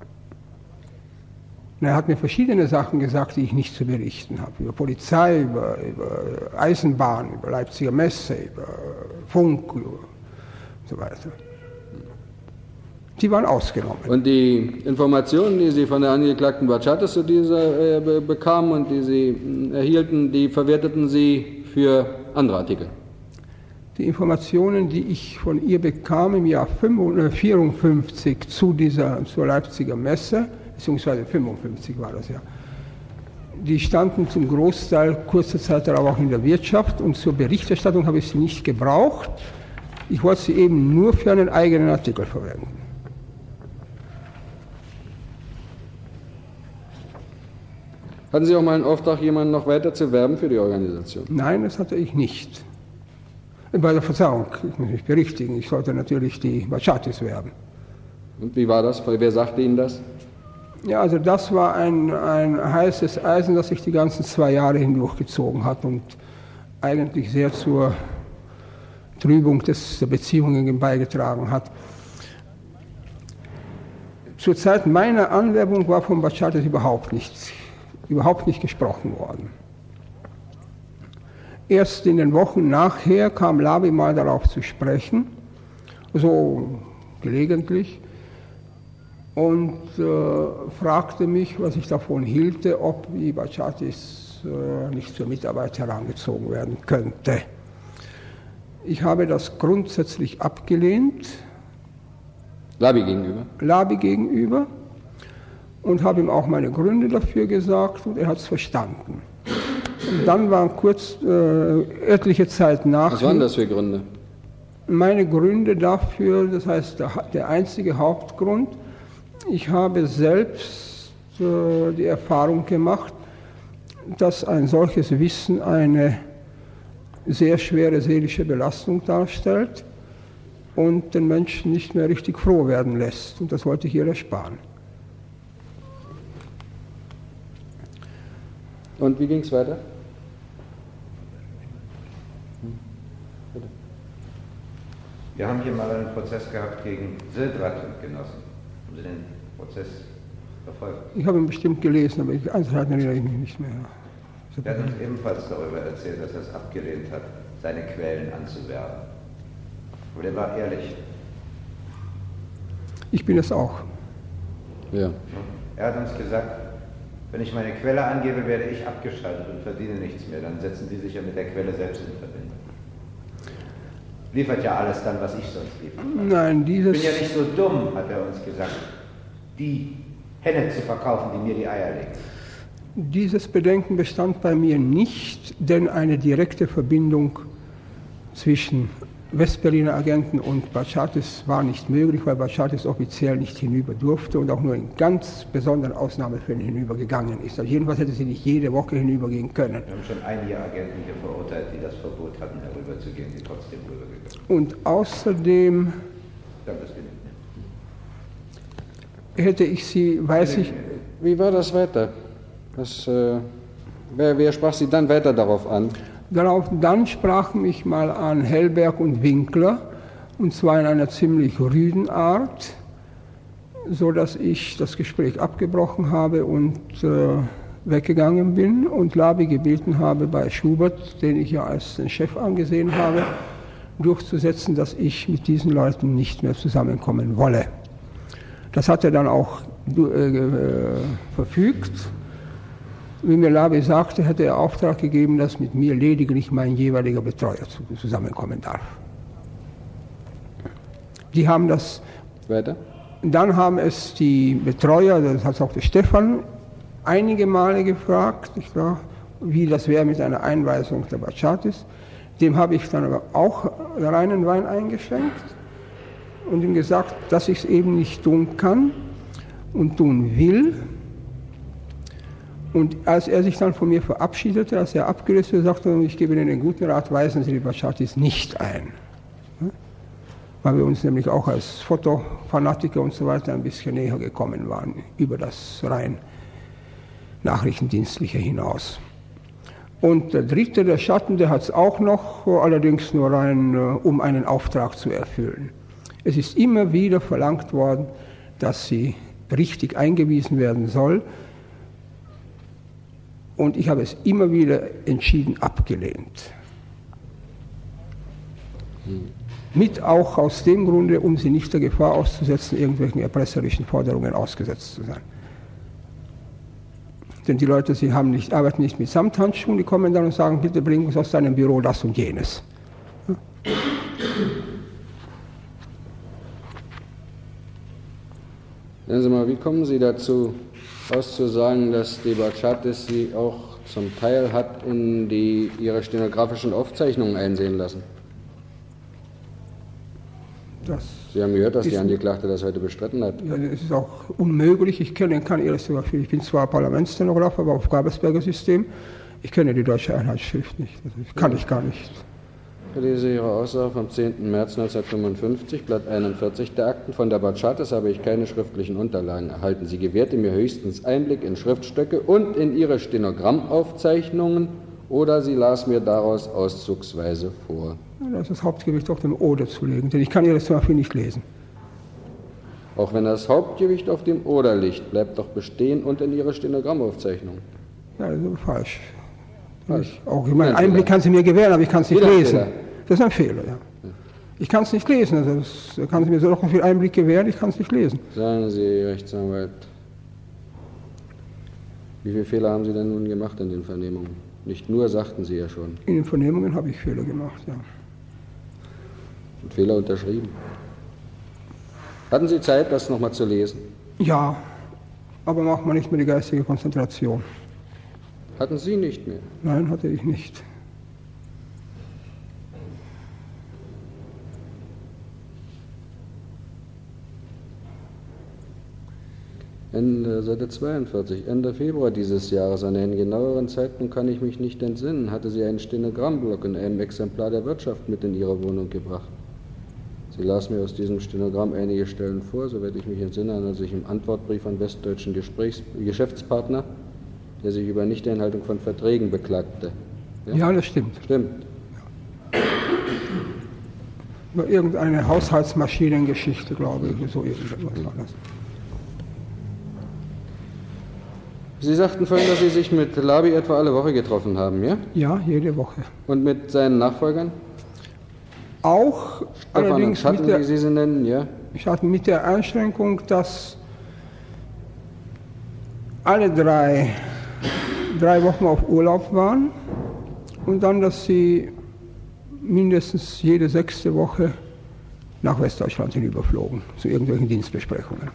Er hat mir verschiedene Sachen gesagt, die ich nicht zu berichten habe. Über Polizei, über Eisenbahn, über Leipziger Messe, über Funk und so weiter. Die waren ausgenommen. Und die Informationen, die Sie von der Angeklagten Batschatis zu dieser bekamen und die Sie erhielten, die verwerteten Sie für andere Artikel? Die Informationen, die ich von ihr bekam im Jahr 1954 zur Leipziger Messe, beziehungsweise 1955 war das ja, die standen zum Großteil kurze Zeit darauf auch in der Wirtschaft und zur Berichterstattung habe ich sie nicht gebraucht. Ich wollte sie eben nur für einen eigenen Artikel verwenden. Hatten Sie auch mal einen Auftrag, jemanden noch weiter zu werben für die Organisation? Nein, das hatte ich nicht. Bei der Verzeihung, ich muss mich berichtigen, ich sollte natürlich die Batschatis werben. Und wie war das? Wer sagte Ihnen das? Ja, also das war ein heißes Eisen, das sich die ganzen 2 Jahre hindurchgezogen hat und eigentlich sehr zur Trübung der Beziehungen beigetragen hat. Zur Zeit meiner Anwerbung war von Batschatis überhaupt nicht gesprochen worden. Erst in den Wochen nachher kam Labi mal darauf zu sprechen, so gelegentlich, und fragte mich, was ich davon hielte, ob die Batschatis nicht zur Mitarbeit herangezogen werden könnte. Ich habe das grundsätzlich abgelehnt. Labi gegenüber? Labi gegenüber. Und habe ihm auch meine Gründe dafür gesagt und er hat es verstanden. Und dann waren etliche Zeit nach. Was waren das für Gründe? Meine Gründe dafür, das heißt der einzige Hauptgrund, ich habe selbst die Erfahrung gemacht, dass ein solches Wissen eine sehr schwere seelische Belastung darstellt und den Menschen nicht mehr richtig froh werden lässt. Und das wollte ich ihr ersparen. Und wie ging es weiter? Wir haben hier mal einen Prozess gehabt gegen Sildrath und Genossen. Haben Sie den Prozess verfolgt? Ich habe ihn bestimmt gelesen, aber die Einzelheiten erinnere ich mich nicht mehr. Er hat uns ebenfalls darüber erzählt, dass er es abgelehnt hat, seine Quellen anzuwerben. Aber er war ehrlich. Ich bin es auch. Ja. Er hat uns gesagt, wenn ich meine Quelle angebe, werde ich abgeschaltet und verdiene nichts mehr. Dann setzen die sich ja mit der Quelle selbst in Verbindung. Liefert ja alles dann, was ich sonst liefere. Nein, Ich bin ja nicht so dumm, hat er uns gesagt, die Henne zu verkaufen, die mir die Eier legt. Dieses Bedenken bestand bei mir nicht, denn eine direkte Verbindung zwischen Westberliner Agenten und Batschatis war nicht möglich, weil Batschatis offiziell nicht hinüber durfte und auch nur in ganz besonderen Ausnahmefällen hinübergegangen ist. Also jedenfalls hätte sie nicht jede Woche hinübergehen können. Wir haben schon einige Agenten hier verurteilt, die das Verbot hatten, herüber zu gehen, die trotzdem rübergegangen. Und außerdem hätte ich sie, weiß ich... Wie war das weiter? Wer sprach Sie dann weiter darauf an? Dann sprach mich mal an Hellberg und Winkler, und zwar in einer ziemlich rüden Art, so dass ich das Gespräch abgebrochen habe und weggegangen bin und Labi gebeten habe, bei Schubert, den ich ja als den Chef angesehen habe, durchzusetzen, dass ich mit diesen Leuten nicht mehr zusammenkommen wolle. Das hat er dann auch verfügt. Wie mir Labi sagte, hätte er Auftrag gegeben, dass mit mir lediglich mein jeweiliger Betreuer zusammenkommen darf. Die haben das... Weiter? Dann haben es die Betreuer, das hat auch der Stefan, einige Male gefragt, wie das wäre mit einer Einweisung der Batschatis. Dem habe ich dann aber auch reinen Wein eingeschenkt und ihm gesagt, dass ich es eben nicht tun kann und tun will. Und als er sich dann von mir verabschiedete, als er abgelöst wurde, sagte er, ich gebe Ihnen einen guten Rat, weisen Sie die Batschatis nicht ein. Weil wir uns nämlich auch als Fotofanatiker und so weiter ein bisschen näher gekommen waren, über das rein Nachrichtendienstliche hinaus. Und der dritte, der Schatten, der hat es auch noch, allerdings nur rein, um einen Auftrag zu erfüllen. Es ist immer wieder verlangt worden, dass sie richtig eingewiesen werden soll. Und ich habe es immer wieder entschieden abgelehnt. Mit auch aus dem Grunde, um sie nicht der Gefahr auszusetzen, irgendwelchen erpresserischen Forderungen ausgesetzt zu sein. Denn die Leute, sie arbeiten nicht mit Samthandschuhen, die kommen dann und sagen, bitte bring uns aus deinem Büro das und jenes. Ja. Sagen Sie mal, wie kommen Sie dazu, auszusagen, dass die Batschatis Sie auch zum Teil hat in ihre stenografischen Aufzeichnungen einsehen lassen? Sie haben gehört, dass die Angeklagte das heute bestritten hat. Ja, das ist auch unmöglich. Ich kann ihre Stenografie. Ich bin zwar Parlamentsstenograf, aber auf Gabelsberger System. Ich kenne die deutsche Einheitsschrift nicht. Das kann ich gar nicht. Ich lese Ihre Aussage vom 10. März 1955, Blatt 41 der Akten. Von der Batschatis habe ich keine schriftlichen Unterlagen erhalten. Sie gewährte mir höchstens Einblick in Schriftstöcke und in ihre Stenogrammaufzeichnungen oder sie las mir daraus auszugsweise vor. Da ist das Hauptgewicht auf dem Oder zu legen, denn ich kann Ihre Stenografie nicht lesen. Auch wenn das Hauptgewicht auf dem Oder liegt, bleibt doch bestehen und in Ihre Stenogrammaufzeichnung. Ja, das ist falsch. Ich meine, Einblick kann sie mir gewähren, aber ich kann es nicht lesen. Das ist ein Fehler, ja. Ich kann es nicht lesen, also das kann sie mir so noch viel Einblick gewähren, ich kann es nicht lesen. Sagen Sie, Rechtsanwalt, wie viele Fehler haben Sie denn nun gemacht in den Vernehmungen? Nicht nur, sagten Sie ja schon. In den Vernehmungen habe ich Fehler gemacht, ja. Und Fehler unterschrieben. Hatten Sie Zeit, das nochmal zu lesen? Ja, aber macht man nicht mehr die geistige Konzentration. Hatten Sie nicht mehr? Nein, hatte ich nicht. Ende Seite 42, Ende Februar dieses Jahres, an einen genaueren Zeitpunkt kann ich mich nicht entsinnen, hatte sie einen Stenogrammeblock in einem Exemplar der Wirtschaft mit in ihre Wohnung gebracht. Sie las mir aus diesem Stenogramm einige Stellen vor, soweit ich mich entsinne, an sich im Antwortbrief an westdeutschen Geschäftspartner, der sich über Nichteinhaltung von Verträgen beklagte. Ja, das stimmt. Stimmt. Ja. Über irgendeine Haushaltsmaschinengeschichte, glaube ich, so irgendwas war das. Sie sagten vorhin, dass Sie sich mit Labi etwa alle Woche getroffen haben, ja? Ja, jede Woche. Und mit seinen Nachfolgern? Auch, Stefan allerdings und Schatten, wie Sie sie nennen, ja? Schatten mit der Einschränkung, dass alle drei Wochen auf Urlaub waren und dann, dass sie mindestens jede 6. Woche nach Westdeutschland hinüberflogen, zu irgendwelchen Dienstbesprechungen.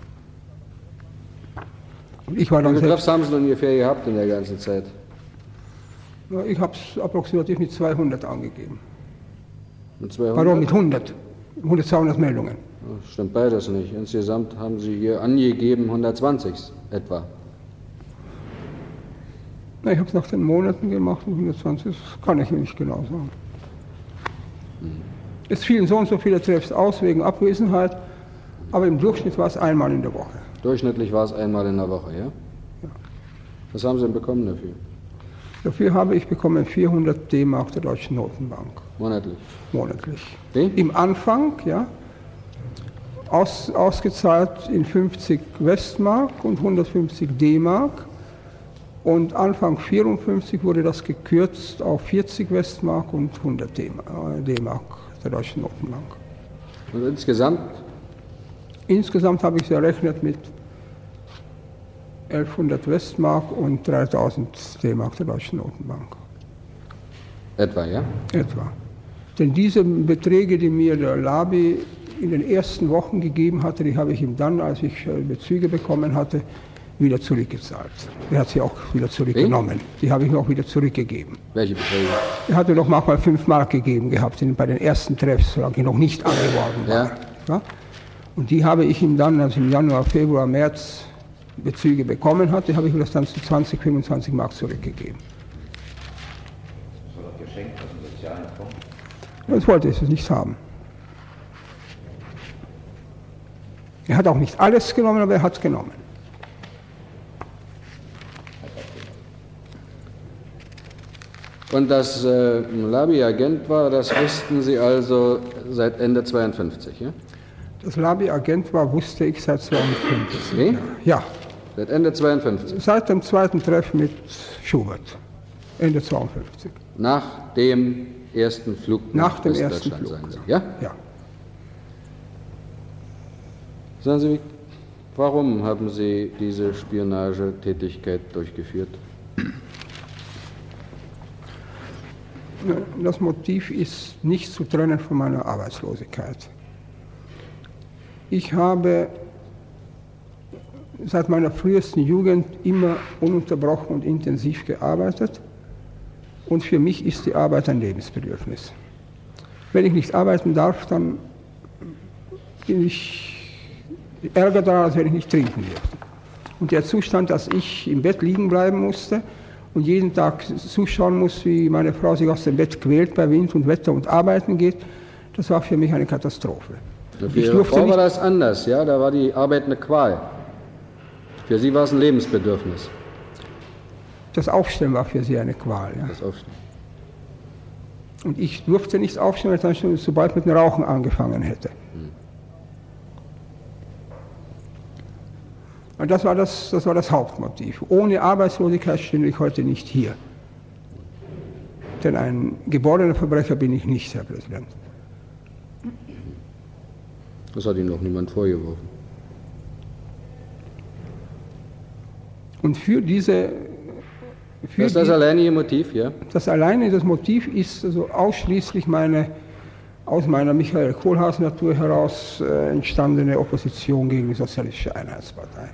Ich war dann Wie viele Treffs haben Sie ungefähr gehabt in der ganzen Zeit? Ich habe es approximativ mit 200 angegeben. Mit 200? Warum mit 100? 200 Meldungen. Das stimmt beides nicht. Insgesamt haben Sie hier angegeben 120 etwa. Ich habe es nach den Monaten gemacht und 120, das kann ich mir nicht genau sagen. Es fielen so und so viele Treffs aus wegen Abwesenheit, aber im Durchschnitt war es einmal in der Woche. Durchschnittlich war es einmal in der Woche, ja? Ja. Was haben Sie denn bekommen dafür? Dafür habe ich bekommen 400 D-Mark der Deutschen Notenbank. Monatlich? Monatlich. Wie? Im Anfang, ja, ausgezahlt in 50 Westmark und 150 D-Mark. Und Anfang 1954 wurde das gekürzt auf 40 Westmark und 100 D-Mark der Deutschen Notenbank. Und insgesamt? Insgesamt habe ich es errechnet mit 1100 Westmark und 3000 D-Mark der Deutschen Notenbank. Etwa, ja? Etwa. Denn diese Beträge, die mir der Labi in den ersten Wochen gegeben hatte, die habe ich ihm dann, als ich Bezüge bekommen hatte, wieder zurückgezahlt. Er hat sie auch wieder zurückgenommen. Die habe ich mir auch wieder zurückgegeben. Welche Beträge? Er hatte doch manchmal 5 Mark gegeben gehabt bei den ersten Treffs, solange ich noch nicht angeworben war. Ja? Und die habe ich ihm dann, als im Januar, Februar, März Bezüge bekommen hatte, habe ich ihm das dann zu 20, 25 Mark zurückgegeben. Das war doch geschenkt aus dem sozialen Fonds. Das wollte es nicht haben. Er hat auch nicht alles genommen, aber er hat es genommen. Und dass Labi-Agent war, das wussten Sie also seit Ende 52, ja? Dass Labi Agent war, wusste ich seit 52. Nee? Ja. Seit Ende 52? Seit dem zweiten Treff mit Schubert, Ende 52. Nach dem ersten Flug nach dem ersten Flug. Sagen Sie, ja? Ja. Sagen Sie, warum haben Sie diese Spionagetätigkeit durchgeführt? Das Motiv ist nicht zu trennen von meiner Arbeitslosigkeit. Ich habe seit meiner frühesten Jugend immer ununterbrochen und intensiv gearbeitet und für mich ist die Arbeit ein Lebensbedürfnis. Wenn ich nicht arbeiten darf, dann bin ich ärger daran, als wenn ich nicht trinken dürfte. Und der Zustand, dass ich im Bett liegen bleiben musste und jeden Tag zuschauen muss, wie meine Frau sich aus dem Bett quält bei Wind und Wetter und arbeiten geht, das war für mich eine Katastrophe. Für Ihre Frau war das anders, ja? Da war die Arbeit eine Qual. Für Sie war es ein Lebensbedürfnis. Das Aufstehen war für sie eine Qual. Ja. Das Aufstehen. Und ich durfte nicht aufstehen, weil ich dann schon so bald mit dem Rauchen angefangen hätte. Und das war das Hauptmotiv. Ohne Arbeitslosigkeit stünde ich heute nicht hier. Denn ein geborener Verbrecher bin ich nicht, Herr Präsident. Das hat Ihnen noch niemand vorgeworfen. Und für diese... Das ist das alleinige Motiv, ja? Das Motiv ist also ausschließlich aus meiner Michael Kohlhaas-Natur heraus entstandene Opposition gegen die Sozialistische Einheitspartei.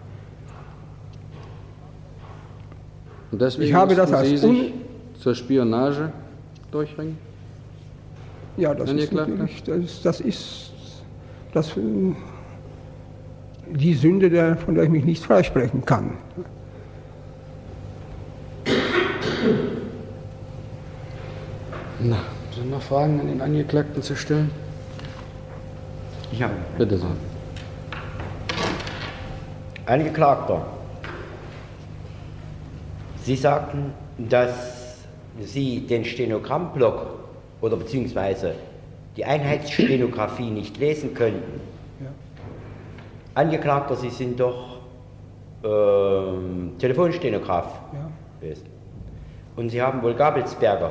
Und deswegen ich habe das als Sie sich zur Spionage durchringen? Ja, das ist natürlich, das ist die Sünde, von der ich mich nicht freisprechen kann. Na, sind noch Fragen an den Angeklagten zu stellen? Ich habe. Bitte sehr. Angeklagter, Sie sagten, dass Sie den Stenogrammblock oder beziehungsweise die Einheitsstenografie nicht lesen könnten. Ja. Angeklagter, Sie sind doch Telefonstenograf gewesen. Und Sie haben wohl Gabelsberger.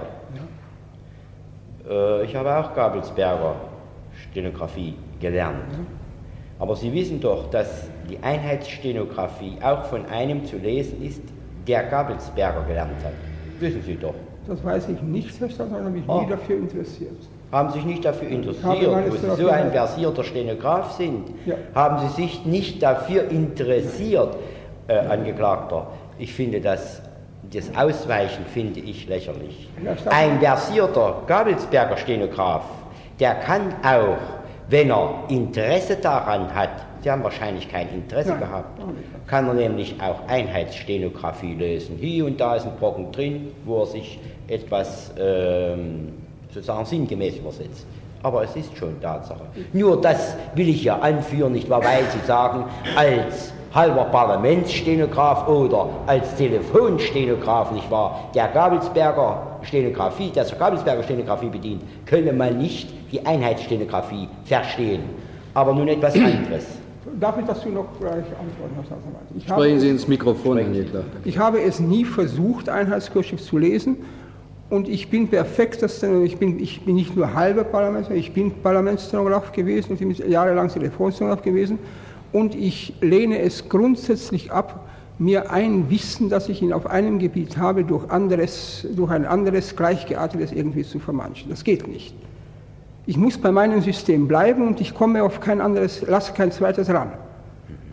Ja. Ich habe auch Gabelsberger Stenografie gelernt. Ja. Aber Sie wissen doch, dass die Einheitsstenografie auch von einem zu lesen ist, der Gabelsberger gelernt hat. Wissen Sie doch. Das weiß ich nicht, Herr Staatsanwalt, habe mich nie dafür interessiert. Haben Sie sich nicht dafür interessiert, wo Sie so ein versierter Stenograf sind? Ja. Haben Sie sich nicht dafür interessiert, Angeklagter? Ich finde das Ausweichen finde ich lächerlich. Ja, ein versierter Gabelsberger Stenograf, der kann auch, wenn er Interesse daran hat, Sie haben wahrscheinlich kein Interesse gehabt, kann er nämlich auch Einheitsstenografie lesen. Hier und da ist ein Brocken drin, wo er sich etwas sozusagen sinngemäß übersetzt. Aber es ist schon Tatsache. Nur das will ich ja anführen, nicht wahr, weil Sie sagen, als halber Parlamentsstenograf oder als Telefonstenograf, nicht wahr, der Gabelsberger Stenografie bedient, könne man nicht die Einheitsstenografie verstehen. Aber nun etwas anderes. Darf ich dazu noch gleich antworten, Herr Staatsanwalt? Sprechen Sie ins Mikrofon, Angeklagter. Ich habe es nie versucht, Einheitskursschrift zu lesen. Und ich bin ich bin nicht nur halber Parlamentsstenograf, ich bin Parlamentsstenograf gewesen und bin jahrelang Telefonstenograf gewesen. Und ich lehne es grundsätzlich ab, mir ein Wissen, das ich auf einem Gebiet habe, durch ein anderes, gleichgeartetes irgendwie zu vermanschen. Das geht nicht. Ich muss bei meinem System bleiben und ich komme auf kein zweites ran.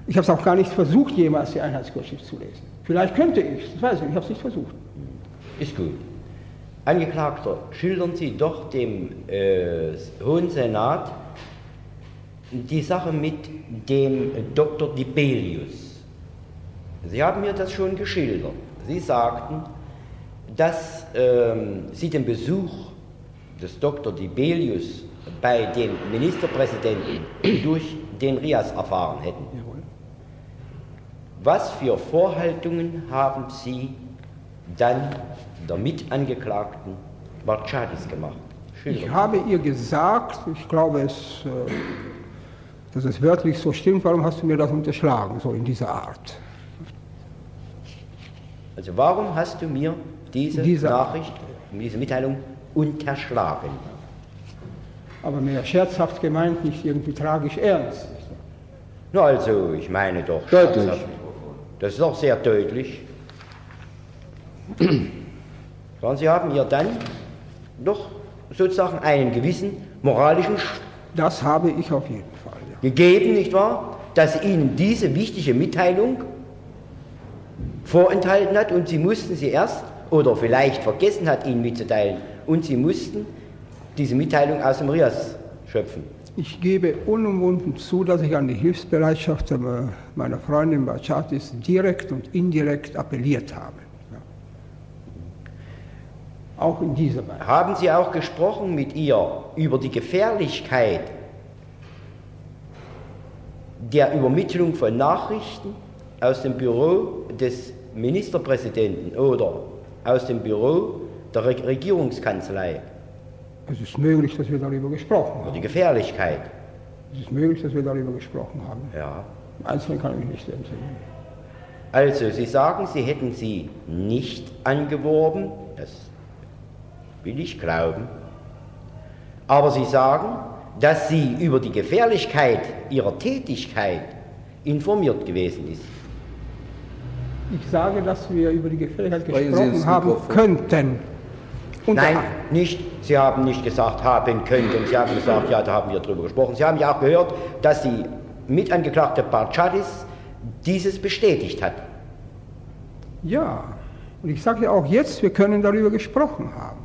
Ich habe es auch gar nicht versucht, jemals die Einheitskursschrift zu lesen. Vielleicht könnte ich, das weiß ich, ich habe es nicht versucht. Ist gut. Angeklagter, schildern Sie doch dem Hohen Senat die Sache mit dem Dr. Dibelius. Sie haben mir das schon geschildert. Sie sagten, dass Sie den Besuch des Dr. Dibelius bei dem Ministerpräsidenten durch den Rias erfahren hätten. Jawohl. Was für Vorhaltungen haben Sie dann der Mitangeklagten Bartschadis gemacht? Ich habe ihr gesagt, ich glaube, dass es wörtlich so stimmt, warum hast du mir das unterschlagen, so in dieser Art? Also warum hast du mir diese Nachricht, diese Mitteilung unterschlagen? Aber mehr scherzhaft gemeint, nicht irgendwie tragisch ernst. Na also, ich meine doch deutlich. Scherzhaft. Das ist auch sehr deutlich. Und Sie haben ihr dann doch sozusagen einen gewissen moralischen Das habe ich auf jeden Fall, ja. gegeben, nicht wahr? Dass Ihnen diese wichtige Mitteilung vorenthalten hat und Sie mussten sie erst, oder vielleicht vergessen hat, Ihnen mitzuteilen, und Sie mussten diese Mitteilung aus dem Rias schöpfen. Ich gebe unumwunden zu, dass ich an die Hilfsbereitschaft meiner Freundin Bartschadis direkt und indirekt appelliert habe. Ja. Auch in dieser Weise. Haben Sie auch gesprochen mit ihr über die Gefährlichkeit der Übermittlung von Nachrichten aus dem Büro des Ministerpräsidenten oder aus dem Büro der Regierungskanzlei? Es ist möglich, dass wir darüber gesprochen Über haben. die Gefährlichkeit. Es ist möglich, dass wir darüber gesprochen haben. Ja. Im Einzelnen kann ich mich nicht entsinnen. Also, Sie sagen, Sie hätten sie nicht angeworben, das will ich glauben, aber Sie sagen, dass sie über die Gefährlichkeit ihrer Tätigkeit informiert gewesen ist. Ich sage, dass wir über die Gefährlichkeit gesprochen haben könnten. Nein, nicht. Sie haben nicht gesagt, haben könnten. Sie haben gesagt, ja, da haben wir drüber gesprochen. Sie haben ja auch gehört, dass die Mitangeklagte Bartschadis dieses bestätigt hat. Ja, und ich sage ja auch jetzt, wir können darüber gesprochen haben.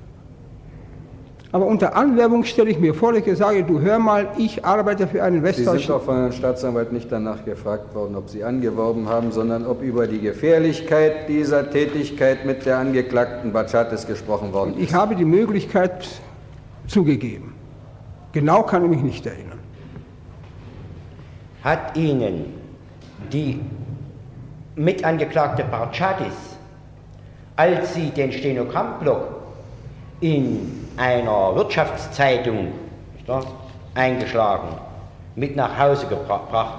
Aber unter Anwerbung stelle ich mir vor, dass ich sage, du hör mal, ich arbeite für einen westdeutschen... Sie sind auch von Herrn Staatsanwalt nicht danach gefragt worden, ob Sie angeworben haben, sondern ob über die Gefährlichkeit dieser Tätigkeit mit der Angeklagten Bartschadis gesprochen worden ist. Ich habe die Möglichkeit zugegeben. Genau kann ich mich nicht erinnern. Hat Ihnen die Mitangeklagte Bartschadis, als sie den Stenogrammblock in einer Wirtschaftszeitung eingeschlagen, mit nach Hause gebracht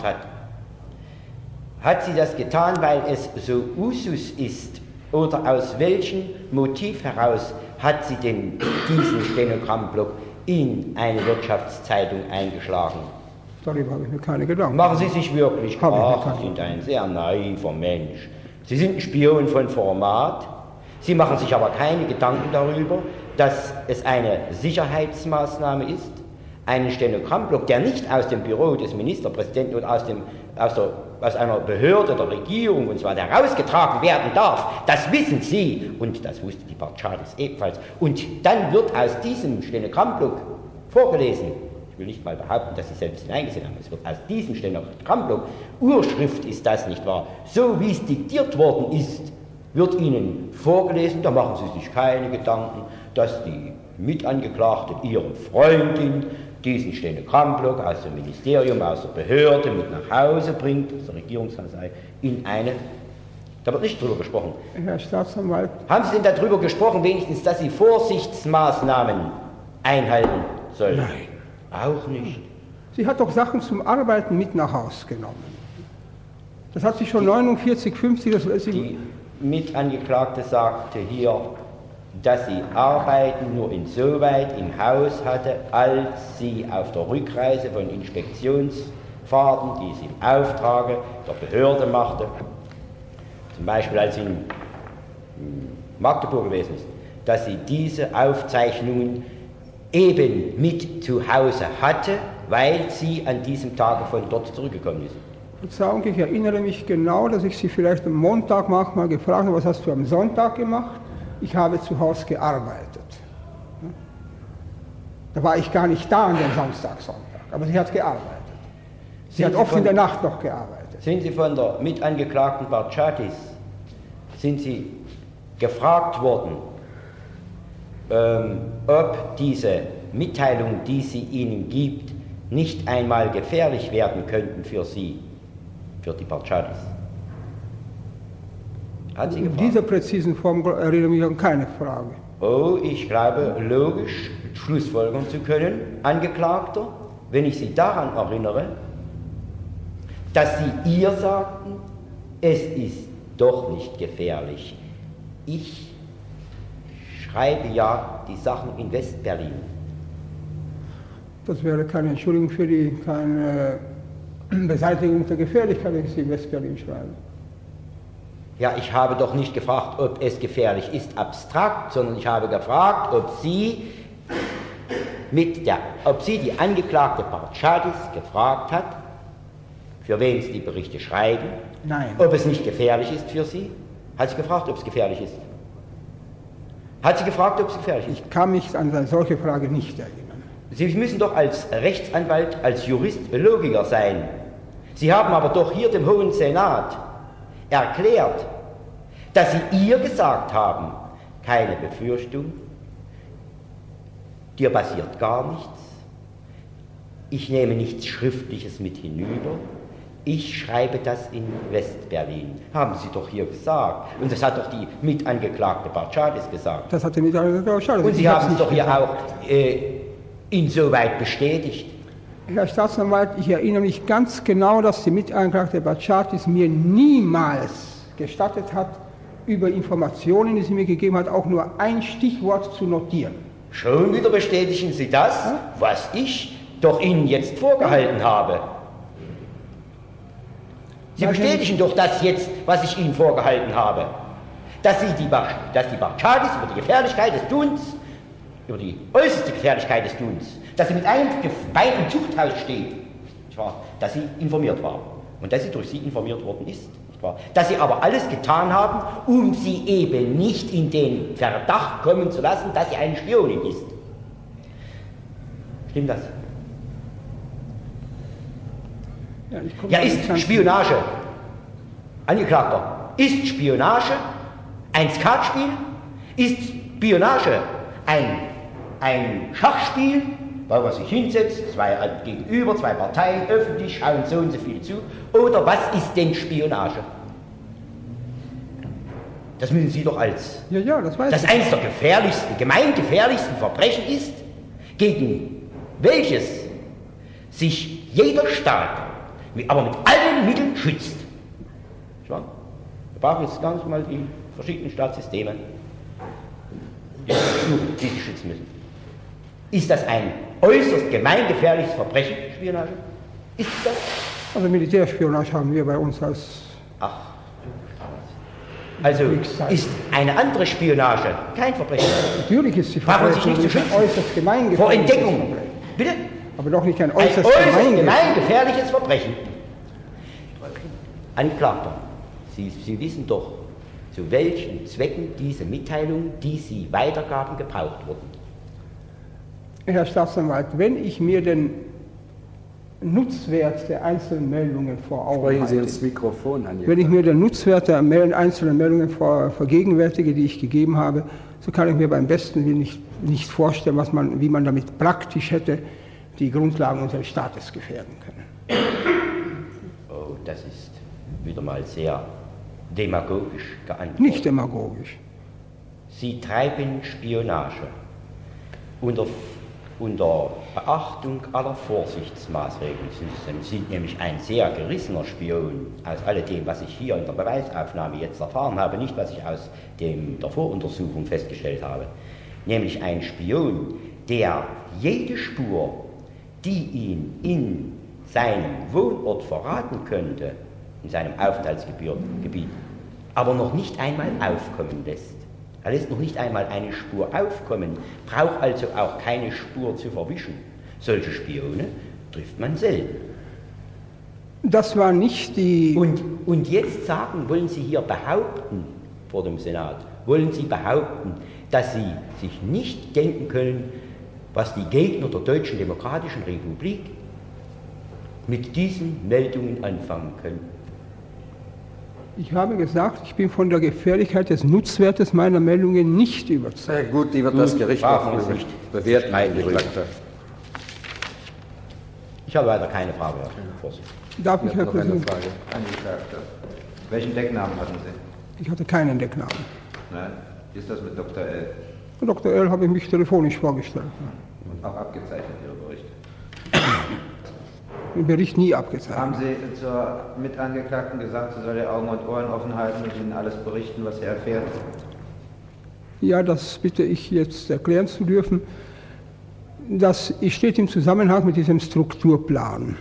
hat sie das getan, weil es so Usus ist, oder aus welchem Motiv heraus hat sie denn diesen Stenogrammblock in eine Wirtschaftszeitung eingeschlagen? Darüber habe ich mir keine Gedanken. Machen Sie sich wirklich, ach, Sie sind ein sehr naiver Mensch. Sie sind ein Spion von Format. Sie machen sich aber keine Gedanken darüber, dass es eine Sicherheitsmaßnahme ist, einen Stenogrammblock, der nicht aus dem Büro des Ministerpräsidenten und aus einer Behörde der Regierung und zwar herausgetragen werden darf. Das wissen Sie und das wusste die Bartschadis ebenfalls. Und dann wird aus diesem Stenogrammblock vorgelesen. Ich will nicht mal behaupten, dass Sie selbst hineingesehen haben. Es wird aus diesem Stenogrammblock, Urschrift ist das, nicht wahr? So wie es diktiert worden ist, wird Ihnen vorgelesen, da machen Sie sich keine Gedanken, dass die Mitangeklagte, Ihre Freundin, diesen Stenogrammblock aus dem Ministerium, aus der Behörde mit nach Hause bringt, aus der Regierungskanzlei, in eine... Da wird nicht drüber gesprochen. Herr Staatsanwalt. Haben Sie denn darüber gesprochen, wenigstens, dass Sie Vorsichtsmaßnahmen einhalten sollen? Nein. Auch nicht. Sie hat doch Sachen zum Arbeiten mit nach Hause genommen. Das hat sie schon 49, 50... Die Mitangeklagte sagte hier, dass sie Arbeiten nur insoweit im Haus hatte, als sie auf der Rückreise von Inspektionsfahrten, die sie im Auftrage der Behörde machte, zum Beispiel als sie in Magdeburg gewesen ist, dass sie diese Aufzeichnungen eben mit zu Hause hatte, weil sie an diesem Tage von dort zurückgekommen ist. Verzeihung, ich erinnere mich genau, dass ich Sie vielleicht am Montag manchmal gefragt habe, was hast du am Sonntag gemacht? Ich habe zu Hause gearbeitet. Da war ich gar nicht da an dem Samstag, Sonntag, aber sie hat gearbeitet. Sie hat oft in der Nacht noch gearbeitet. Sind Sie von der Mitangeklagten Bartschatis, sind Sie gefragt worden, ob diese Mitteilungen, die sie Ihnen gibt, nicht einmal gefährlich werden könnten für Sie, für die Bartschatis? Hat sie gefragt? In dieser präzisen Form erinnere ich mich an keine Frage. Oh, ich glaube, logisch schlussfolgern zu können, Angeklagter, wenn ich Sie daran erinnere, dass Sie ihr sagten, es ist doch nicht gefährlich. Ich schreibe ja die Sachen in Westberlin. Das wäre keine Entschuldigung für keine Beseitigung der Gefährlichkeit, wenn ich sie in Westberlin schreibe. Ja, ich habe doch nicht gefragt, ob es gefährlich ist, abstrakt, sondern ich habe gefragt, ob Sie die Angeklagte Bartschatis gefragt hat, für wen Sie die Berichte schreiben. Nein. Ob es nicht gefährlich ist für Sie? Hat sie gefragt, ob es gefährlich ist? Hat sie gefragt, ob es gefährlich ist? Ich kann mich an eine solche Frage nicht erinnern. Sie müssen doch als Rechtsanwalt, als Jurist Logiker sein. Sie haben aber doch hier dem Hohen Senat erklärt, dass Sie ihr gesagt haben, keine Befürchtung, dir passiert gar nichts, ich nehme nichts Schriftliches mit hinüber, ich schreibe das in Westberlin. Haben Sie doch hier gesagt. Und das hat doch die Mitangeklagte Bartschatis gesagt. Das hat die Mitangeklagte Bartschatis. Und Sie haben es doch hier auch insoweit bestätigt. Herr Staatsanwalt, ich erinnere mich ganz genau, dass die Mitangeklagte Bartschatis mir niemals gestattet hat, über Informationen, die sie mir gegeben hat, auch nur ein Stichwort zu notieren. Schon wieder bestätigen Sie das, was ich doch Ihnen jetzt vorgehalten habe. Sie bestätigen doch das jetzt, was ich Ihnen vorgehalten habe. Dass die Bartschatis über die Gefährlichkeit des Tuns, über die äußerste Gefährlichkeit des Tuns, dass sie mit einem Bein im Zuchthaus steht, dass sie informiert war und dass sie durch Sie informiert worden ist. Dass sie aber alles getan haben, um sie eben nicht in den Verdacht kommen zu lassen, dass sie eine Spionin ist. Stimmt das? Ja, ist Spionage, Angeklagter, ist Spionage ein Skatspiel? Ist Spionage ein Schachspiel, weil man sich hinsetzt, zwei Parteien, öffentlich, schauen so und so viel zu? Oder was ist denn Spionage? Das müssen Sie doch als das eines der gefährlichsten, gemeingefährlichsten Verbrechen ist, gegen welches sich jeder Staat, aber mit allen Mitteln schützt. Wir brauchen jetzt gar nicht mal die verschiedenen Staatssysteme, die sich schützen müssen. Ist das ein äußerst gemeingefährliches Verbrechen, Spionage? Ist das? Also Militärspionage haben wir bei uns als... Also ist eine andere Spionage kein Verbrechen? Natürlich ist sie Verbrechen. Sich nicht zu schützen. Äußerst gemeingefährlich. Vor Entdeckung. Bitte? Aber doch nicht ein äußerst gemeingefährliches Verbrechen. Angeklagter, Sie wissen doch, zu welchen Zwecken diese Mitteilungen, die Sie weitergaben, gebraucht wurden. Herr Staatsanwalt, wenn ich mir den Nutzwert der einzelnen Meldungen vor Augen Sprechen Sie ins Mikrofon an. Wenn ich mir den Nutzwert der einzelnen Meldungen vergegenwärtige, die ich gegeben habe, so kann ich mir beim besten Willen nicht vorstellen, wie man damit praktisch hätte die Grundlagen unseres Staates gefährden können. Oh, das ist wieder mal sehr demagogisch geantwortet. Nicht demagogisch. Sie treiben Spionage unter Beachtung aller Vorsichtsmaßregeln. Sie sind nämlich ein sehr gerissener Spion aus alledem, was ich hier in der Beweisaufnahme jetzt erfahren habe, nicht was ich aus der Voruntersuchung festgestellt habe. Nämlich ein Spion, der jede Spur, die ihn in seinem Wohnort verraten könnte, in seinem Aufenthaltsgebiet, aber noch nicht einmal aufkommen lässt. Er lässt noch nicht einmal eine Spur aufkommen, braucht also auch keine Spur zu verwischen. Solche Spione trifft man selten. Das war nicht die... Und jetzt wollen Sie hier behaupten, vor dem Senat, wollen Sie behaupten, dass Sie sich nicht denken können, was die Gegner der Deutschen Demokratischen Republik mit diesen Meldungen anfangen können? Ich habe gesagt, ich bin von der Gefährlichkeit des Nutzwertes meiner Meldungen nicht überzeugt. Sehr gut, die wird das Gericht auch bewerten. Ich habe weiter keine Frage, Herr Vorsitzender. Darf ich, Herr Präsident? Angeklagter. Welchen Decknamen hatten Sie? Ich hatte keinen Decknamen. Nein. Wie ist das mit Dr. L.? Mit Dr. L. habe ich mich telefonisch vorgestellt. Und auch abgezeichnet, Ihre Berichte? Den Bericht nie abgezeichnet. Haben Sie zur Mitangeklagten gesagt, sie soll ihr Augen und Ohren offen halten und Ihnen alles berichten, was sie erfährt? Ja, das bitte ich jetzt erklären zu dürfen. Das steht im Zusammenhang mit diesem Strukturplan.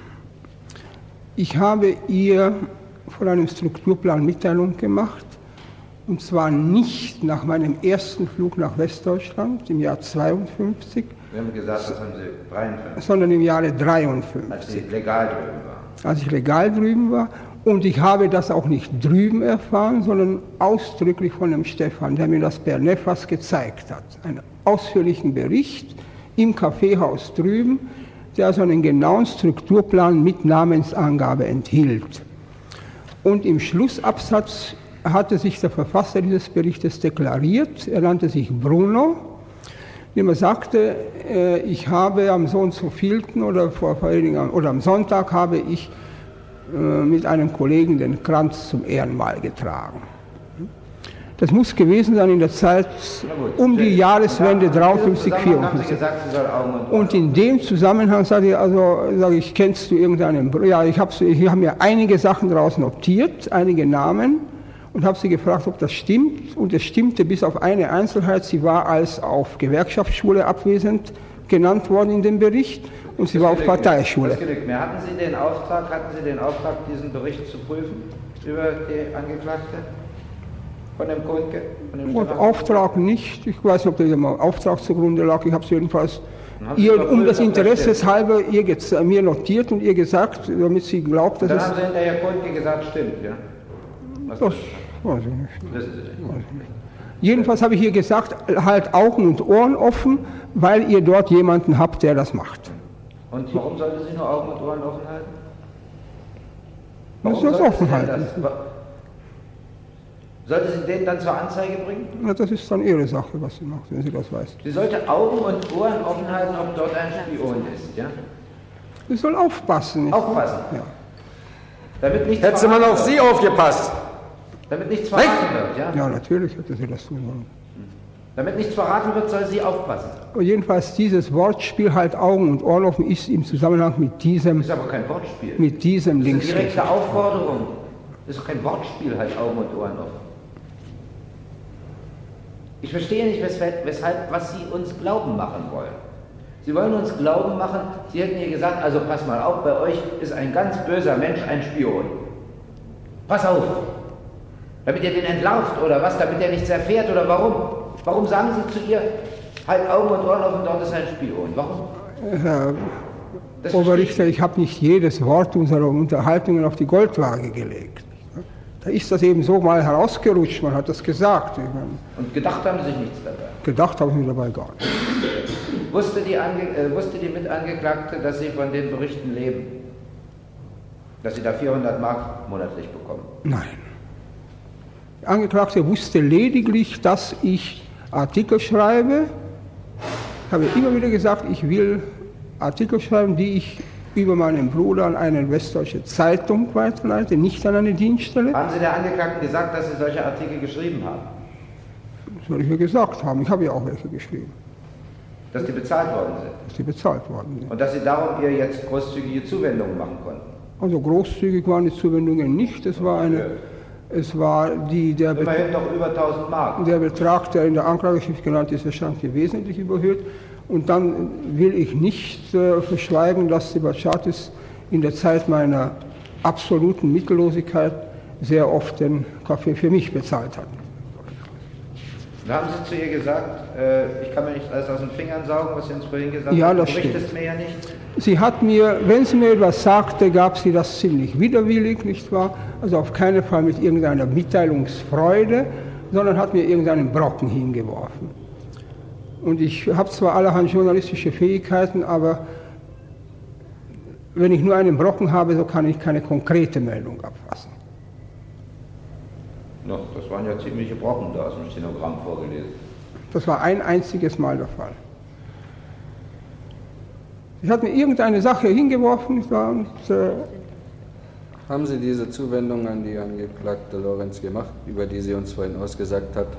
Ich habe ihr von einem Strukturplan Mitteilung gemacht, und zwar nicht nach meinem ersten Flug nach Westdeutschland im Jahr 52. Sie haben gesagt, das haben Sie 53. Sondern im Jahre 53. Als Sie legal drüben waren. Als ich legal drüben war. Und ich habe das auch nicht drüben erfahren, sondern ausdrücklich von dem Stefan, der mir das per Nefas gezeigt hat. Einen ausführlichen Bericht im Kaffeehaus drüben, der also einen genauen Strukturplan mit Namensangabe enthielt. Und im Schlussabsatz hatte sich der Verfasser dieses Berichtes deklariert. Er nannte sich Bruno, indem er sagte, ich habe am so und so vielten oder am Sonntag habe ich mit einem Kollegen den Kranz zum Ehrenmal getragen. Das muss gewesen sein in der Zeit um die Jahreswende 53, 54. Und in dem Zusammenhang sage ich, kennst du irgendeinen? Ja, ich habe mir einige Sachen daraus notiert, einige Namen, und habe sie gefragt, ob das stimmt. Und es stimmte bis auf eine Einzelheit. Sie war als auf Gewerkschaftsschule abwesend genannt worden in dem Bericht, und sie war auf Parteischule. Das genügt mir. Hatten Sie den Auftrag, diesen Bericht zu prüfen über die Angeklagte? Von dem Kundke? Und Auftrag nicht. Ich weiß nicht, ob der Auftrag zugrunde lag. Ich habe es jedenfalls um des Interesses halber mir notiert und ihr gesagt, damit sie glaubt, dass es... Dann haben Sie hinterher Kundke gesagt, stimmt, ja? Das weiß ich nicht. Wissen Sie nicht. Jedenfalls habe ich ihr gesagt, halt Augen und Ohren offen, weil ihr dort jemanden habt, der das macht. Und warum sollte sie nur Augen und Ohren offen halten? Warum sollte sie offen halten? Sollte sie den dann zur Anzeige bringen? Na, das ist dann ihre Sache, was sie macht, wenn sie das weiß. Sie sollte Augen und Ohren offen halten, ob dort ein Spion ist, ja? Sie soll aufpassen. Aufpassen? Ja. Damit nichts hätte man auf Sie aufgepasst. Damit nichts verraten wird, ja? Ja, natürlich hätte sie das tun sollen. Damit nichts verraten wird, soll sie aufpassen. Und jedenfalls dieses Wortspiel, halt Augen und Ohren offen, ist im Zusammenhang mit diesem... Das ist aber kein Wortspiel. Mit diesem Links. Das ist eine direkte Aufforderung. Das ist doch kein Wortspiel, halt Augen und Ohren offen. Ich verstehe nicht, was Sie uns glauben machen wollen. Sie wollen uns glauben machen, Sie hätten ihr gesagt, also pass mal auf, bei euch ist ein ganz böser Mensch ein Spion. Pass auf. Damit ihr den entlarvt oder was, damit er nichts erfährt oder warum? Warum sagen Sie zu ihr, halt Augen und Ohren offen, dort ist ein Spion? Warum? Herr Oberrichter, ich habe nicht jedes Wort unserer Unterhaltungen auf die Goldwaage gelegt. Da ist das eben so mal herausgerutscht, man hat das gesagt. Und gedacht haben Sie sich nichts dabei? Gedacht habe ich mir dabei gar nicht. Wusste die Mitangeklagte, dass Sie von den Berichten leben? Dass Sie da 400 Mark monatlich bekommen? Nein. Die Angeklagte wusste lediglich, dass ich Artikel schreibe. Ich habe immer wieder gesagt, ich will Artikel schreiben, die ich über meinen Bruder an eine westdeutsche Zeitung weiterleite, nicht an eine Dienststelle. Haben Sie der Angeklagten gesagt, dass Sie solche Artikel geschrieben haben? Das soll ich ja gesagt haben. Ich habe ja auch welche geschrieben. Dass die bezahlt worden sind? Dass die bezahlt worden sind. Und dass Sie darum ihr jetzt großzügige Zuwendungen machen konnten? Also großzügig waren die Zuwendungen nicht. Es war eine... Es war immerhin noch über 1000 Mark. Der Betrag, der in der Anklageschrift genannt ist, erscheint hier wesentlich überhöht. Und dann will ich nicht verschweigen, dass die Batschatis in der Zeit meiner absoluten Mittellosigkeit sehr oft den Kaffee für mich bezahlt hat. Da haben Sie zu ihr gesagt, ich kann mir nicht alles aus den Fingern saugen, was Sie uns vorhin gesagt haben. Ja, das du berichtest mir ja nicht. Sie hat mir, wenn sie mir etwas sagte, gab sie das ziemlich widerwillig, nicht wahr? Also auf keinen Fall mit irgendeiner Mitteilungsfreude, sondern hat mir irgendeinen Brocken hingeworfen. Und ich habe zwar allerhand journalistische Fähigkeiten, aber wenn ich nur einen Brocken habe, so kann ich keine konkrete Meldung abfassen. No, das waren ja ziemliche Brocken da aus dem Stenogramm vorgelesen. Das war ein einziges Mal der Fall. Ich hatte mir irgendeine Sache hingeworfen. Und, haben Sie diese Zuwendung an die Angeklagte Lorenz gemacht, über die sie uns vorhin ausgesagt hat?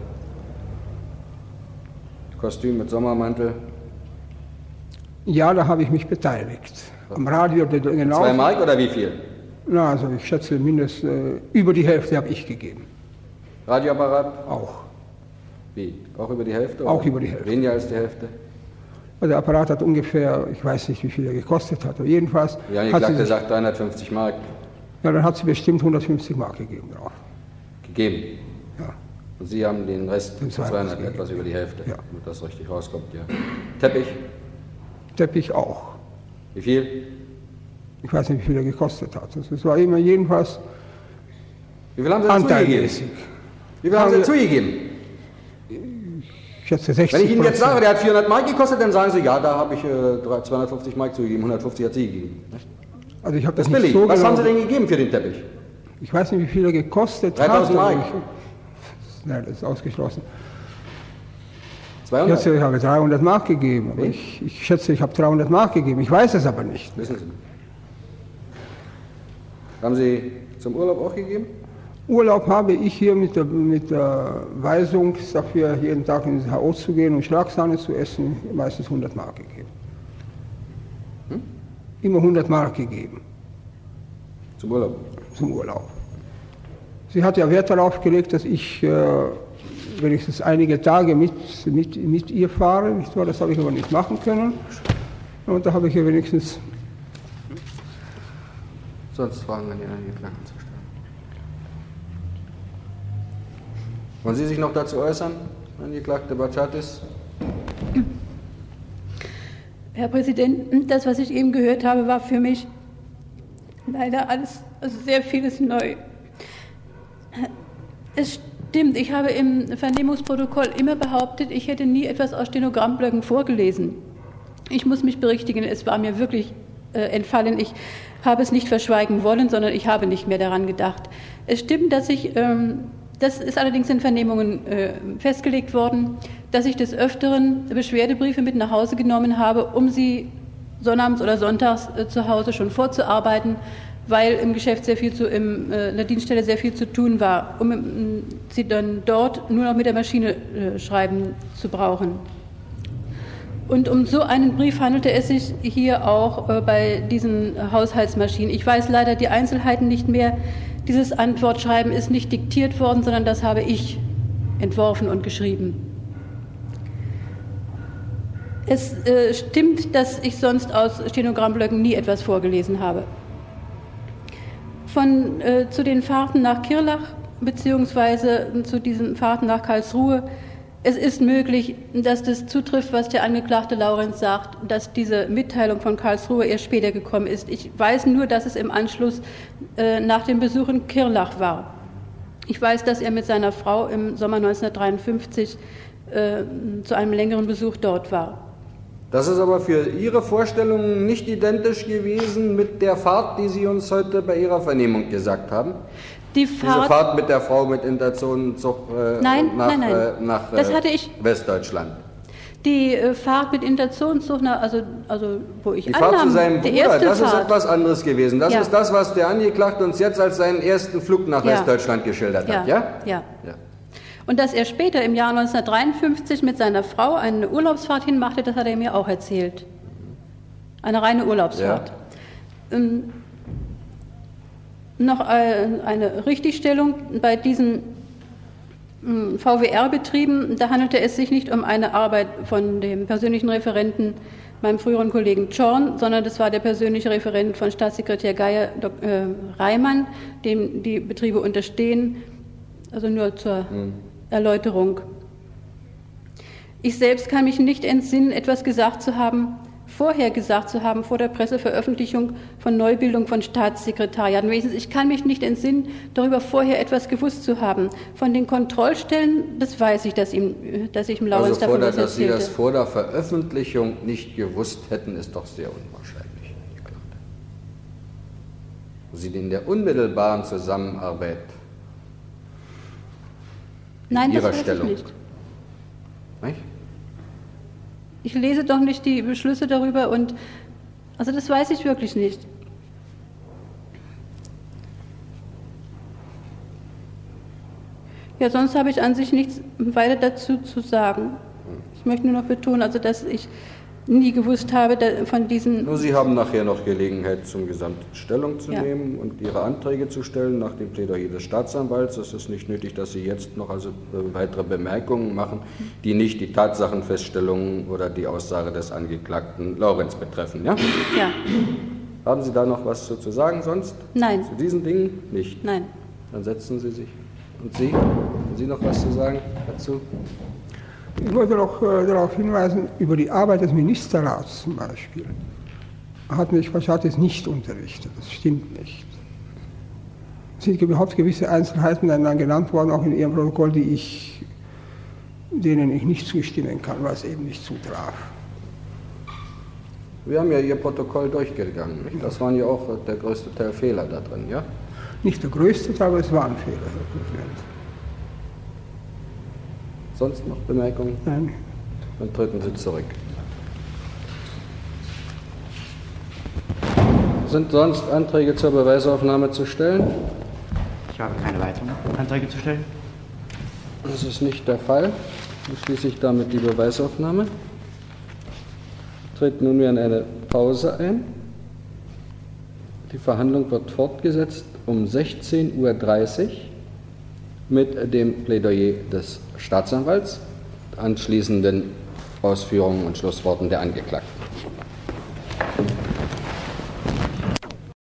Kostüm mit Sommermantel? Ja, da habe ich mich beteiligt. Am Radio genau. 2 Mark oder wie viel? Na, also ich schätze mindestens über die Hälfte habe ich gegeben. Radioapparat? Auch. Wie? Auch über die Hälfte? Auch über die Hälfte. Weniger als die Hälfte? Also der Apparat hat ungefähr, ich weiß nicht, wie viel er gekostet hat, aber jedenfalls. Die Angeklagte sagt 350 Mark. Ja, dann hat sie bestimmt 150 Mark gegeben drauf. Gegeben? Ja. Und Sie haben den Rest, 200, etwas über die Hälfte, ja. damit das richtig rauskommt, ja. Teppich? Teppich auch. Wie viel? Ich weiß nicht, wie viel er gekostet hat. Es war immer jedenfalls wie viel haben Sie zugegeben? Wie viel haben Sie zugegeben? Ich schätze 60%. Wenn ich Ihnen jetzt sage, der hat 400 Mark gekostet, dann sagen Sie, ja, da habe ich 250 Mark zugegeben, 150 hat Sie gegeben. Also ich habe das nicht billig. So was haben Sie denn gegeben für den Teppich? Ich weiß nicht, wie viel er gekostet 3000 hat. 3.000 Mark? Nein, das ist ausgeschlossen. 200? Ich habe 300 Mark gegeben. Aber ich schätze, ich habe 300 Mark gegeben. Ich weiß es aber nicht. Wissen Sie nicht. Haben Sie zum Urlaub auch gegeben? Urlaub habe ich hier mit der Weisung dafür, jeden Tag ins HO zu gehen und Schlagsahne zu essen, meistens 100 Mark gegeben. Immer 100 Mark gegeben. Zum Urlaub? Zum Urlaub. Sie hat ja Wert darauf gelegt, dass ich wenigstens einige Tage mit ihr fahre. Nicht wahr? Das habe ich aber nicht machen können. Und da habe ich ihr wenigstens... Sonst Fragen an die Angeklagten zu stellen. Wollen Sie sich noch dazu äußern, Angeklagte Batschatis? Herr Präsident, das, was ich eben gehört habe, war für mich leider alles, also sehr vieles neu. Es stimmt, ich habe im Vernehmungsprotokoll immer behauptet, ich hätte nie etwas aus Stenogrammblöcken vorgelesen. Ich muss mich berichtigen, es war mir wirklich entfallen. Ich habe es nicht verschweigen wollen, sondern ich habe nicht mehr daran gedacht. Es stimmt, dass das ist allerdings in Vernehmungen festgelegt worden, dass ich des Öfteren Beschwerdebriefe mit nach Hause genommen habe, um sie sonnabends oder sonntags zu Hause schon vorzuarbeiten, weil im Geschäft in der Dienststelle sehr viel zu tun war, um sie dann dort nur noch mit der Maschine schreiben zu brauchen. Und um so einen Brief handelte es sich hier auch bei diesen Haushaltsmaschinen. Ich weiß leider die Einzelheiten nicht mehr. Dieses Antwortschreiben ist nicht diktiert worden, sondern das habe ich entworfen und geschrieben. Es stimmt, dass ich sonst aus Stenogramblöcken nie etwas vorgelesen habe. Zu den Fahrten nach Kirlach beziehungsweise zu diesen Fahrten nach Karlsruhe, es ist möglich, dass das zutrifft, was der Angeklagte Laurenz sagt, dass diese Mitteilung von Karlsruhe erst später gekommen ist. Ich weiß nur, dass es im Anschluss nach dem Besuch in Kirlach war. Ich weiß, dass er mit seiner Frau im Sommer 1953 zu einem längeren Besuch dort war. Das ist aber für Ihre Vorstellungen nicht identisch gewesen mit der Fahrt, die Sie uns heute bei Ihrer Vernehmung gesagt haben? Diese Fahrt mit der Frau mit Interzonenzug nach Westdeutschland. Die Fahrt mit Interzonenzug, also wo ich die Fahrt zu seinem Bruder, das ist etwas anderes gewesen. Das ja. ist das, was der Angeklagte uns jetzt als seinen ersten Flug nach Westdeutschland geschildert hat, ja? Ja. Und dass er später im Jahr 1953 mit seiner Frau eine Urlaubsfahrt hinmachte, das hat er mir auch erzählt. Eine reine Urlaubsfahrt. Ja. Noch eine Richtigstellung bei diesen VWR-Betrieben, da handelte es sich nicht um eine Arbeit von dem persönlichen Referenten, meinem früheren Kollegen Zorn, sondern das war der persönliche Referent von Staatssekretär Geier, Reimann, dem die Betriebe unterstehen, also nur zur Erläuterung. Ich selbst kann mich nicht entsinnen, etwas vorher gesagt zu haben, vor der Presseveröffentlichung von Neubildung von Staatssekretariaten. Wenigstens, ich kann mich nicht entsinnen, darüber vorher etwas gewusst zu haben. Von den Kontrollstellen, das weiß ich, dass ich im Laurenz davon was erzählte. Dass Sie das vor der Veröffentlichung nicht gewusst hätten, ist doch sehr unwahrscheinlich. Sie in der unmittelbaren Zusammenarbeit in Ihrer Stellung. Nein, das weiß ich nicht. Nicht? Ich lese doch nicht die Beschlüsse darüber und also das weiß ich wirklich nicht. Ja, sonst habe ich an sich nichts weiter dazu zu sagen. Ich möchte nur noch betonen, also dass ich nie gewusst habe von diesen... Nur Sie haben nachher noch Gelegenheit, zum Gesamten Stellung zu nehmen und Ihre Anträge zu stellen nach dem Plädoyer des Staatsanwalts. Es ist nicht nötig, dass Sie jetzt noch weitere Bemerkungen machen, die nicht die Tatsachenfeststellungen oder die Aussage des Angeklagten Laurenz betreffen. Ja? Ja. Haben Sie da noch was zu sagen sonst? Nein. Zu diesen Dingen? Nicht? Nein. Dann setzen Sie sich. Und Sie? Haben Sie noch was zu sagen dazu? Ich wollte noch darauf hinweisen, über die Arbeit des Ministerrats zum Beispiel hat mich Batschatis nicht unterrichtet. Das stimmt nicht. Es sind überhaupt gewisse Einzelheiten dann genannt worden, auch in Ihrem Protokoll, denen ich nicht zustimmen kann, weil es eben nicht zutraf. Wir haben ja Ihr Protokoll durchgegangen. Nicht? Das waren ja auch der größte Teil Fehler da drin, ja? Nicht der größte Teil, aber es waren Fehler, Herr Präsident. Sonst noch Bemerkungen? Nein. Dann treten Sie zurück. Sind sonst Anträge zur Beweisaufnahme zu stellen? Ich habe keine weiteren Anträge zu stellen. Das ist nicht der Fall. Dann schließe ich damit die Beweisaufnahme. Ich trete nunmehr in eine Pause ein. Die Verhandlung wird fortgesetzt um 16:30 Uhr mit dem Plädoyer des Staatsanwalts, anschließenden Ausführungen und Schlussworten der Angeklagten.